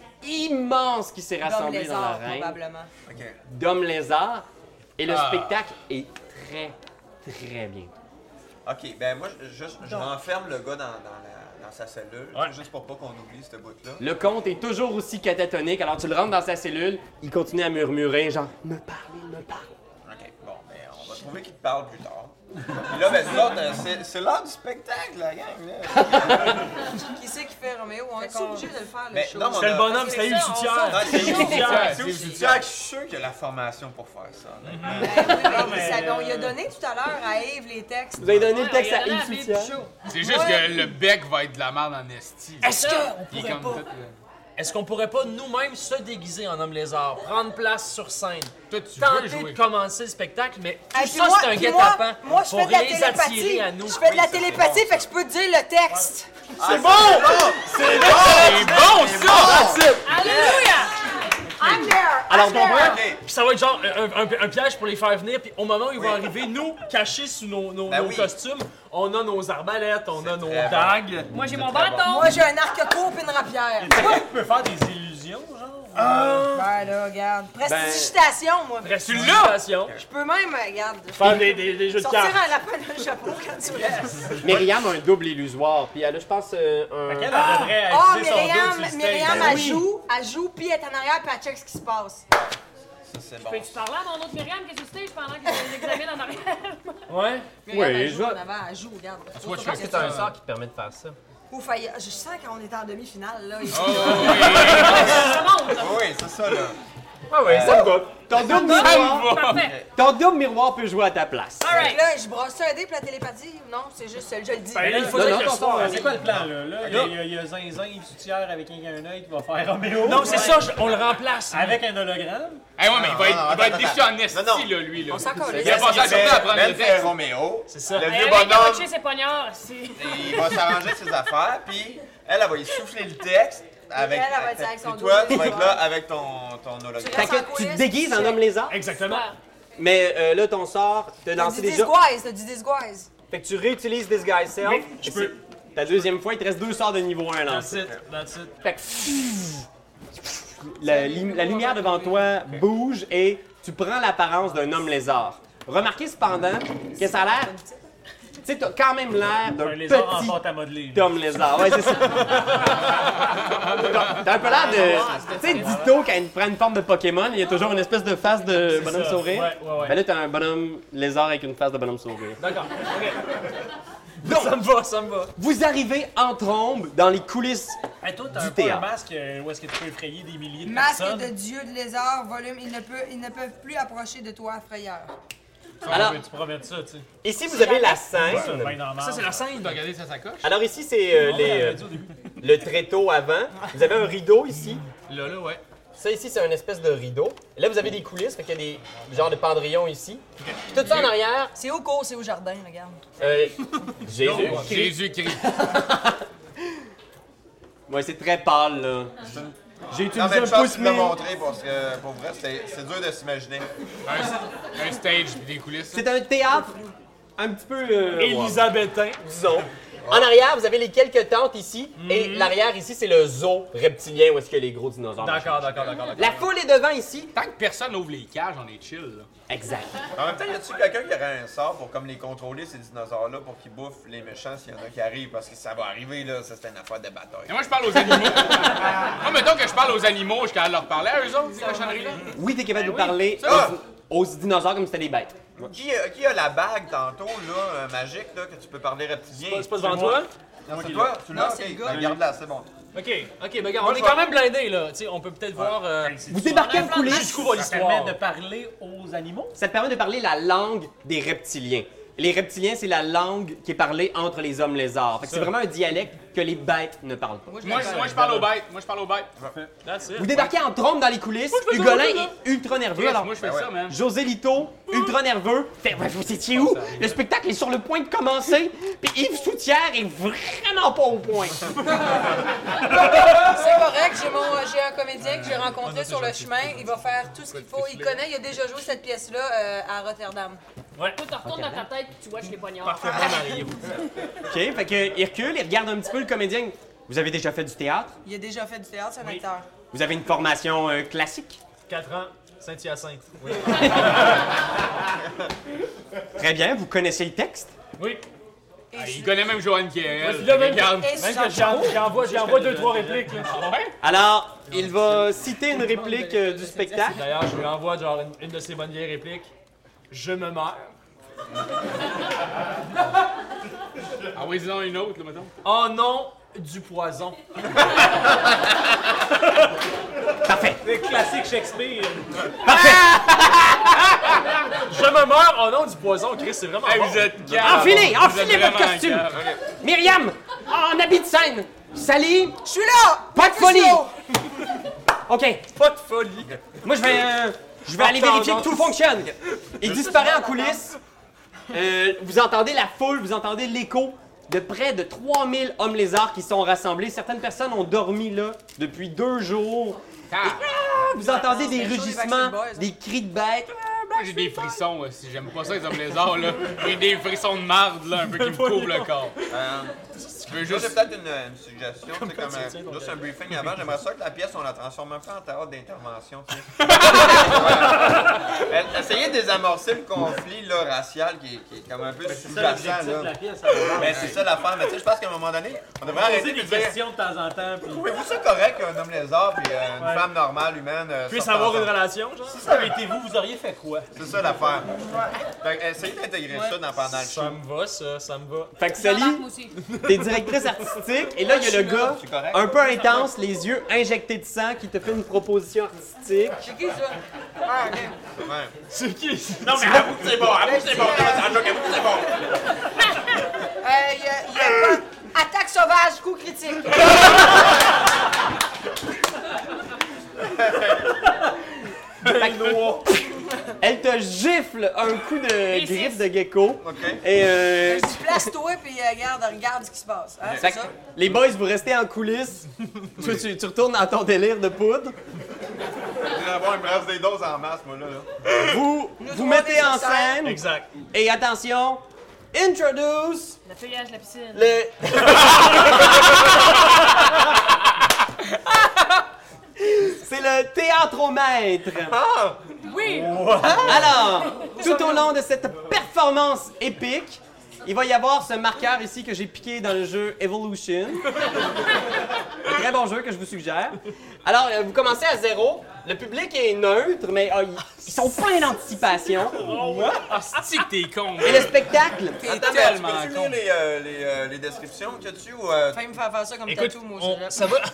immense qui s'est Comme rassemblée les dans arts, l'arène probablement. Ok. d'hommes lézards et le Ah. spectacle est très, très bien. Ok, ben, moi, je, juste, je renferme le gars dans, dans, la, dans sa cellule, Ouais. juste pour pas qu'on oublie ce bout-là. Le comte est toujours aussi catatonique, alors tu le rentres dans sa cellule, il continue à murmurer, genre « Me parler, me parler ». Ok, bon, ben, on va trouver qu'il te parle plus tard. Puis là, ben, nous autres, euh, c'est- c'est l'heure du spectacle, la gang, là. Qui c'est qui fait Roméo? On est obligé de le faire, le Mais show? non, mais on C'était le a- bonhomme, c'était Yves ça, on Soutière. Ah, c'est Yves Soutière, c'est Yves Yves Soutière, je suis sûr qu'il y a la formation pour faire ça. honnêtement. Ben oui, mais ça- on lui a donné tout à l'heure à Yves les textes. Vous avez donné le Ouais, texte on à y a donné Yves la Bible Soutière. du show. C'est juste que le bec va être de la merde en esti. Est-ce qu'on Il est pourrait comme pas tout, là. est-ce qu'on pourrait pas nous-mêmes se déguiser en homme lézard, prendre place sur scène, Toi, tu veux tenter jouer. de commencer le spectacle, mais tout Ah, puis ça moi- c'est un puis guet-apens moi, moi, je pour fais de la les télépathie. attirer à nous. Je fais de la télépathie, fait que je peux te dire le texte. C'est bon! C'est bon! C'est bon, ça! Alléluia! I'm there! Alors, I'm there. Ok. Puis ça va être genre un, un- un piège pour les faire venir, puis au moment où ils vont arriver, nous, cachés sous nos, nos- Ben nos oui. costumes, on a nos arbalètes, on a nos très bon. dagues. Moi, j'ai mon très bon. bâton. Moi, j'ai un arc court pis une rapière. Tu peux faire des illusions, genre? Ben là, regarde. Prestidigitation, moi. Prestidigitation. Je peux même, euh, regarde, Faire des, des, des jeux de sortir cartes. un lapin dans le chapeau quand tu veux. Myriam a un double illusoire, puis elle a, je pense, euh, un... Fait qu'elle elle devrait Ah, utiliser son dos Myriam, sur le stage. Myriam, Ben elle oui. joue, elle joue, puis elle est en arrière, puis elle check ce qui se passe. Ça, c'est bon. Peux-tu parler à mon autre Myriam qui est sur stage pendant que je l'examine en arrière? Ouais. Myriam, Oui, elle je joue vois. en avant, elle joue, regarde. vois, Pose je pas pense de que t'as un questions. sort qui te permet de faire ça. Ouf, elle- je sens qu'on est en demi-finale, là. Oh, oui. Oui, c'est ça, là. Ah oui, ça me va. Ton double miroir, Parfait. ton double miroir peut jouer à ta place. Fait que Alright. là, je brasse un dé pour la télépathie? Non, c'est juste, je le dis. Ben là, il Non, faudrait non, que le non, soir. non, C'est quoi le plan, là? Là, il y a- il y a- il y a Zinzin, Yves Soutière avec un, un œil qui va faire Roméo. Non, c'est ça, je- on le remplace. Avec un hologramme. Eh ouais, mais il va être, non, il va être attends, déçu en attends. esti, Non, non. là, lui, là. On s'en colle. Il a passé la journée à prendre Ben le fait texte. Roméo. C'est ça. Le Et vieux avec bonhomme, Gauthier, ses poignards, c'est... il va s'arranger ses affaires, puis elle, elle va y souffler le texte. Avec, Elle, elle va être avec son puis toi, dos. tu vas être là avec ton, ton Fait hologramme. que tu te déguises en homme lézard, Exactement. mais euh, là, ton sort, t'as T'as lancé du déjà... disguise, t'as du disguise. Fait que tu réutilises Disguise Self. Oui, je peux. C'est Ta deuxième fois, il te reste deux sorts de niveau un à That's lancer. it, that's it. Fait que... La, lim- la lumière devant toi bouge et tu prends l'apparence d'un homme lézard. Remarquez cependant que ça a l'air... Tu sais, t'as quand même l'air d'un Un lézard en petit pâte à modeler. là. homme lézard. Ouais, c'est ça. T'as un peu l'air de... Tu sais, Ditto, quand il prend une forme de Pokémon, il y a toujours une espèce de face de C'est bonhomme ça. sourire. Ouais, ouais, ouais. Ben là, t'as un bonhomme lézard avec une face de bonhomme sourire. D'accord, ok. Ça me va, ça me va. Vous arrivez en trombe dans les coulisses. Hey, toi, t'as Du un, pas un théâtre. masque euh, où est-ce que tu peux effrayer des milliers de Masque personnes. de dieu de lézard, volume, ils ne, peuvent, ils ne peuvent plus approcher de toi, frayeur. Alors, Tu pourrais mettre ça, tu sais. ici, vous avez la Ça, scène. ben dans la Ça, c'est la Tu scène. as regardé sa sacoche? Alors ici, c'est euh, les, euh, le tréteau avant. Vous avez un rideau ici. Là, là, ouais. Ça ici, c'est une espèce de rideau. Et là, vous avez des coulisses, fait qu'il y a des genres de pendrillons ici. Puis tout ça en arrière, C'est au cours, c'est au jardin, regarde. euh, Jésus. Jésus-Christ. Ouais, c'est très pâle, là. J'ai Non, utilisé mais un une chance pouce tu me l'as mille. montré parce que pour vrai, c'est c'est dur de s'imaginer. Un, un stage pis des coulisses. C'est un théâtre un petit peu... euh, ouais, Élisabétain. disons. En arrière, vous avez les quelques tentes ici. Et l'arrière, ici, c'est le zoo reptilien où est-ce qu'il y a les gros dinosaures. D'accord, d'accord, d'accord. La foule est devant ici. Tant que personne ouvre les cages, on est chill, là. Exact. En même temps, y a-tu quelqu'un qui aurait un sort pour comme les contrôler, ces dinosaures-là, pour qu'ils bouffent les méchants s'il y en a qui arrivent? Parce que ça va arriver, là, ça c'est une affaire de bataille. Et moi, je parle aux animaux. Moi, mettons que je parle aux animaux, je suis capable de leur parler à eux autres, ces cochonneries-là. Oui, t'es capable de parler Ça. aux, aux dinosaures comme si c'était des bêtes. Qui, a- qui a la bague tantôt, là, euh, magique, là, que tu peux parler reptilien? C'est pas devant toi? Non, c'est toi? Tu l'as? Non, Ok, c'est le gars. ben, garde-la, c'est bon. Ok, ok, ben regarde, Moi, on je est vais- quand même blindés là. Tu sais, on peut peut-être voir. euh, Vous débarquez en coulisses. Jusqu'où va Ça permet l'histoire? de parler aux animaux. Ça te permet de parler la langue des reptiliens. Les reptiliens, c'est la langue qui est parlée entre les hommes lézards. Fait que c'est vraiment un dialecte que les bêtes ne parlent pas. Moi, je- moi, je parle aux bêtes. Moi, je parle aux bêtes. That's it. Vous débarquez en trombe dans les coulisses. fais ça, Hugolin moi, là. est ultra nerveux. Chris, Alors, moi, je fais Ben ça, man. José Lito, ultra nerveux. Fait, ouais, vous étiez où? Le spectacle est sur le point de commencer. Puis Yves Soutière est vraiment pas au point. C'est correct, j'ai mon, j'ai un comédien que j'ai rencontré sur le chemin. Il va faire tout ce qu'il faut. Il connaît, il a déjà joué cette pièce-là euh, à Rotterdam. Ouais. Toi, tu retournes dans ta tête puis tu watches les poignards. Parfaitement marié. OK, fait que il recule, il regarde un petit peu le comédien. Vous avez déjà fait du théâtre? Il a déjà fait du théâtre, c'est un Oui. acteur. Vous avez une formation euh, classique? quatre ans, Saint-Hyacinthe. Oui. Très bien, vous connaissez le texte? Oui. Ah, il connaît même Joanne Kiel. Puis là, même, Regarde. Et même Jean que j'en- j'envoie, j'envoie deux, trois répliques. Là. Ah ouais? Alors, il va citer une réplique euh, du spectacle. D'ailleurs, je lui envoie genre une, une de ses bonnes vieilles répliques. Je me meurs. Ah oui, dis-en une autre, là, mettons. Oh non, du poison. Parfait. Le classique Shakespeare. Je me meurs, oh non, du poison. Chris, c'est vraiment Hey, bon. vous êtes calme. Enfilez, Vous enfilez êtes votre vraiment costume. calme. Myriam, en habit de scène. Sally, Je suis là! pas de folie. Attention! OK. Pas de folie. Moi, je vais, euh, je vais aller vérifier que tout fonctionne. Il disparaît en coulisses. Euh, vous entendez la foule, vous entendez l'écho de près de trois mille hommes lézards qui sont rassemblés. Certaines personnes ont dormi là depuis deux jours. Et, ah, vous entendez des rugissements, des cris de bêtes. Moi, j'ai des frissons, euh, si j'aime pas ça, les hommes lézards, là. J'ai des frissons de marde, là, un peu qui me couvrent le corps. Euh, je veux juste peut-être une, une suggestion, tu sais, comme euh, juste un briefing avant. J'aimerais ça que la pièce, on la transforme un peu en théâtre d'intervention, tu sais. Ouais. Essayez de désamorcer le conflit là, racial qui est, qui est comme un peu sous-jacent. là. Mais c'est ça l'affaire. Mais tu sais, je pense qu'à un moment donné, on devrait arrêter de des dire... questions de temps en temps. Puis... Trouvez-vous ça correct qu'un homme lézard puis euh, une Ouais. femme normale, humaine... Euh, Puisse sortent avoir une ensemble? relation, genre? Si ça avait été vous, vous auriez fait quoi? C'est ça l'affaire. Fait que, essayez d'intégrer ça dans, pendant le show. Ça me va, ça, ça me va. Fait que J'embarque, Sally, moi aussi. t'es directrice artistique. Et là, il y a le gars, C'est correct? un peu intense, les yeux injectés de sang, qui te fait une proposition artistique. C'est qui ça? Ah, ok. Ouais. C'est qui? Non, mais avoue que c'est bon, avoue que c'est bon. Commence à joke, avoue que c'est bon. Euh, y a, y a quoi? Attaque sauvage, coup critique. Elle te gifle un coup de Et griffe six. de gecko. OK. Et euh, Je dis place-toi puis euh, regarde, regarde ce qui se passe. Hein, fait c'est que ça? les boys, vous restez en coulisses. Toi, tu, tu retournes dans ton délire de poudre. Je vais avoir une brasse des doses en masse, moi, là. là. Vous Nous vous trois, mettez on est en sur scène. scène. Exact. Et attention, introduce Le feuillage de la piscine. le... C'est le théâtromètre. Ah! Oui! Alors, tout au long de cette performance épique, il va y avoir ce marqueur ici que j'ai piqué dans le jeu Evolution. Un très bon jeu que je vous suggère. Alors, euh, vous commencez à zéro. Le public est neutre, mais ah, ils, ils sont pleins d'anticipation. Ah, c'est que t'es con, Et le spectacle, T'es Attends, mais tellement tu peux con. lire les, euh, les, euh, les descriptions qu'il y a dessus ou... Euh... Fais me faire faire ça comme Écoute, tatou, moi, on- cégep. ça va.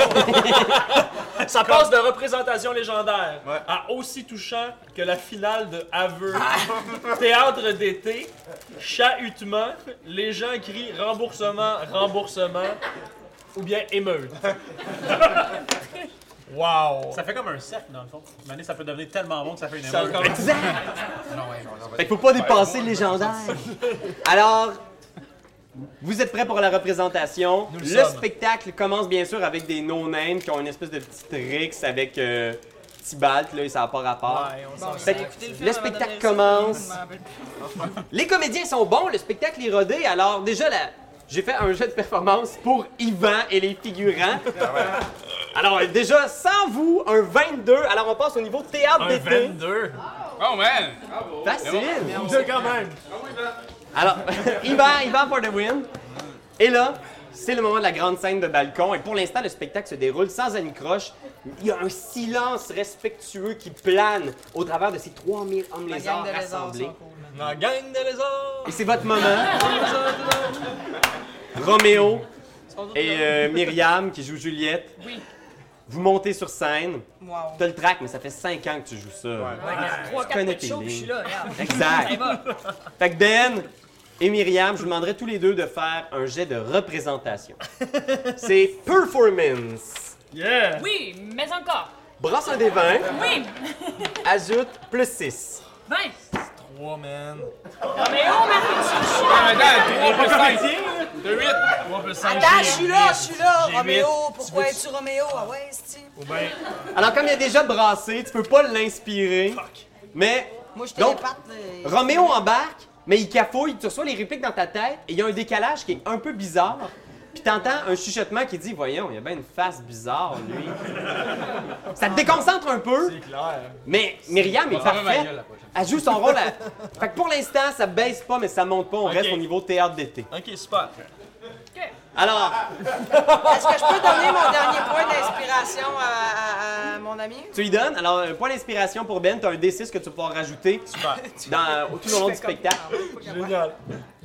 Ça passe de représentation légendaire Ouais. à aussi touchant que la finale de Aveux. Théâtre d'été, chahutement, les gens crient remboursement, remboursement, ou bien émeute. Wow! Ça fait comme un cercle, dans le fond. Une année, ça peut devenir tellement bon que ça fait une Ça émeute. commence- fait qu'il faut pas dépasser le légendaire. Alors, vous êtes prêts pour la représentation. Nous Le, le sommes. spectacle commence bien sûr avec des no-names qui ont une espèce de petit tricks avec euh, Tibalt, là, et ça n'a pas rapport. Ouais, on s'en Fait que Écoutez film le avant de spectacle donner le commence. film, je m'en rappelle plus. Les comédiens sont bons, le spectacle est rodé. Alors déjà, là, j'ai fait un jeu de performance pour Yvan et les figurants. Alors euh, déjà, sans vous, un vingt-deux. Alors on passe au niveau théâtre Un d'été. vingt-deux! Oh, man! Facile. Deux quand même! Alors, Yvan, Yvan for the win. Et là, c'est le moment de la grande scène de balcon. Et pour l'instant, le spectacle se déroule sans anicroche. Il y a un silence respectueux qui plane au travers de ces trois mille hommes La lézards gang de lézards rassemblés. sont cool, man. La gang de lézards! Et c'est votre moment. Roméo et euh, Myriam qui jouent Juliette. Oui. Vous montez sur scène. Wow. T'as le track, mais ça fait cinq ans que tu joues ça. Trois, Tu quatre connais coups de tes chaud, puis je suis lignes. là, regarde. Exact. Ça va. Fait que Ben et Myriam, je vous demanderai tous les deux de faire un jet de représentation. C'est performance. Yeah! Oui, mais encore. Brosse un des vingt, Oui! ajoute plus six. vingt! Trois, man. Roméo, merci. Ah, attends, trois plus cinq. De huit. Trois plus cinq. Attends, je suis là, je suis là, J'ai Roméo. huit. Pourquoi Tu es-tu Roméo? Ah ouais, c'est Ou bien. Alors, comme il a déjà brassé, tu peux pas l'inspirer. Mais, Moi, je Donc, télépathe. euh, Roméo embarque, mais il cafouille, tu reçois les répliques dans ta tête, et il y a un décalage qui est un peu bizarre. Puis t'entends un chuchotement qui dit « Voyons, il y a bien une face bizarre, lui. » Ça te déconcentre un peu, C'est clair. mais Myriam est On va fermer ma parfaite. gueule la prochaine. Elle joue son rôle à... Fait que pour l'instant, ça baisse pas, mais ça monte pas. On Ok. reste au niveau théâtre d'été. Ok, super. Alors, Est-ce que je peux donner mon dernier point d'inspiration à, à- à mon ami? tu lui donnes. Alors, un point d'inspiration pour Ben, tu as un D six que tu vas pouvoir rajouter Super. dans, tout au long du spectacle. Génial.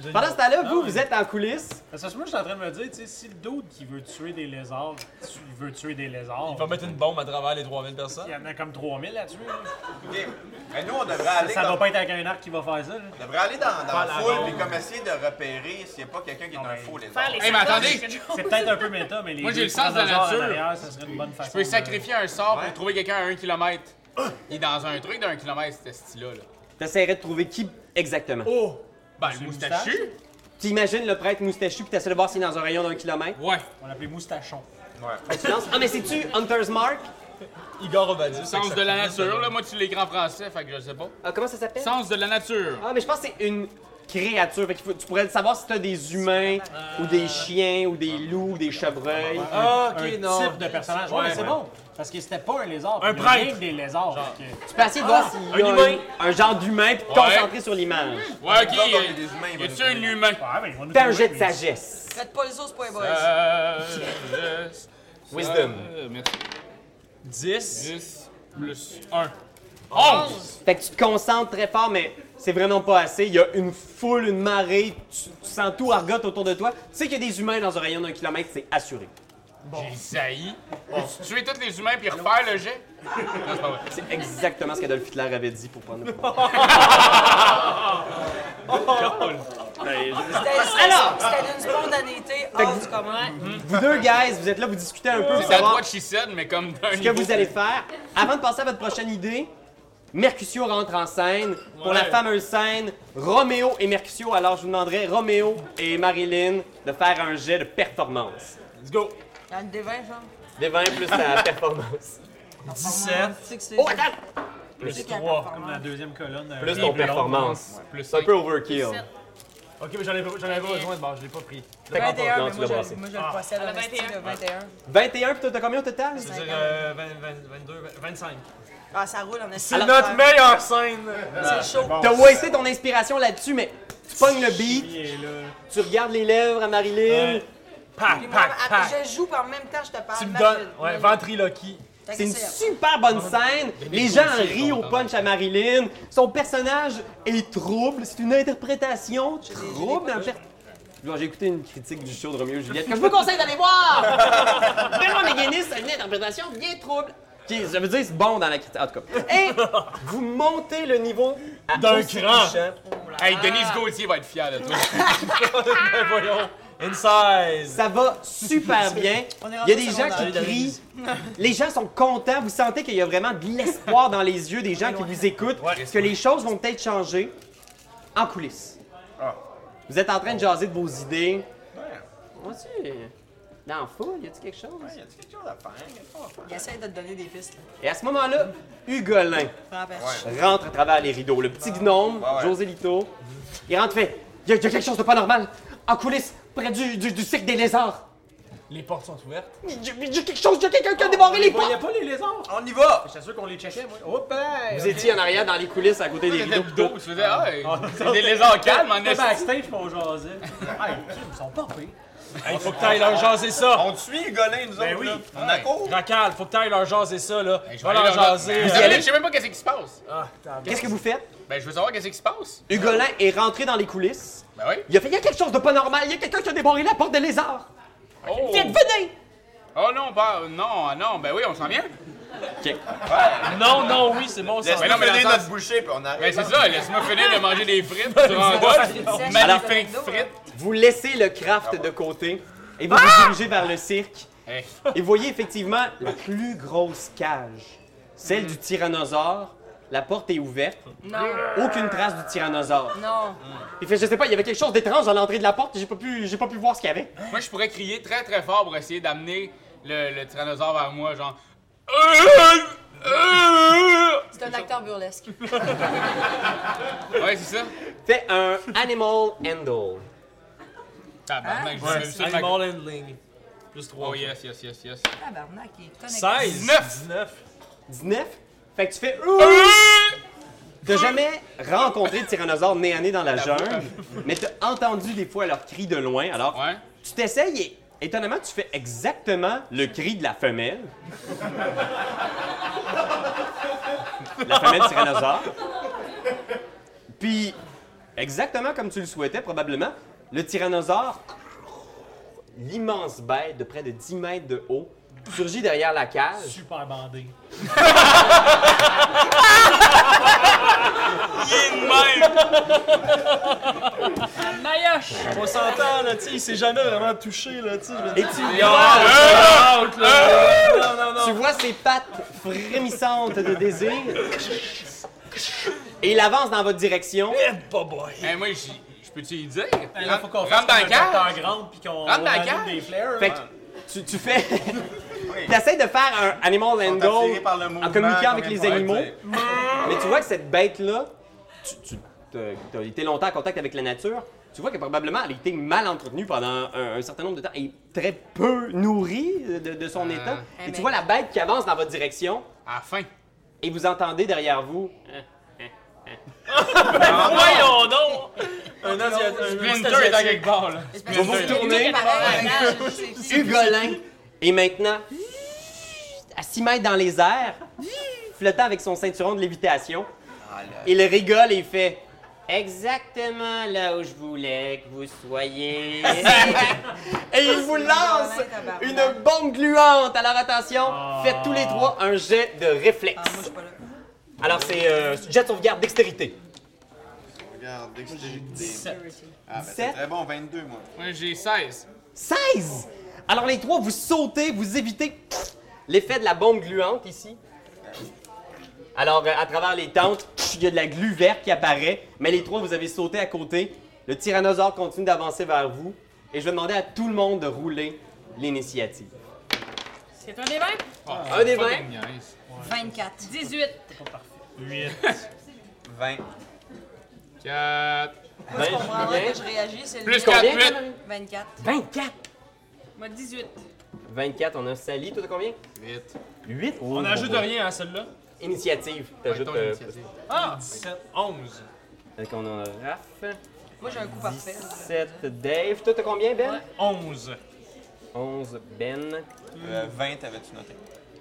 Pendant ce temps-là, vous, vous êtes en coulisses. Parce que moi, je suis en train de me dire, tu sais, si le dude qui veut tuer des lézards, tu veut tuer des lézards. Il va mettre une bombe à travers les trois mille personnes. Il y en a comme trois mille à tuer. Là. OK. Mais nous, on devrait aller Ça dans... va pas être avec un arc qui va faire ça. Là. On devrait aller dans, dans Faire la la foule ronde. puis comme essayer de repérer s'il n'y a pas quelqu'un qui est un faux lézard. Faire les Hey, mais attendez! sacoches. C'est peut-être un peu méta, mais les Moi, j'ai deux le sens de la tyrannosaures en nature. arrière, ça serait une bonne façon. Je peux de- sacrifier un sort Ouais. pour trouver quelqu'un à un kilomètre. Il est dans un truc d'un kilomètre, ce style-là. Là. T'essaierais de trouver qui exactement. Oh! Ben, C'est le le moustachu? T'imagines le prêtre moustachu puis t'essaies de voir s'il est dans un rayon d'un kilomètre. Ouais. On l'appelait moustachon. Ouais. Tu lances. Ah, mais c'est-tu Hunter's Mark? Igor Obadiah. Sens de la nature, là. Moi, tu l'écris en français, fait que je sais pas. Ah, comment ça s'appelle? Sens de la nature. Ah, mais je pense que c'est une créature. Fait qu'il faut, tu pourrais savoir si t'as des humains, ou des chiens, ou des loups, ou des chevreuils. Ah, Un ok, non. type de personnage. Ouais, Ouais, mais c'est ouais. bon. Parce que c'était pas un lézard. Un il y a prêtre. rien que des lézards. fait que- Tu peux essayer de voir s'il y a un humain. un, un genre d'humain, puis te Ouais. concentrer sur l'image. Ouais, ok. Nous autres, on est des humains, il Y va a-tu nous un trouver. humain? Ouais, mais ils vont nous Fais un trouver, jet de mais- sagesse. Faites pas les sauces pour les boys. Euh. yes. Wisdom. Euh, merci. dix. dix plus un. onze! Fait que tu te concentres très fort, mais c'est vraiment pas assez. Il y a une foule, une marée, tu, tu sens tout argote autour de toi. Tu sais qu'il y a des humains dans un rayon d'un kilomètre, c'est assuré. J'ai sailli. Peux-tu tuer tous les humains puis refaire le jet? Non, c'est pas vrai. C'est exactement ce qu'Adolf Hitler avait dit pour prendre le pouvoir. C'était Alors! c'était d'une spontanéité hors du commun. Vous deux, guys, vous êtes là, vous discutez un peu pour C'est la savoir droite she said, mais comme d'un ce que niveau. vous allez faire. Avant de passer à votre prochaine idée, Mercutio rentre en scène pour Ouais. la fameuse scène Roméo et Mercutio. Alors, je vous demanderai, Roméo et Marilyn, de faire un jet de performance. Let's go. Dans le D vingt, genre. Des vingt plus la performance. dix-sept. Tu sais que c'est. Oh, attends! Plus C'est qu'il y a trois, performance. comme la deuxième colonne. euh, Plus bien ton blonde. performance. Plus C'est un cinq. peu overkill. sept. Ok, mais j'en avais pas, j'en avais pas besoin de base, je l'ai pas pris. Fait que- vingt et un, non, mais tu moi l'as je, brassé. moi je le possède Ah, en esti, vingt et un. le vingt et un. vingt et un, puis toi, t'as combien au total? Je veux dire euh, vingt, vingt, vingt-deux, vingt-cinq. Ah, ça roule en esti. C'est Alors, notre ça- meilleure scène! C'est chaud. T'as wasté ton inspiration là-dessus, mais tu pognes le beat, Il est là. tu regardes les lèvres à Marilyn. Ouais. Pac, Puis moi, pac, à- pac. je joue, puis en même temps, je te parle. Tu me Marilyn. donnes, ouais, ventriloquie. Fait que C'est une c'est- super bonne scène. Les gens rient au punch à Marilyn. Son personnage est trouble. C'est une interprétation trouble d'un per- Bon, j'ai écouté une critique du show de Roméo et Juliette que je vous conseille d'aller voir! Benoît McGuinness a une interprétation bien trouble. Qui, ça veut dire c'est bon dans la critique. En tout cas. Et vous montez le niveau à D'un aussi cran. touchant. Hey, Denise Gauthier va être fière de toi. Ben voyons. Inside. Ça va super bien. On est Il y a rendu des au gens qui secondaire. crient. Les gens sont contents. Vous sentez qu'il y a vraiment de l'espoir dans les yeux des gens qui vous écoutent. Parce que les choses vont peut-être changer en coulisses. Ah. Vous êtes en train de jaser de vos idées. Moi aussi. Dans la foule, y a-t-il quelque chose? Y a-t-il quelque chose à faire? Y a quelque chose à faire? Il essaie de te donner des pistes. là. Et à ce moment-là, Hugolin Prends la perche. rentre à travers les rideaux. Le petit gnome, Ouais, ouais. José Lito, il rentre fait. Il y, a y a quelque chose de pas normal. En coulisses, près du, du, du cirque des lézards. Les portes sont ouvertes. Il y a, il y a quelque chose, il y a quelqu'un qui a débarré les Il voyait portes. pas les lézards. On y va! J'étais sûr qu'on les checkait, moi. Hop, ben! Vous étiez en arrière dans les coulisses à côté des T'étais rideaux. le pis tout. dos, tu faisais, ah, c'est des lézards calmes en J'étais esti. backstage, puis on jasait. Ah, ils sont pas pires. Il faut que t'ailles leur jaser ça. On te suit, Hugolin, nous Ben autres, oui. là. On accourt. Racal, faut que t'ailles leur jaser ça, là. Je vais Va aller leur leur jaser. Vous y allez, allez? je sais même pas qu'est-ce qui se passe. Ah, t'as- Qu'est-ce que vous faites? Ben, je veux savoir qu'est-ce qui se passe. Hugolin est rentré dans les coulisses. Ben oui. Il a fait, il y a quelque chose de pas normal. Il y a quelqu'un qui a débarré la porte des lézards. Oh. Vite, venez! Oh non, pas, non, non, ben oui, on s'en vient. OK. Non, non, oui, c'est bon ça. Mais Laisse-nous non, mais dans finir le notre sens- bouchée, puis on arrive. Ben c'est ça, laisse-moi finir de manger des frites sur un bol. Magnifique frites. Vous laissez le craft de côté et vous vous dirigez vers le cirque. Hey. Et vous voyez effectivement la plus grosse cage, celle du tyrannosaure. La porte est ouverte. Non, Aucune trace du tyrannosaure. non. Il fait, je sais pas, il y avait quelque chose d'étrange à l'entrée de la porte et j'ai pas pu, j'ai pas pu voir ce qu'il y avait. Moi, je pourrais crier très très fort pour essayer d'amener le, le tyrannosaure vers moi, genre. C'est un acteur burlesque. Ouais, c'est ça. Fais un animal handle. Tabarnak, Hein? j'ai même ça. Animal handling. Plus trois. Oh yes, yes, yes, yes. Tabarnak, il est connecté. seize. dix-neuf. dix-neuf. dix-neuf. Fait que tu fais. T'as jamais rencontré de tyrannosaure nez à nez dans la jungle, mais t'as entendu des fois leurs cris de loin. Alors, Ouais. tu t'essayes et étonnamment, tu fais exactement le cri de la femelle. La femelle tyrannosaure. Puis, Exactement comme tu le souhaitais, probablement. Le tyrannosaure, l'immense bête de près de dix mètres de haut, surgit derrière la cage. Super bandé. Il est de même! La maillotche! On s'entend, là, tu sais, il s'est jamais vraiment touché, là, tu sais. Et tu Ah, vois, out, là. Non, non, non. tu vois ses pattes frémissantes de désir. Et il avance dans votre direction. Hey, moi, je je peux-tu y dire? Ben là, faut qu'on fasse Rentre dans comme la un cage! docteur Grande puis qu'on Rentre dans la allume cage. des flares. Fait que tu, tu fais. Tu essaies de faire un animal Ils sont angle attirés par le mouvement, en communiquant avec combien les de animaux. fois, tu sais. Mais tu vois que cette bête-là, tu, tu as été longtemps en contact avec la nature. Tu vois que probablement elle a été mal entretenue pendant un, un certain nombre de temps et très peu nourrie de, de son Euh. état. Eh Et mais- tu vois la bête qui avance dans votre direction À la fin. et vous entendez derrière vous. Voyons donc! Un asiatique. Splinter est dans quelque part, là. Vous vous retournez. Hugolin. Et maintenant, à six mètres dans les airs, flottant avec son ceinturon de lévitation, il rigole et il fait exactement là où je voulais que vous soyez. Et il vous lance une bombe gluante. Alors attention, faites tous les trois un jet de réflexe. Ah, moi, je suis pas là. Alors c'est euh, jet de sauvegarde dextérité. Regarde, dextérité. dix-sept. Ah, ben dix-sept. c'est très bon, vingt-deux, moi. Moi, j'ai seize. seize! Alors les trois, vous sautez, vous évitez pff, l'effet de la bombe gluante ici. Alors, euh, à travers les tentes, pff, il y a de la glu verte qui apparaît, mais les trois, vous avez sauté à côté. Le tyrannosaure continue d'avancer vers vous, et je vais demander à tout le monde de rouler l'initiative. C'est un des vingt? Oh, Un des fucking vingt. nice. vingt-quatre. dix-huit. huit. vingt. quatre. Moi, je Ben, comprendrais Julien. que je réagis, c'est le Plus mien. quatre, Combien, huit. toi, Marie? vingt-quatre. vingt-quatre! Moi, dix-huit. vingt-quatre, on a Sally, toi, t'as combien? huit. huit? On n'ajoute rien à celle-là. Initiative, t'ajoutes... ton euh, initiative. Ah! dix-sept, onze. donc on a Raph, Moi, j'ai un coup parfait. sept Dave. Toi, t'as combien, Ben? onze. onze Ben. Euh, vingt, t'avais-tu noté?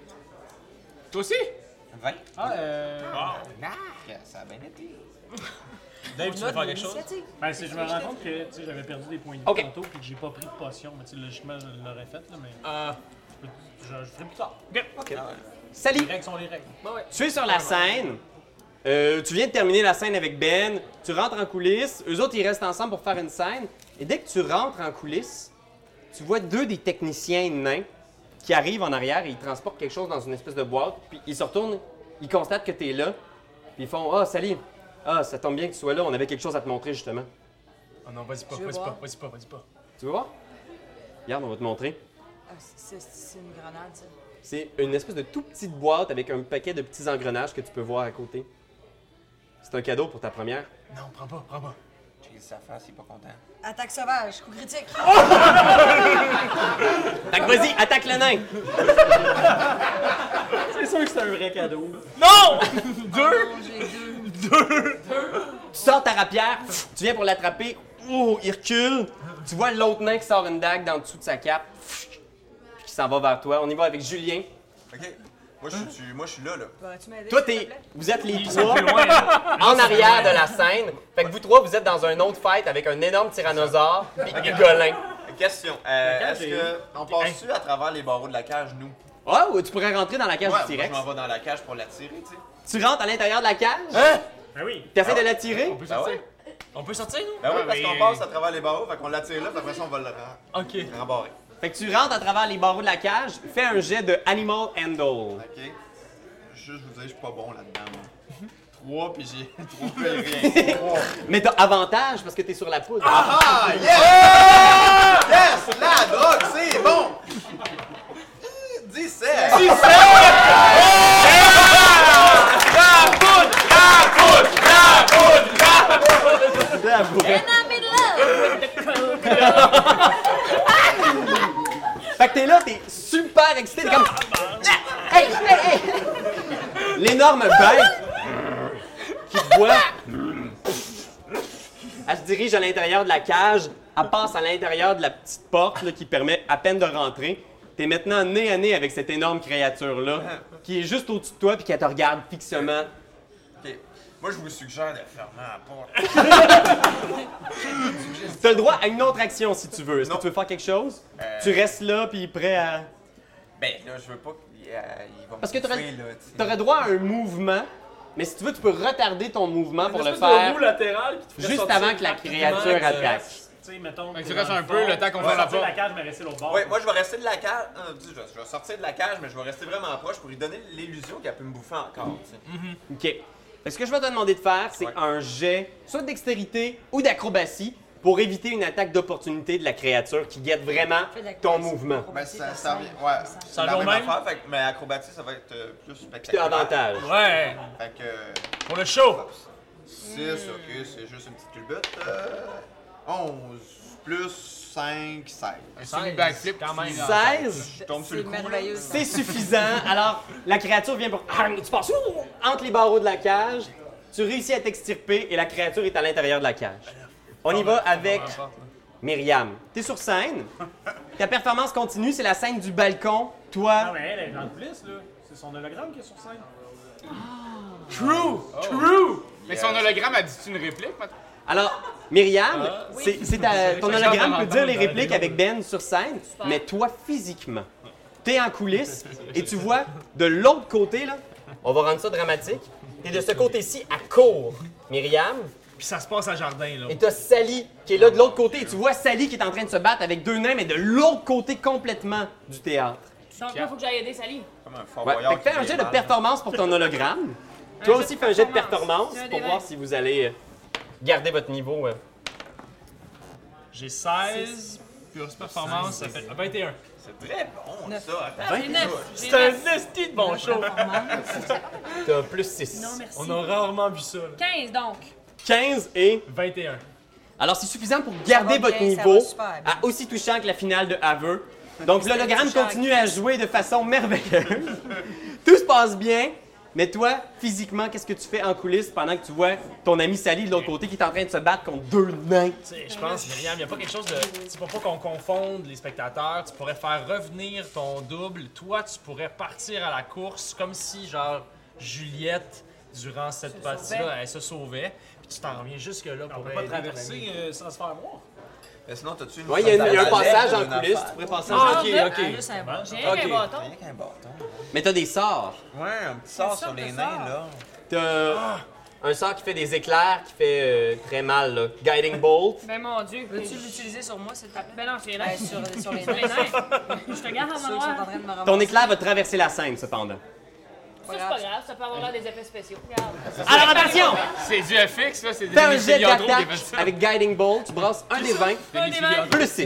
Toi aussi? vingt? Ah, euh. Yeah, ça a bien été. Dave, tu veux faire quelque chose? Ben, c'est, je me rends compte que tu sais, j'avais perdu des points de vie Ok. tantôt puis que j'ai pas pris de potion. Mais tu sais, logiquement, je l'aurais fait, là, mais Euh. je, je ferai plus tard. OK. Ah ouais. Sally, Les règles sont les règles. tu es sur la scène. Euh, tu viens de terminer la scène avec Ben. Tu rentres en coulisses. Eux autres, ils restent ensemble pour faire une scène. Et dès que tu rentres en coulisses, tu vois deux des techniciens nains qui arrivent en arrière et ils transportent quelque chose dans une espèce de boîte. Puis ils se retournent, ils constatent que tu es là. Puis ils font « Ah, Sally, ah, ça tombe bien que tu sois là. On avait quelque chose à te montrer, justement. Oh non, vas-y pas, Je veux vas-y pas, voir. vas-y pas, vas-y pas. Tu veux voir? Regarde, on va te montrer. Ah, c'est, c'est- c'est une grenade, ça. C'est une espèce de tout petite boîte avec un paquet de petits engrenages que tu peux voir à côté. C'est un cadeau pour ta première. Non, prends pas, prends pas. J'ai sa face, il est pas content. Attaque sauvage, coup critique. Fait que vas-y, attaque le nain! C'est sûr que c'est un vrai cadeau. Non! Deux? J'ai deux. Tu sors ta rapière, tu viens pour l'attraper. Oh, il recule. Tu vois l'autre nain qui sort une dague dans le dessous de sa cape. Puis qui s'en va vers toi. On y va avec Julien. Ok. Moi, je suis, moi, je suis là, là. Vas-tu m'aider? Toi, s'il te t'es, plaît? vous êtes les Ils sont trois plus loin, hein? en arrière de la scène. Fait que vous trois, vous êtes dans un autre fight avec un énorme tyrannosaure puis Hugolin. Question. Euh, La cage est-ce est que on passe-tu à travers les barreaux de la cage, nous? Ah, ou tu pourrais rentrer dans la cage Ouais, du moi, je T-Rex. m'en vais dans la cage pour l'attirer, tu sais. Tu rentres à l'intérieur de la cage. Ben oui. T'essaies de l'attirer. On peut Ben sortir. ouais. On peut sortir, nous? Ben oui, Ah, parce mais- qu'on passe à travers les barreaux, fait qu'on l'attire là, puis après ça, on va le ren- Ok. rembarrer. Fait que tu rentres à travers les barreaux de la cage. Fais un jet de Animal Handle. Ok. Juste vous dire, je suis pas bon là-dedans, moi. Trois, puis j'ai trouvé rien. Trois. Mais t'as avantage parce que t'es sur la poudre. Ah, yes! Yes! La drogue, c'est bon! dix-sept! Fait que t'es là, t'es super excité, t'es comme... Hey, hey, hey! L'énorme bête qui te voit, elle se dirige à l'intérieur de la cage, elle passe à l'intérieur de la petite porte là, qui permet à peine de rentrer. T'es maintenant nez à nez avec cette énorme créature-là, qui est juste au-dessus de toi puis qui te regarde fixement. Ok. Moi, je vous suggère de fermer la porte. T'as le droit à une autre action si tu veux. Est-ce que Non. tu veux faire quelque chose? Euh, Tu restes là, puis prêt à... Ben, là, je veux pas qu'il euh, il va me Parce que t'aurais- bouffer, là, tu sais. T'aurais droit à un mouvement, mais si tu veux, tu peux retarder ton mouvement pour Une le espèce de faire roue latérale qui te ferait juste sortir avant que la rapidement, créature que attaque. Tu sais, mettons. Fait que t'es tu restes dans un le peu fond, le temps qu'on tu fait vas la sortir porte. la cage, mais rester l'autre bord. Ouais, moi, je vais rester de la cage. euh, je, je vais sortir de la cage, mais je vais rester vraiment proche pour lui donner l'illusion qu'elle peut me bouffer encore, tu sais. OK. Fait que ce que je vais te demander de faire, c'est Ouais. un jet, soit de dextérité ou d'acrobatie, pour éviter une attaque d'opportunité de la créature qui guette vraiment Fais de la ton classe. mouvement. Ben, ça, ça revient. Ouais, c'est Ça la revient même au même? affaire, fait que, mais acrobatie, ça va être euh, plus T'as spectaculaire. avantage. Ouais, Fait que. euh, pour le show. six, ok, c'est juste une petite culbute. Euh, onze plus cinq, seize. Un semi-backflip quand même. seize, Je tombe sur C'est le coup. là. merveilleux. ça. c'est suffisant. Alors, la créature vient pour... Ah, tu passes ouh, entre les barreaux de la cage, tu réussis à t'extirper et la créature est à l'intérieur de la cage. On y va avec Myriam. T'es sur scène. Ta performance continue, c'est la scène du balcon. Non, Toi, mais elle est dans le coulisses, là. C'est son hologramme qui est sur scène. True! True! Mais son hologramme a dit-tu une réplique, maintenant? alors, Myriam, c'est, c'est ta- ton J'ai hâte hologramme d'en peut dire les entendre, répliques euh, avec Ben sur scène, mais toi, physiquement, t'es en coulisses et tu vois de l'autre côté, là, on va rendre ça dramatique, t'es de ce côté-ci à court, Myriam, Puis ça se passe à jardin, là. et t'as Sally qui est là de l'autre côté et tu vois Sally qui est en train de se battre avec deux nains, mais de l'autre côté complètement du théâtre. Donc là, faut que j'aille aider Sally. Comme un fort Ouais, voyeur fait que fais qui un vient jet de mal. performance pour ton hologramme. Un Toi jet aussi, de fais un jet de performance. performance C'est un pour des voir vingt. si vous allez euh, garder votre niveau. euh. J'ai seize, plus performance, ça fait vingt et un. C'est très bon, Neuf. ça. Attends, J'ai neuf. J'ai C'est un neuf. esti de bon show. T'as plus six. Non, merci. On a rarement vu ça, là. quinze donc. quinze et... vingt et un. Alors, c'est suffisant pour garder va votre bien, ça niveau va super bien. à aussi touchant que la finale de Haver. Donc, l'hologramme touchant. continue à jouer de façon merveilleuse. Tout se passe bien, mais toi, physiquement, qu'est-ce que tu fais en coulisses pendant que tu vois ton ami Sally de l'autre côté qui est en train de se battre contre deux nains? Tu sais, je pense, Myriam, il n'y a pas quelque chose de. C'est pour pas qu'on confonde les spectateurs. Tu pourrais faire revenir ton double. Toi, tu pourrais partir à la course comme si, genre, Juliette, durant cette partie-là, elle se sauvait. Puis tu t'en reviens jusque-là On pour peut pas aider ton traverser ami. euh, sans se faire voir. Mais sinon, t'as-tu une. Ouais, il y a, une- il y a un Dans la passage lettre en d'une coulisses, affaire. tu pourrais passer Ah, en ok, coulisses. ok. Ah, juste un bon. J'ai Ok. un Rien bâton. qu'un bâton. Mais t'as des sorts. Ouais, un petit sort Quelle sur les sorte de nains, sort? là. T'as un sort qui fait des éclairs, qui fait euh, très mal, là. Guiding Bolt. Ben mon Dieu. Veux-tu l'utiliser sur moi, s'il te plaît? Ben non, c'est là. Ben, sur, sur les Sur les nains. nains. Je te garde en Ceux qui sont en manoir. train de me ramasser. Ton éclair va traverser la scène, cependant. Ça, c'est pas grave. Ça peut avoir l'air des effets spéciaux. Regarde. Alors, attention! C'est du F X, là, c'est des Fais un jet Filiatro qui a fait d'attaque ça. avec Guiding Bolt. Tu brasses un des vingt, Un des vingt. plus six.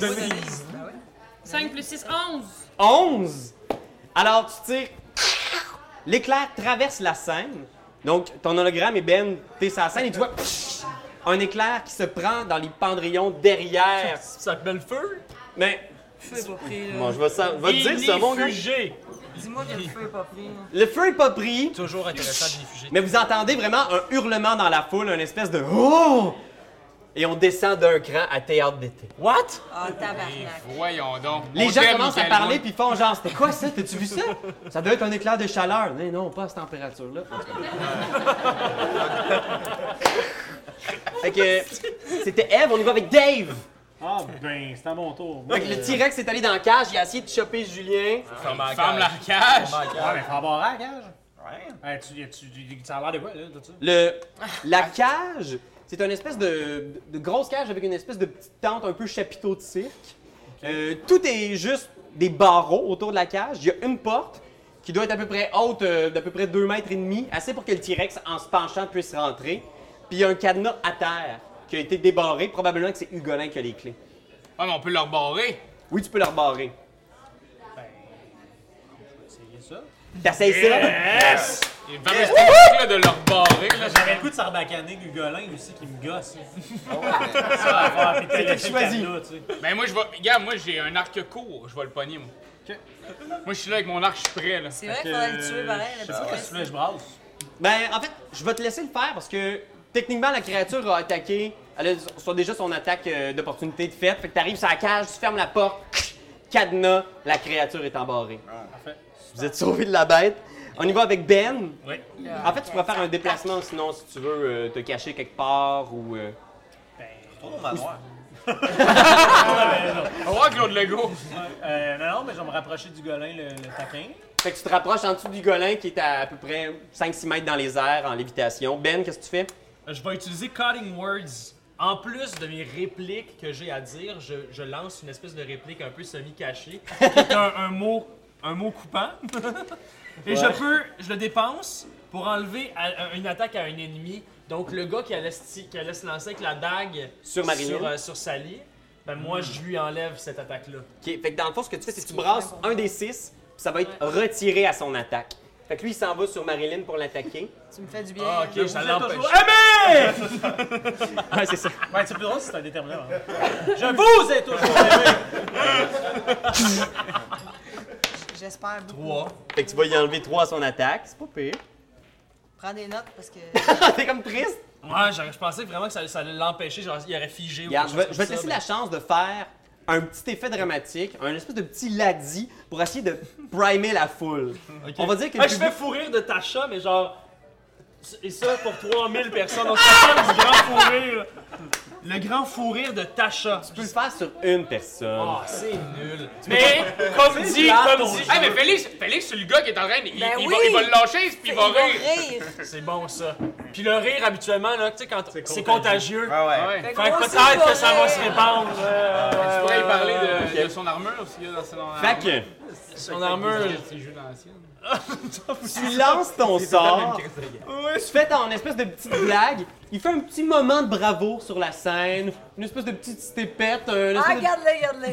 cinq plus six, onze. onze! Alors, tu tires. L'éclair traverse la scène. Donc, ton hologramme et Ben, t'es sur la scène et tu vois un éclair qui se prend dans les pendrillons derrière. Ça s'appelle le feu? Mais, Le feu est pas pris, là. bon, je vais, ça, je vais te dire ça, mon gars. Fugé. Dis-moi que le feu est pas pris, là. Le feu est pas pris, Toujours intéressant de les fuger. mais vous entendez vraiment un hurlement dans la foule, une espèce de oh! Et on descend d'un cran à théâtre d'été. What? Ah, tabarnak. Voyons donc. Les On gens t'aime, commencent à Michael parler Boy. puis font genre c'était quoi ça? T'as-tu vu ça? Ça doit être un éclair de chaleur. Mais non, pas à cette température-là. En tout cas. Fait que c'était Eve, on y va avec Dave. Ah, ben, c'est à mon tour. Fait que le T-Rex est allé dans la cage, il a essayé de choper Julien. Ferme la Ferme la cage. cage. Ferme la Ouais, cage. mais faut avoir la cage. Ouais. Hey, tu, tu, tu- ça a l'air de quoi, là, tout ça? Le, la cage, c'est une espèce de, de grosse cage avec une espèce de petite tente un peu chapiteau de cirque. Euh, tout est juste des barreaux autour de la cage. Il y a une porte qui doit être à peu près haute, euh, d'à peu près deux mètres et demi, assez pour que le T-Rex, en se penchant, puisse rentrer. Puis il y a un cadenas à terre qui a été débarré. Probablement que c'est Hugolin qui a les clés. Ah, mais on peut le rebarrer. Oui, tu peux le rebarrer. Ben, je vais essayer ça. T'essayes ça? Yes! Il est vraiment spécifique de le rebarrer, là. J'avais le coup de sarbacaner Gugolin aussi qui me gosse. Ah ouais, mais- Ça va faire péter C'est le toi qui choisis. cadenas, tu sais. Ben, moi, je vais. Regarde, moi, j'ai un arc court. Je vais le pogner, moi. Ok. Moi, je suis là avec mon arc, je suis prêt, là. C'est vrai qu'il faudrait le tuer pareil, Je le sais pas petit qu'est-ce que tu veux, je brasse. Ben, en fait, je vais te laisser le faire parce que techniquement, la créature a attaqué. Elle a soit déjà son attaque euh, d'opportunité de fait. Fait que t'arrives sur la cage, tu fermes la porte, cadenas, la créature est embarrée. Parfait. Vous êtes sauvé de la bête. On y va avec Ben. Oui. En fait, tu pourrais faire un déplacement sinon si tu veux euh, te cacher quelque part ou... euh, Retourne au manoir. On va voir Claude Legault. Euh, non, non, mais je vais me rapprocher du golin, le, le taquin. Fait que tu te rapproches en dessous du golin qui est à, à peu près cinq six mètres dans les airs en lévitation. Ben, qu'est-ce que tu fais? Je vais utiliser Cutting Words. En plus de mes répliques que j'ai à dire, je, je lance une espèce de réplique un peu semi-cachée, qui est un, un mot, un mot coupant. Et Ouais. je peux, je le dépense pour enlever à- à une attaque à un ennemi. Donc le gars qui allait, se- qui allait se lancer avec la dague Sur Marilyn. sur, euh, sur Sally, ben moi je lui enlève cette attaque-là. OK. Fait que dans le fond, ce que tu fais, c'est que tu brasses un des six, puis ça va être retiré à son attaque. Fait que lui, il s'en va sur Marilyn pour l'attaquer. Tu me fais du bien. Ah ok, Vous ça êtes l'empêche. toujours aimé! Ouais, c'est ça. Ouais, c'est plus drôle si c'est indéterminant. Hein. Je vous ai toujours aimé! J'espère beaucoup. Trois. Fait que tu vas y enlever trois à son attaque. C'est pas pire. Prends des notes parce que. T'es comme triste. Ouais, genre, je pensais vraiment que ça, ça allait l'empêcher, genre il aurait figé ou Regarde, je vais, quelque je vais chose te laisser comme la chance de faire un petit effet dramatique, un espèce de petit laddi pour essayer de primer la foule. ça. Ok. On va dire que Ah, le je public- fais fou rire de Tasha, mais genre. Et ça pour trois mille personnes. On s'appelle du grand fou rire. Le grand fou rire de Tasha. tu peux le faire sur une personne. Ah, c'est nul. Mais, comme dit, plate, comme ton dit. jeu. Hey, mais Félix, Félix, c'est le gars qui est en train. Il, Ben il oui! va, il va le lâcher, puis il va rire. rire. C'est bon ça. Puis le rire habituellement, là, tu sais, quand c'est contagieux. Ah ouais. Ouais. Fait Fait qu'on que aussi peut-être va que ça va rire. se répandre. Euh, Tu pourrais y ouais, parler ouais, de, de son armure aussi, là, dans son armure. Fait que Son armure. C'est jeu d'ancienne. tu lances ton sort, tu fais ton espèce de petite blague, il fait un petit moment de bravoure sur la scène, une espèce de petite stépette, un Ah, espèce de- regarde-le, regarde-le.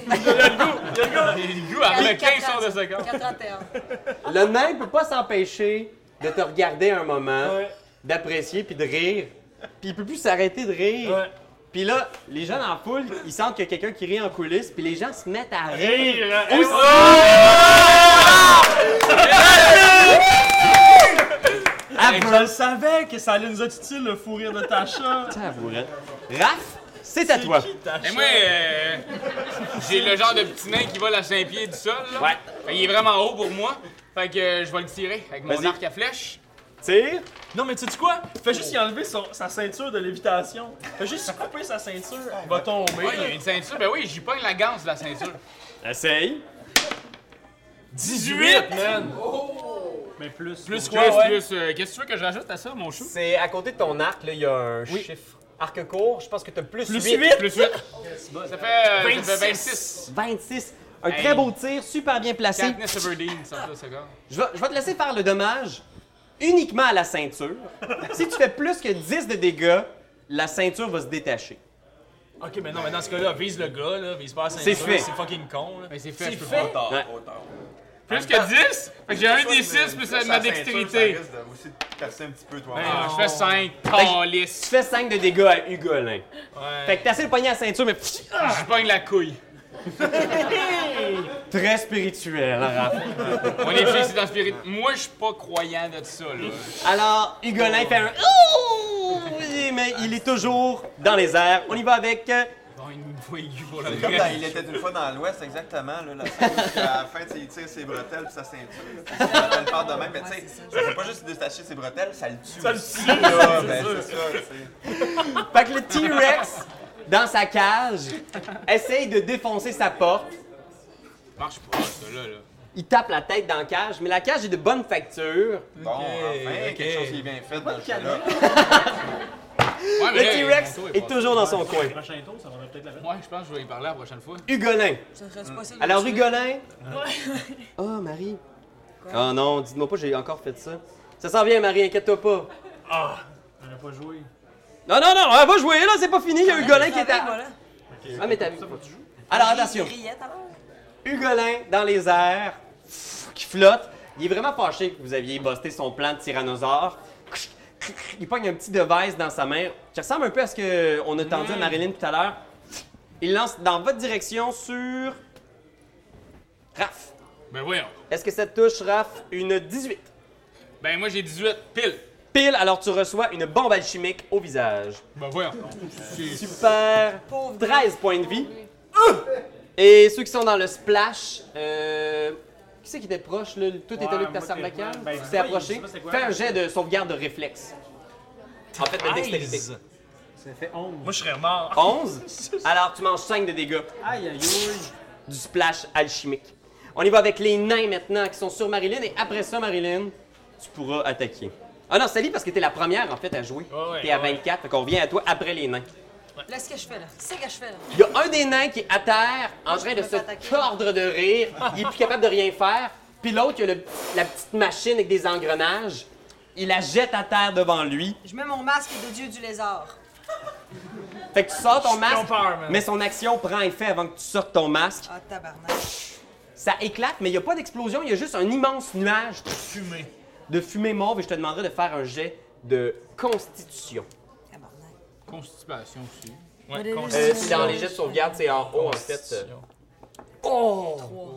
Il joue après quinze sorts de secondes. quatre trente et un. Le nain peut pas s'empêcher de te regarder un moment, Ouais. d'apprécier puis de rire. Puis il peut plus s'arrêter de rire. Ouais. Puis là, les gens dans la foule, ils sentent qu'il y a quelqu'un qui rit en coulisses, puis les gens se mettent à rire. Rire. hein. Aussi. Ah, je le savais que ça allait nous être utile le fou rire de Tasha. Savouret. Raph, c'est à toi. Qui, Tasha? Et moi, euh, j'ai le genre de petit nain qui vole à cinq pieds du sol. Là. Ouais. Fait, il est vraiment haut pour moi. Fait que euh, je vais le tirer avec mon Vas-y. arc à flèche. Tire. Non, mais tu sais quoi? Fais juste y enlever son- sa ceinture de lévitation. Fais juste couper sa ceinture. Il va tomber. Ouais, il y a une ceinture. Ben oui, j'y pogne la ganse de la ceinture. Essaye. dix-huit, man! Mais plus. Plus Plus, quoi, ouais? plus. euh, Qu'est-ce que tu veux que je rajoute à ça, mon chou? C'est à côté de ton arc, là, il y a un chiffre. Arc court, je pense que t'as plus, Plus huit. huit. Plus huit. Ça fait, euh, ça fait vingt-six. vingt-six. Un Hey. très beau tir, super bien placé. Katniss Everdeen, ça fait ça, gars. Je vais, je vais te laisser faire le dommage uniquement à la ceinture. Si tu fais plus que dix de dégâts, la ceinture va se détacher. Ok, mais non, mais dans ce cas-là, vise le gars, là, vise pas la C'est ceinture. fait. C'est fucking con, là. Mais c'est fait, C'est je peux fait. pas. Ouais. Plus que dix? Fait que j'ai un des six plus ma dextérité. Ça risque de aussi te casser un petit peu, toi. Ah, je fais cinq. Tu Calice. fais cinq de dégâts à Hugolin. Ouais. Fait que t'as assez le poignet à la ceinture, mais pff, Je pogne la couille. très spirituel, hein, Raph. On est fait ici dans le spirit. Moi, je suis pas croyant de ça, là. Alors, Hugolin fait un Ouh! Oui, mais il est toujours dans les airs. On y va avec. euh, Bon, une voix aiguë pour la C'est comme dans vraie. Il était une fois dans l'Ouest, exactement. Là, la scène où à la fin, tu sais, il tire ses bretelles puis sa ceinture. Là, tu sais, ses bretelles partent de même, mais tu sais, ça fait pas juste détacher ses bretelles, ça le tue. Ça le tue, là. Ben, c'est ça, tu sais. Fait que le T-Rex, dans sa cage, essaye de défoncer sa porte. Marche pas, ça, là, là. Il tape la tête dans la cage, mais la cage est de bonne facture. Bon, enfin, ok. quelque chose qui est bien fait dans ce jeu-là. Ouais, Le mais là, T-Rex mon tour est passé. toujours dans son coin. Prochain tour, ça va peut-être la peine. Ouais, je pense que je vais y parler la prochaine fois. Hugolin. Ça serait possible de Alors, le tuer? Hugolin. Oh, Marie. Oh non, dites-moi pas, j'ai encore fait ça. Ça s'en vient, Marie, inquiète-toi pas. Ah! On n'a pas joué. Non, non, non, elle va jouer, là, c'est pas fini. Il y a Hugolin qui est Ah, à. voilà. Ah, mais t'as vu. Alors, attention. Il riait tout à l'heure. Hugolin dans les airs, pff, qui flotte. Il est vraiment fâché que vous aviez busté son plan de tyrannosaure. Il pogne un petit device dans sa main, qui ressemble un peu à ce qu'on a tendu à Marilyn tout à l'heure. Il lance dans votre direction sur Raph. Ben voyons. Est-ce que ça te touche, Raph? Une dix-huit. Ben moi, j'ai dix-huit, pile. Pile, alors tu reçois une bombe alchimique au visage. Ben voyons. Super. Pauvre treize points de vie. Et ceux qui sont dans le splash, euh, qui c'est qui était proche, là? Tout était Ouais, là que ta moi, sarbacane? ben, Tu je sais t'es pas, approché. je sais pas c'était quoi. Fais un jet de sauvegarde de réflexe. En fait, de dextérité. treize. Ça fait onze. Moi, je serais mort. onze. Alors, tu manges cinq de dégâts Aïe, aïe, aïe. du splash alchimique. On y va avec les nains maintenant qui sont sur Marilyn. Et après ça, Marilyn, tu pourras attaquer. Ah non, Sally, parce que t'es la première en fait à jouer. Ouais, ouais, T'es à ouais. vingt-quatre, fait qu'on revient à toi après les nains. Là, ce que je fais, là. C'est ce que je fais, là. Il y a un des nains qui est à terre, en train de peux se pas attaquer. tordre de rire. Il est plus capable de rien faire. Puis l'autre, il a le- la petite machine avec des engrenages. Il la jette à terre devant lui. Je mets mon masque de dieu du lézard. Fait que tu sors ton masque, Ils ont peur, man. mais son action prend effet avant que tu sortes ton masque. Ah, tabarnak. Ça éclate, mais il n'y a pas d'explosion, il y a juste un immense nuage Fumé. de fumée mauve et je te demanderai de faire un jet de constitution. Tabarnak. Constipation aussi. Ouais, Euh, consti- Euh, puis dans les jets de sauvegarde, c'est en haut en fait. euh. Oh!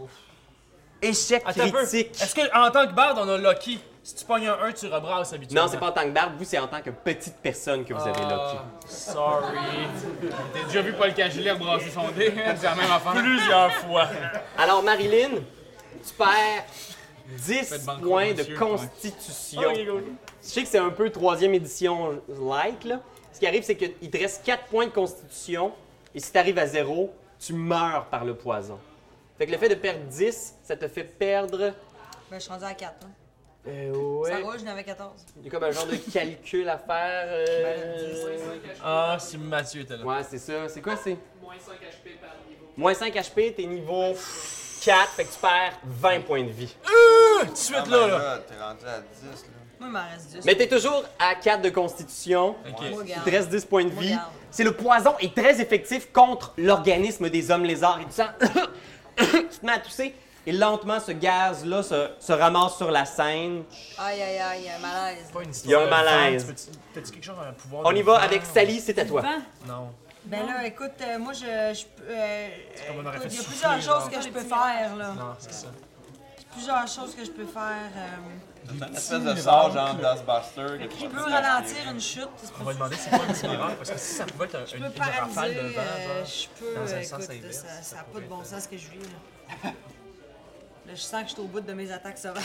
Échec Attends un peu. critique. Est-ce que en tant que barde, on a Lucky? Si tu pognes un un, tu rebrasses habituellement. Non, c'est pas en tant que barbe, vous c'est en tant que petite personne que vous avez là. Ah, sorry. T'as déjà vu Paul Cagilet brasser son dé? hein? C'est la même affaire. Plusieurs fois. Alors Marilyn, tu perds dix Faites banque points de monsieur, constitution. Oh, il est cool. Je sais que c'est un peu troisième édition like là. Ce qui arrive, c'est qu'il te reste quatre points de constitution et si tu arrives à zéro, tu meurs par le poison. Fait que le fait de perdre dix, ça te fait perdre. Ben, je suis rendu à quatre, hein. Euh, Ça ouais. roule, j'en avais quatorze. Il y a comme un genre de calcul à faire. euh, Ah, si Mathieu était là. Ouais, c'est ça. C'est quoi, c'est? Moins cinq H P par niveau. Moins cinq H P, t'es niveau quatre, fait que tu perds vingt points de vie. Tout de suite Ah, là, ben là. T'es rendu à dix, là. Moi, il m'en reste dix. Mais t'es toujours à quatre de constitution. Ok. Moi, Il garde. te reste dix points de Moi, vie. garde. C'est le poison est très effectif contre l'organisme des hommes lézards. Et tu sens. Tu te mets à tousser. Et lentement, ce gaz-là se, se ramasse sur la scène. Aïe, aïe, aïe, il y a un malaise. Pas une Il y a un histoire de malaise. vent. Tu peux- T'as-tu quelque chose, un pouvoir On de y va vent? avec Sally, c'est à toi. Vent. Non. Ben là, écoute, euh, moi, je. je peux, euh, comme on aurait écoute, fait il y a souffler, plusieurs genre. choses que je peux faire, là. Non, c'est ça. Plusieurs choses que je peux faire. euh, C'est une espèce de sort genre Dustbuster. que tu Je vas peux te ralentir une chute. On va demander c'est quoi le petit miracle, parce que si ça pouvait être un- Je une, peux une rafale paralyser. de vent, euh, genre. je peux. dans un euh, sens écoute, inverse, ça ça n'a pas de pourrait bon être- sens ce que je vis, là. Là, je sens que je suis au bout de mes attaques sauvages.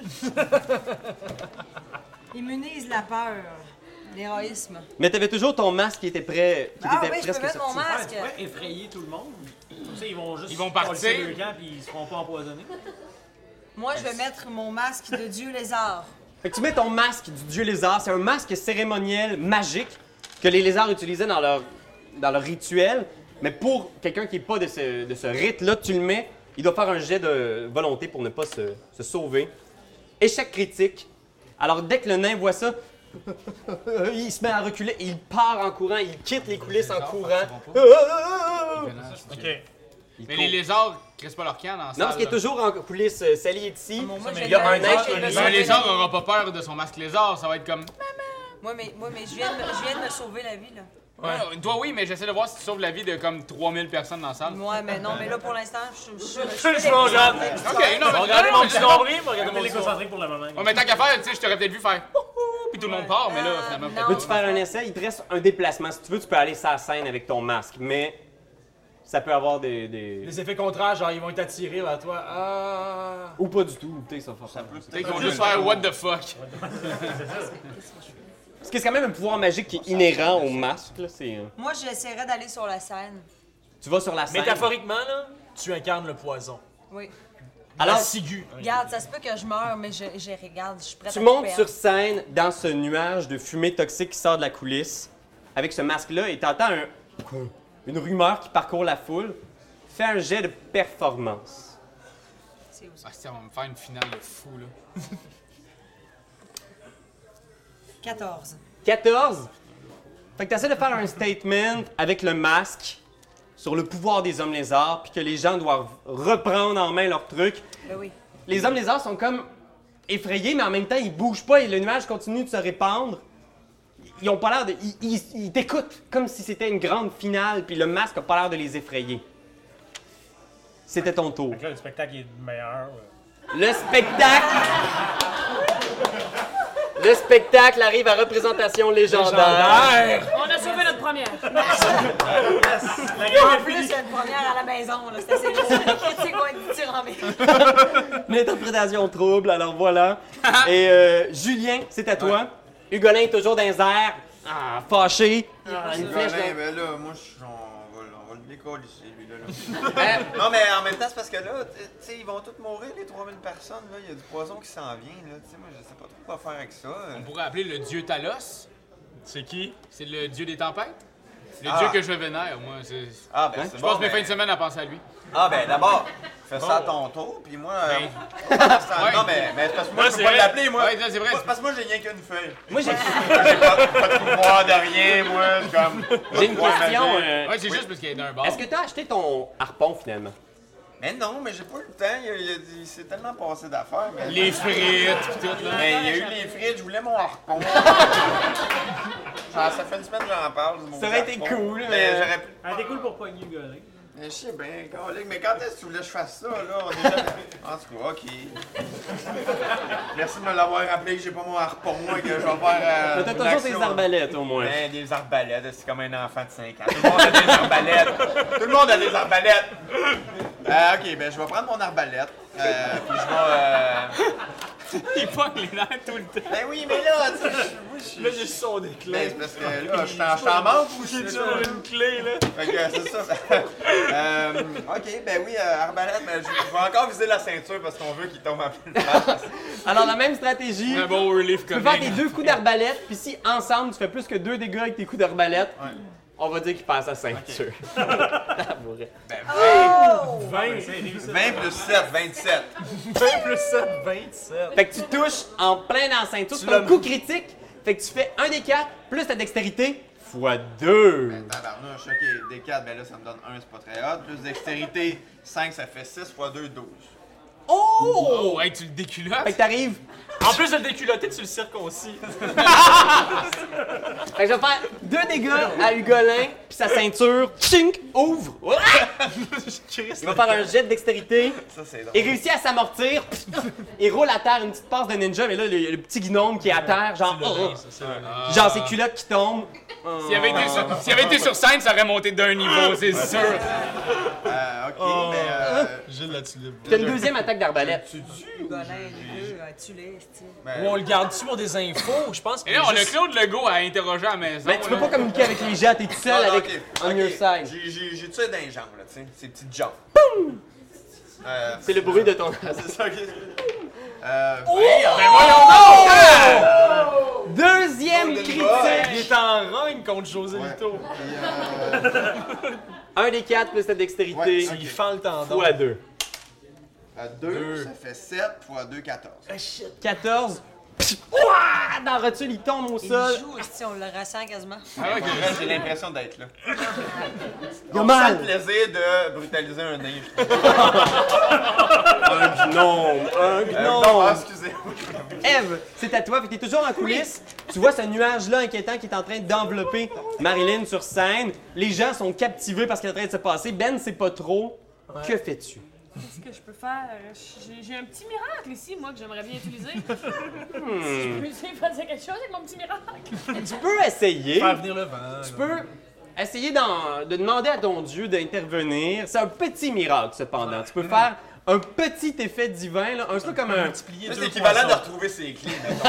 Immunise la peur. L'héroïsme. Mais t'avais toujours ton masque qui était prêt. Qui Ah était oui, je peux presque mettre mon sorti. masque. Ouais, tu pourrais effrayer tout le monde. Comme ça, ils vont juste Ils vont coller partir. le camp puis ils se feront pas empoisonner. Moi, je vais mettre mon masque de dieu lézard. Fait que tu mets ton masque du dieu lézard. C'est un masque cérémoniel magique que les lézards utilisaient dans leur, dans leur rituel. Mais pour quelqu'un qui n'est pas de ce, de ce rite-là, tu le mets, il doit faire un jet de volonté pour ne pas se, se sauver. Échec critique. Alors dès que le nain voit ça, il se met à reculer et il part en courant. Il quitte les coulisses en courant. Ok. Il Mais court. les lézards crissent pas leur camp dans la salle. Non, parce qu'il est là. toujours en coulisses. euh, Sally est ici. Moi, moi, mais je il y a viens un de- nain je qui viens de est me Mais un sauver lézard la vie. aura pas peur de son masque lézard, ça va être comme. Moi, mais, moi, mais je viens, de, me- je viens de me sauver la vie, là. Ouais. Toi, oui, mais j'essaie de voir si tu sauves la vie de comme trois mille personnes dans la salle. Ouais, mais non, mais là, pour l'instant, je, je, je, je, Je fais m'en regarde. des- Ok, non, mais. Regardez non, mon mais petit non. nombril, regardez On mon est petit nombril. concentré pour le moment. Ouais, mais tant qu'à faire, tu sais, je t'aurais peut-être vu faire. Puis tout le monde part, mais là, finalement. non. Veux-tu faire un essai? Il te reste un déplacement. Si tu veux, tu peux aller sur la scène avec ton masque, mais ça peut avoir des... des- Les effets contraires, genre ils vont être attirés vers toi. Ah. Ou pas du tout. Peut-être que ça va faire ça. Peut-être qu'ils vont juste faire what the fuck. Parce que c'est quand même un pouvoir magique qui est inhérent au masque. Là. C'est, euh, Moi, j'essaierais d'aller sur la scène. Tu vas sur la scène. Métaphoriquement, là, tu incarnes le poison. Oui. Alors, La ciguë. Regarde, ça se peut que je meure, mais je, je regarde, je suis prête tu à montes tout sur perdre. scène dans ce nuage de fumée toxique qui sort de la coulisse avec ce masque-là et t'entends un... une rumeur qui parcourt la foule. Fais un jet de performance. C'est où ça? Ah, c'est, on va me faire une finale de fou, là. quatorze. quatorze. Fait que t'essaies de faire un statement avec le masque sur le pouvoir des hommes lézards, puis que les gens doivent reprendre en main leur truc. Ben oui. Les hommes lézards sont comme effrayés, mais en même temps, ils bougent pas et le nuage continue de se répandre. Ils ont pas l'air de... Ils, ils- ils t'écoutent comme si c'était une grande finale, puis le masque a pas l'air de les effrayer. C'était ton tour. Fait que là, le spectacle est meilleur. ouais. Le spectacle... Le spectacle arrive à représentation légendaire. On a sauvé notre première. La En game est plus, il finie. y a une première à la maison, là. C'est assez les critiques vont être dithyrambiques. L'interprétation trouble, alors voilà. Et euh, Julien, c'est à toi. Hugolin, toujours dans les airs. Ah, fâché. Ah, une flèche Golin, dans- ben là, moi, je- on va, on va le décoller ici, lui, là. là. Non, mais en même temps, c'est parce que là, tu sais, ils vont tous mourir, les trois mille personnes, là. Il y a du poison qui s'en vient, là. Tu sais, moi, je sais pas trop quoi faire avec ça. On pourrait appeler le dieu Talos. C'est qui? C'est le dieu des tempêtes. Le Ah. dieu que je vénère, moi. c'est- Ah, ben, c'est Je bon. passe mes ben- fins de semaine à penser à lui. Ah, ben, d'abord, fais ça à ton tour, puis moi. euh, Ben, ça- ouais. Non, mais, mais c'est parce que moi, Ouais, je c'est peux pas vrai. l'appeler, moi. Ouais, ça, c'est vrai. Moi, Parce que moi, j'ai rien qu'une feuille. Moi, j'ai J'ai pas, pas de pouvoir de rien, moi. C'est comme. j'ai une pouvoir question. magique. euh, Ouais, c'est juste parce qu'il est d'un bar. Est-ce que tu as acheté ton harpon finalement? Mais non, mais j'ai pas eu le temps. Il, y a- il y a- il s'est tellement passé d'affaires. Mais... Les frites, pis tout, là. Mais il y a eu les frites, je voulais mon harpon. Genre, ça fait une semaine que j'en parle. du mot Ça aurait été harpon. cool, Mais mais- j'aurais pu. Elle était cool pour pogner Hugolin. Mais je sais bien, calique, mais quand est-ce que tu voulais que je fasse ça, là? On est jamais... En tout cas, OK. Merci de me l'avoir rappelé que j'ai pas mon harpon et que je vais faire. Euh, Mais t'as une toujours action. tes arbalètes au moins. Ben, des arbalètes, c'est comme un enfant de cinq ans. Tout le monde a des arbalètes. Tout le monde a des arbalètes. Euh, OK, ben, je vais prendre mon arbalète. Euh, puis je vais. Euh... Il pogne les nerfs tout le temps. Ben oui, mais là, tu sais, je- moi, je suis. Là, j'ai son des clés. Ben, c'est parce que là, je t'en- je t'en manque ou J'ai c'est sur ça? une clé, là. Fait que c'est ça. euh, ok, ben oui, euh, arbalète, mais je, je vais encore viser la ceinture parce qu'on veut qu'il tombe en pleine face. Alors, la même stratégie. Un bon relief Tu comme peux faire tes deux coups d'arbalète, puis si ensemble tu fais plus que deux dégâts avec tes coups d'arbalète, Ouais. on va dire qu'il passe à ceinture. Tabouret. Ben, Oh! vingt, c'est réussi. vingt plus sept, vingt-sept. vingt plus sept, vingt-sept. Fait que tu touches en plein dans la ceinture. C'est l'as- un coup critique. Fait que tu fais un des quatre plus ta dextérité fois deux. Tabarnouche, ok, des quatre, ben là, ça me donne un, c'est pas très hot. Plus dextérité, cinq, ça fait six fois deux, douze. Oh! Oh, hey, tu le déculottes? Fait que t'arrives. En plus de le déculotter, tu le circoncis. Fait que je vais faire deux dégâts à Hugolin, puis sa ceinture, chink, ouvre. Il va faire un jet de dextérité. Ça, c'est drôle. Il réussit à s'amortir. Il roule à terre une petite passe de ninja, mais là, le, le petit gnome qui est à terre, genre. oh, oh. Genre ses culottes qui tombent. S'il avait, été sur, s'il avait été sur scène, ça aurait monté d'un niveau, c'est sûr. Euh, ok, mais. Euh, J'ai de la tulipe. T'as une deuxième attaque d'arbalète. tu dis Golin, les deux, euh, tue-les, style. Ou on le garde-tu pour des infos? Je pense que. Et là, on a Claude Legault à interroger à la maison. Mais tu peux là. pas communiquer avec les gens, t'es tout seul Non, non, avec ok, on ok. your side. J'ai- J'ai j'ai tué dans les jambes, là, tu sais, ces petites jambes. Euh, C'est le bruit de ton. C'est ça, ok. Euh, Oh! vingt, Ben voyons donc! Deuxième Golden critique. Boy. Il est en rogne contre José Ouais. Lito. Et, euh, Un des quatre plus ta dextérité Ouais, ok. Il fend le tendon. fois deux. à deux, ça fait sept fois deux, quatorze. quatorze. Ouah! Dans la rotule, il tombe au Il sol. joue, si on le ressent quasiment. Ah, ok. Pour vrai, j'ai l'impression d'être là. Il a On mal. sent le plaisir de brutaliser un nain, je trouve. Un gnome. Un Euh, non, gnome. ah, excusez-moi. Eve, c'est à toi. Fait que t'es toujours en coulisses. Tu vois ce nuage-là inquiétant qui est en train d'envelopper Marilyn sur scène. Les gens sont captivés par ce qui est en train de se passer. Ben, c'est pas trop. Que fais-tu? Qu'est-ce que je peux faire? Euh, J'ai j'ai un petit miracle ici, moi, que j'aimerais bien utiliser. Si je peux essayer de faire quelque chose avec mon petit miracle. Tu peux essayer. Faire venir le vent. Tu peux essayer d'en- de demander à ton Dieu d'intervenir. C'est un petit miracle, cependant. Tu peux faire un petit effet divin, là, un peu comme un... Multiplier C'est deux l'équivalent de poissons. retrouver ses clés, mettons.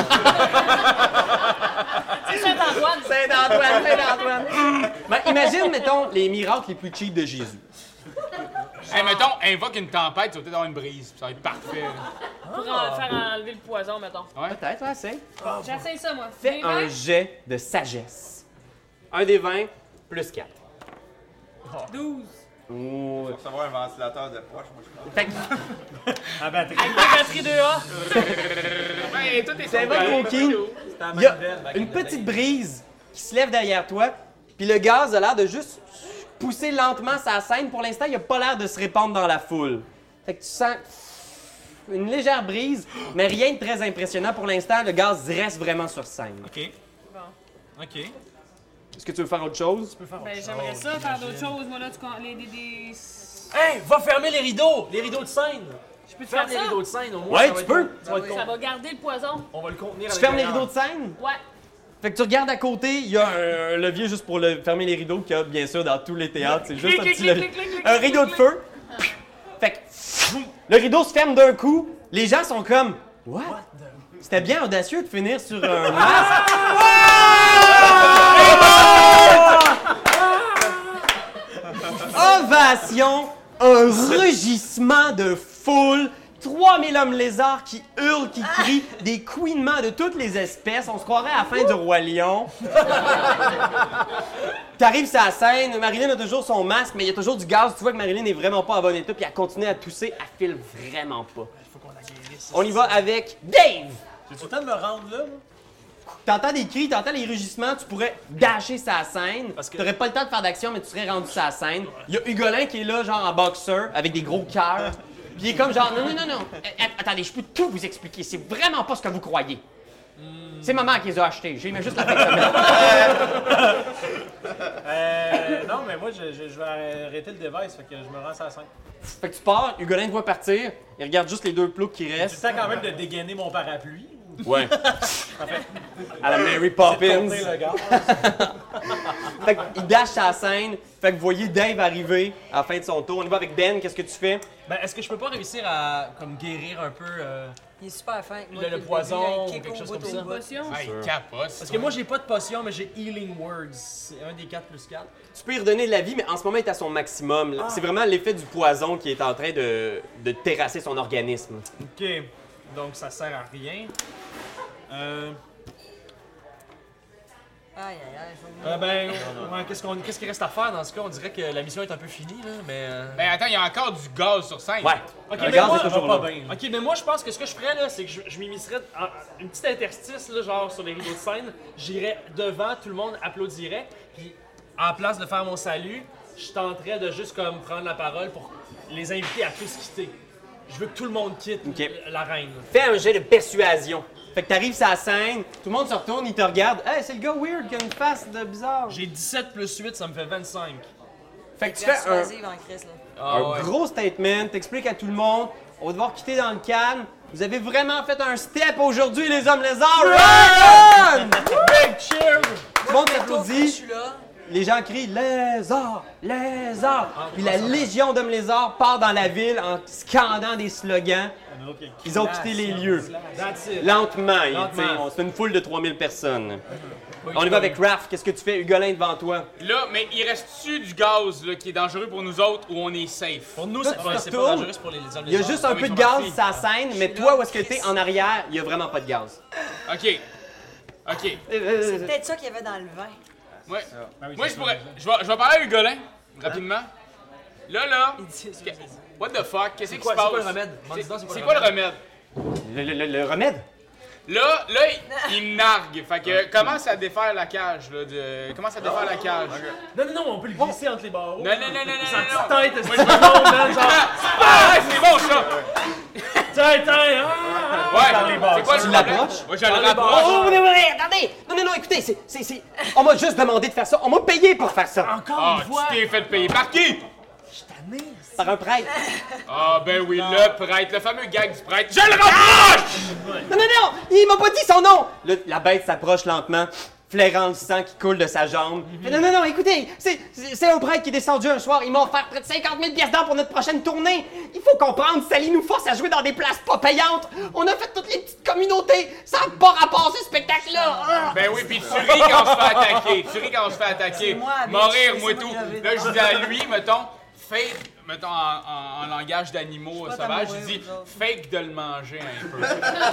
C'est Saint-Antoine. Saint-Antoine, Saint-Antoine. Ben, imagine, mettons, les miracles les plus cheap de Jésus. Hey, mettons, invoque une tempête, tu vas peut-être avoir une brise, puis ça va être parfait. là. Pour en- faire enlever le poison, mettons. Ouais. Peut-être, ouais, c'est. J'essaye ça, moi. Fais Des un vingt, jet de sagesse. Un des vingt plus quatre. douze. Ouh. Pour recevoir un ventilateur de poche, moi, je pense. Fait que À batterie. Avec deux batteries deux A. Ben, tout est c'est sur votre Moki. Il y a une petite brise qui se lève derrière toi, puis le gaz a l'air de juste pousser lentement sa scène. Pour l'instant, il n'a pas l'air de se répandre dans la foule. Fait que tu sens une légère brise, mais rien de très impressionnant pour l'instant. Le gaz reste vraiment sur scène. Ok. Bon. Ok. Est-ce que tu veux faire autre chose? Ben, j'aimerais ça, faire d'autres choses, moi, là. Tu con- les, des, des... Hey, va fermer les rideaux! Les rideaux de scène! Je peux te Ferme faire les ça? rideaux de scène au moins. Ouais, ça va tu être peux. con- Ça va être Ça con. va garder le poison. On va le contenir Tu avec fermes un les rideaux arbre. de scène? Ouais. Fait que tu regardes à côté, il y a un, un levier juste pour le, fermer les rideaux qu'il y a bien sûr dans tous les théâtres. C'est juste un petit levier. Un rideau de feu. Fait que le rideau se ferme d'un coup. Les gens sont comme « What? C'était bien audacieux de finir sur un masque. » Ovation, un rugissement de foule. trois mille hommes lézards qui hurlent, qui crient, des couinements de toutes les espèces. On se croirait à la fin du Roi Lion. T'arrives sur la scène, Marilyn a toujours son masque, mais il y a toujours du gaz. Tu vois que Marilyn n'est vraiment pas en bon état, puis elle continue à tousser. Elle file vraiment pas. On y va avec Dave! J'ai le temps de me rendre là, moi? T'entends des cris, t'entends les rugissements, tu pourrais dasher sa scène. Parce que t'aurais pas le temps de faire d'action, mais tu serais rendu sa scène. Il y a Hugolin qui est là, genre en boxeur, avec des gros cœurs. Puis il est comme genre, non, non, non, non. Attendez, je peux tout vous expliquer. C'est vraiment pas ce que vous croyez. C'est maman qui les a achetés. J'ai mis juste la fin de semaine. euh, non, mais moi, je, je, je vais arrêter le device, fait que je me rends sur la scène. Fait que tu pars, Hugolin te voit partir. Il regarde juste les deux ploucs qui J'ai restent. le temps quand même de dégainer mon parapluie. Ouais. Parfait. À la Mary Poppins. C'est le gaz. Fait qu'il dash sa scène. Fait que vous voyez Dave arriver à la fin de son tour. On y va avec Ben. Qu'est-ce que tu fais? Ben, est-ce que je peux pas réussir à comme guérir un peu euh, Il est super fin. Moi, le, le depuis poison début, ou il kick quelque au chose bout comme au ça? bout. Potion. Ah, il capote. Parce que moi j'ai pas de potion, mais j'ai Healing Words. C'est un des quatre plus quatre. Tu peux y redonner de la vie, mais en ce moment, il est à son maximum. là. C'est vraiment l'effet du poison qui est en train de, de terrasser son organisme. Ok. Donc ça sert à rien. Euh. Aïe, aïe, aïe. faut- euh, ben, ouais, qu'est-ce qu'on, qu'est-ce qu'il reste à faire dans ce cas? On dirait que la mission est un peu finie, là, mais. euh, Ben attends, il y a encore du gaz sur scène. Ouais. Ok, Le mais gaz moi, est toujours va là. pas bien. Ok, mais moi je pense que ce que je ferais là, c'est que je, je m'immiscerais en- une petite interstice là, genre sur les rideaux de scène. J'irais devant, tout le monde applaudirait, puis en place de faire mon salut, je tenterais de juste comme prendre la parole pour les inviter à tous quitter. Je veux que tout le monde quitte Ok. l'arène. Fais un jet de persuasion. Fait que t'arrives sur la scène, tout le monde se retourne, il te regarde. Hey, c'est le gars weird qui a une face de bizarre. J'ai dix-sept plus huit, ça me fait vingt-cinq. Fait que tu fais un, Persuasive en crise, là. Ah, un ouais. gros statement, t'expliques à tout le monde. On va devoir quitter dans le calme. Vous avez vraiment fait un step aujourd'hui, les hommes lézards. Right on! Big cheer! Tout le monde Je s'applaudit. suis là. Les gens crient lézard, lézard. Puis la légion d'hommes lézards part dans la ville en scandant des slogans. Ils ont quitté les lieux. That's it. Lentement, il- Lentement. tu sais, on- c'est une foule de trois mille personnes. On y va avec Raph. Qu'est-ce que tu fais, Hugolin, devant toi? Là, mais il reste-tu du gaz là, qui est dangereux pour nous autres ou on est safe? Pour nous, Toi, c'est tu pas, te c'est pas retournes. dangereux c'est pour les, les hommes Il y a lézards. juste un oui, peu de je m'en gaz fie. sur la scène, mais suis toi, là, où est-ce que t'es Chris. en arrière, il y a vraiment pas de gaz. Ok. Ok. C'est peut-être ça qu'il y avait dans le vin. Ouais. Ah oui, Moi, c'est je ça, pourrais. c'est Je vais, je vais parler à Hugolin, rapidement. Là, là. Il dit ça, que- c'est ça. What the fuck? Qu'est-ce qui se quoi- passe? c'est quoi le remède? C'est Demande-donc, c'est quoi c'est le quoi le remède? remède? Le, le- le- le remède? Là, là, il, il me nargue. Fait que commence à défaire la cage, là. De... Commence à défaire la cage. Non, non, non, on peut le glisser entre les barreaux. Non, non, non, non, non, Sa non, petite non. tête, c'est pas bon, man, genre. Ah, ouais, c'est bon, ça! Tiens, tiens, ah! Ouais, Dans les c'est bars. quoi le Tu problème? l'approches? Ouais, je le Dans les Oh, rapproche. oh, oui, oui, oui, attendez! Non, non, non, écoutez, c'est, c'est, c'est... On m'a juste demandé de faire ça. On m'a payé pour faire ça. Encore Ah, une fois! tu t'es fait payer par qui? Par un prêtre. Ah, ben oui, le prêtre, le fameux gag du prêtre. Je le rapproche! Non, non, non! Il m'a pas dit son nom! Le- la bête s'approche lentement, flairant le sang qui coule de sa jambe. Fait, non, non, non, écoutez, c'est, c'est, c'est un prêtre qui est descendu un soir. Il m'a offert près de cinquante mille pièces d'or pour notre prochaine tournée. Il faut comprendre, Sally nous force à jouer dans des places pas payantes. On a fait toutes les petites communautés. Ça n'a pas rapport, ce spectacle-là. Ah! Ben oui, pis tu ris quand on se fait attaquer. Tu ris quand on se fait attaquer. C'est moi, bitch. Mourir, C'est moi moi tout. qui l'avais Là, je dit. dis à lui, mettons, fake, mettons en, en- en langage d'animaux pas sauvages, je t'amourir, dis vous autres. fake de le manger un peu.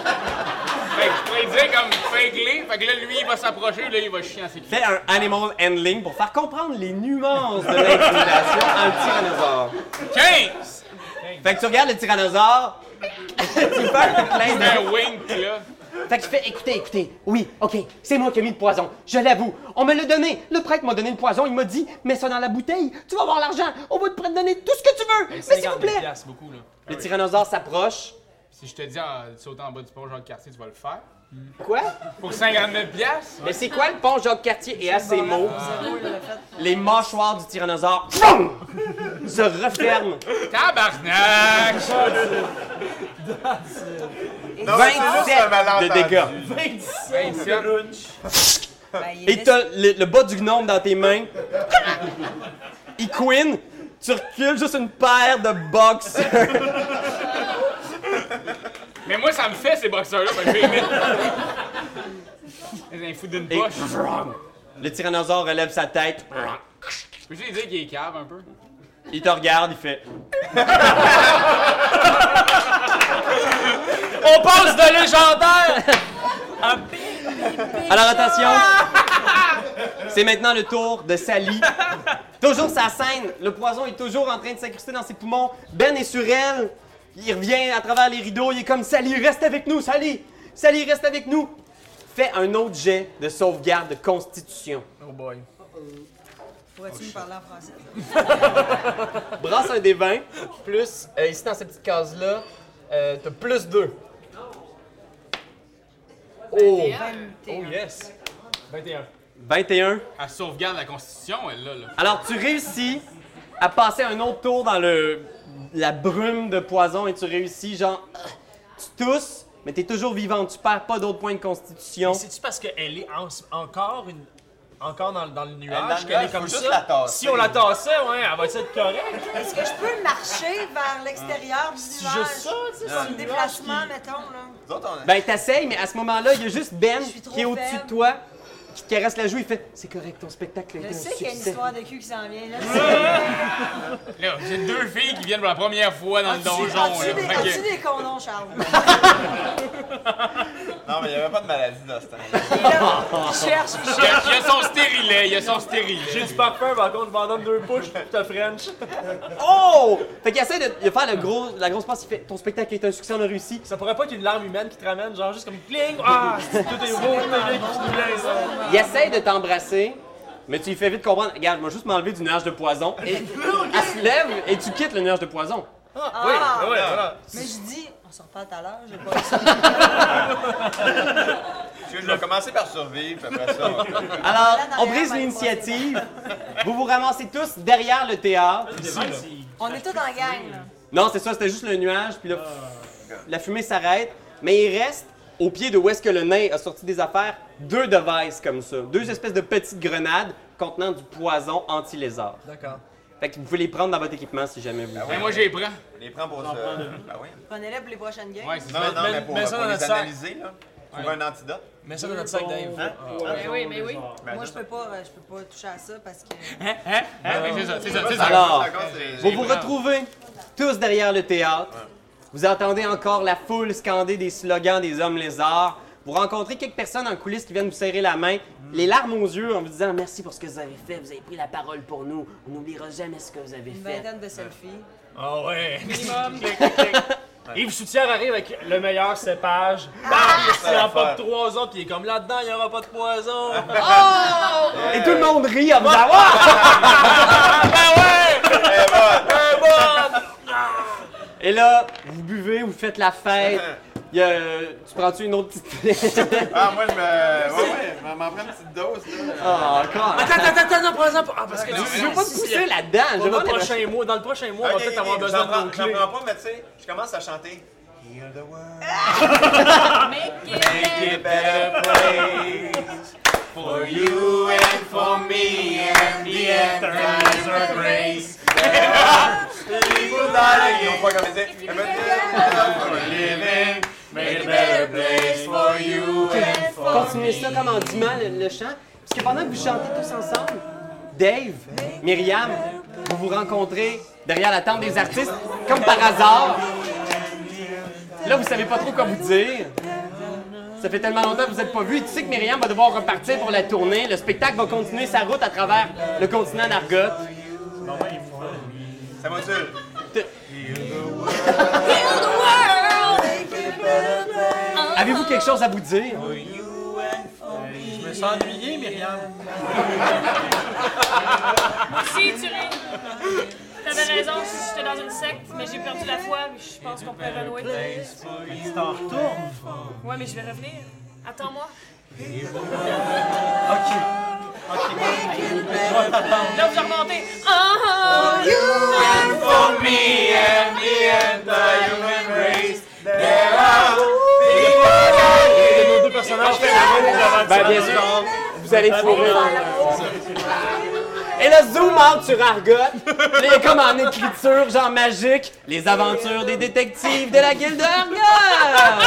Fait que je pourrais dire comme fake-les. Fait que là, lui, il va s'approcher, là, il va chier en sécurité. Fais un animal handling pour faire comprendre les nuances de l'intimidation en tyrannosaure. quinze! Fait que tu regardes le tyrannosaure, tu fais un clin d'œil. Un wink, là. Fait que je fais, écoutez, écoutez, oui, ok, c'est moi qui ai mis le poison, je l'avoue. On me l'a donné, le prêtre m'a donné le poison, il m'a dit, mets ça dans la bouteille, tu vas avoir l'argent, on va te donner tout ce que tu veux, mais s'il vous plaît. C'est beaucoup, là. Le tyrannosaure s'approche. Si je te dis ah, de sauter en bas du pont Jacques-Cartier, tu vas le faire. Quoi? Pour cinquante mille piastres? Mais c'est quoi le pont Jacques-Cartier? Et à ces mots, Zéro, il l'a fait. les mâchoires du tyrannosaure boum, se referment. Tabarnak! Non, mais c'est juste un vingt-sept de malentendu. dégâts. vingt-sept. Ben, il Et laisse- t'as le, le bas du gnome dans tes mains. Il queen. Tu recules juste une paire de box. Mais moi, ça me fait ces boxeurs-là, parce que je vais les mettre. C'est un fou d'une Et poche. le tyrannosaure relève sa tête. Peux-tu lui dire qu'il est cave un peu? Il te regarde, il fait. On passe de légendaire! Alors attention, c'est maintenant le tour de Sally. Toujours sa scène, le poison est toujours en train de s'incruster dans ses poumons. Ben est sur elle, il revient à travers les rideaux, il est comme Sally, reste avec nous, Sally! Sally, reste avec nous! Fais un autre jet de sauvegarde de constitution. Oh boy. Pourrais-tu me parler en français? Brasse un des vingt, plus, euh, ici dans cette petite case-là, euh, t'as plus deux. Oh! vingt et un. Oh yes! vingt et un. vingt et un. Elle sauvegarde la Constitution, elle, là. là. Alors, tu réussis à passer un autre tour dans le la brume de poison et tu réussis, genre, tu tousses, mais t'es toujours vivant, tu perds pas d'autres points de constitution. Mais c'est-tu parce qu'elle est en- encore une. Encore dans, dans le dans nuage, le qu'elle nuage, est comme faut juste ça? la tasser. Si on la tassait, ouais, elle va être correcte. Est-ce que je peux marcher vers l'extérieur du C'est nuage? juste ça, tu sais, c'est Comme le déplacement, nuage qui- mettons, là. Nous autres, on a... Ben, t'essayes, mais à ce moment-là, il y a juste Ben Je suis trop qui est au-dessus de faible. toi, qui te caresse la joue, il fait « C'est correct, ton spectacle a Je été un sais qu'il y a une succès. histoire de cul qui s'en vient, là. Là, j'ai deux filles qui viennent pour la première fois dans le donjon. As-tu là. des, Fait que- as-tu des condoms, Charles? Non, mais il n'y avait pas de maladie dans ce temps. Et là, il cherche, il Il y, a, cherche. il y a son stérilet, il y a son stérilet. J'ai du parfum, par contre, je m'en donne deux push pour te French. » Oh! Fait qu'il essaie de, de faire le gros, la grosse passe, il fait « Ton spectacle est un succès, on a réussi. Ça pourrait pas être une larme humaine qui te ramène, genre juste comme cling! Ah! Tout est beau, tout est là qui se blesse. » Il essaie de t'embrasser, mais tu lui fais vite comprendre « Regarde, je vais juste m'enlever du nuage de poison. » Et elle se lève et tu quittes le nuage de poison. Ah, Ah. oui, oui, voilà. Mais je dis, on s'en reparle tout à l'heure, j'ai pas ça. Je vais commencer par survivre, puis après ça... on- Alors, Là, dans on les brise airs, l'initiative. Vous vous ramassez tous derrière le théâtre. On est tous en gang, là. Non, c'est ça, c'était juste le nuage, puis là, la fumée s'arrête. Mais il reste, au pied de où est-ce que le nain a sorti des affaires, deux devices comme ça. Deux espèces de petites grenades contenant du poison anti-lézard. D'accord. Fait que vous pouvez les prendre dans votre équipement si jamais vous Ben, voulez. moi, je les prends. Les prends pour ça. Ben oui. Prenez-les pour les prochaines games. Ouais, c'est Non, ça. non, mais pour, mets ça pour dans les notre sac. analyser, là. Trouver un antidote. Mets ça dans notre sac, Dave. Ben oui, mais oui. Ben, Moi, c'est je peux pas, euh, je peux pas toucher à ça parce que... Hein, oui, c'est ça, c'est ça, c'est ça. Alors, ça, c'est- vous vous retrouvez tous derrière le théâtre. Vous entendez encore la foule scander des slogans des hommes lézards. Vous rencontrez quelques personnes en coulisses qui viennent vous serrer la main, les larmes aux yeux en vous disant « Merci pour ce que vous avez fait, vous avez pris la parole pour nous. On n'oubliera jamais ce que vous avez Une fait. vingtaine de selfies. Ah ouais. Minimum. Clic, clic, clic. Yves Soutière arrive avec le meilleur cépage. Bam! Il en pop trois autres, puis il est comme là-dedans, il n'y aura pas de poison. » Et tout le monde rit en vous disant « Wow! Ben ouais! Eh, bon. Ben bon! Et là, vous buvez, vous faites la fête. Il y a, tu prends-tu une autre petite... Ah, moi, je me... Ouais, ouais, je m'en prends une petite dose, là. Ah, encore. Attends, attends, attends, non, prends-en pas. Ah, parce que Non, tu mais Je veux pas te pousser là-dedans. Je Dans veux le pas te- prochain mois, dans le prochain mois, on va Ok, peut-être ok, avoir besoin j'en de prends- nos J'en clés. prends pas, mais tu sais, je commence à chanter. Heal the world, Make it make it a better place. For you and for me and the entire grace. People dying, ils ont pas comme ça. For living, make it a better place for you and for Continuez ça comme en dimant le, le chant. Parce que pendant que vous chantez tous ensemble, Dave, Myriam, vous vous rencontrez derrière la tente des artistes, comme par hasard. Là, vous savez pas trop quoi vous dire. Ça fait tellement longtemps que vous n'êtes pas vus. Tu sais que Myriam va devoir repartir pour la tournée. Le spectacle va continuer sa route à travers le continent d'Argot. Ça module. Avez-vous quelque chose à vous dire? Je me sens ennuyé, Myriam. Si, tu ris. T'avais raison, j'étais dans une secte, mais j'ai perdu la foi, puis je pense qu'on peut renouer. Tu t'en retournes. Ouais, mais je vais revenir. Attends-moi. Ok. Ok. Là, vous remontez. Ah, ah. For me and the entire human race, there are Nos deux personnages font l'amour devant le Ben, bien salon. sûr. Vous vous allez fourrer. Et là, zoom out sur Argot. Là, il est comme en écriture, genre magique. Les aventures des détectives de la guilde de Argot!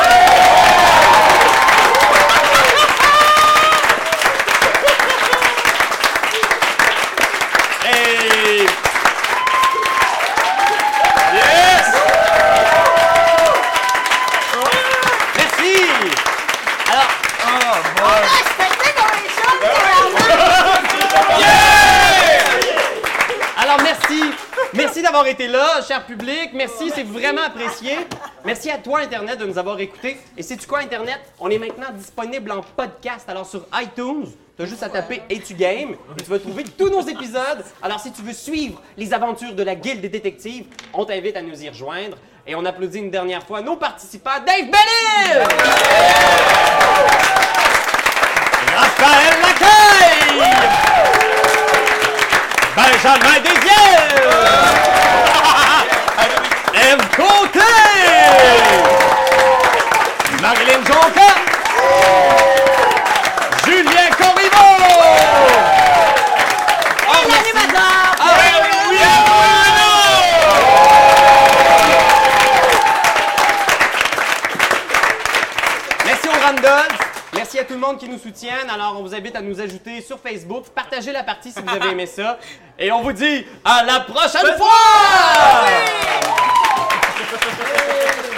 Hey! Yes! Merci! Alors, Oh, boy! Alors, merci. Merci d'avoir été là, cher public. Merci, c'est vraiment apprécié. Merci à toi, Internet, de nous avoir écoutés. Et sais-tu quoi, Internet? On est maintenant disponible en podcast. Alors, sur iTunes, tu as juste à taper Hey Tu Game et tu vas trouver tous nos épisodes. Alors, si tu veux suivre les aventures de la Guilde des détectives, on t'invite à nous y rejoindre. Et on applaudit une dernière fois nos participants, Dave Bellil! Raphaël Lacaille! Benjamin Desvieux! Ève Côté! Marilyn Jonca! Julien Corriveau! Et l'animateur! Ah, oui, merci aux Randolph. Merci à tout le monde qui nous soutienne. Alors, on vous invite à nous ajouter sur Facebook. Partagez la partie si vous avez aimé ça. Et on vous dit à la prochaine fois!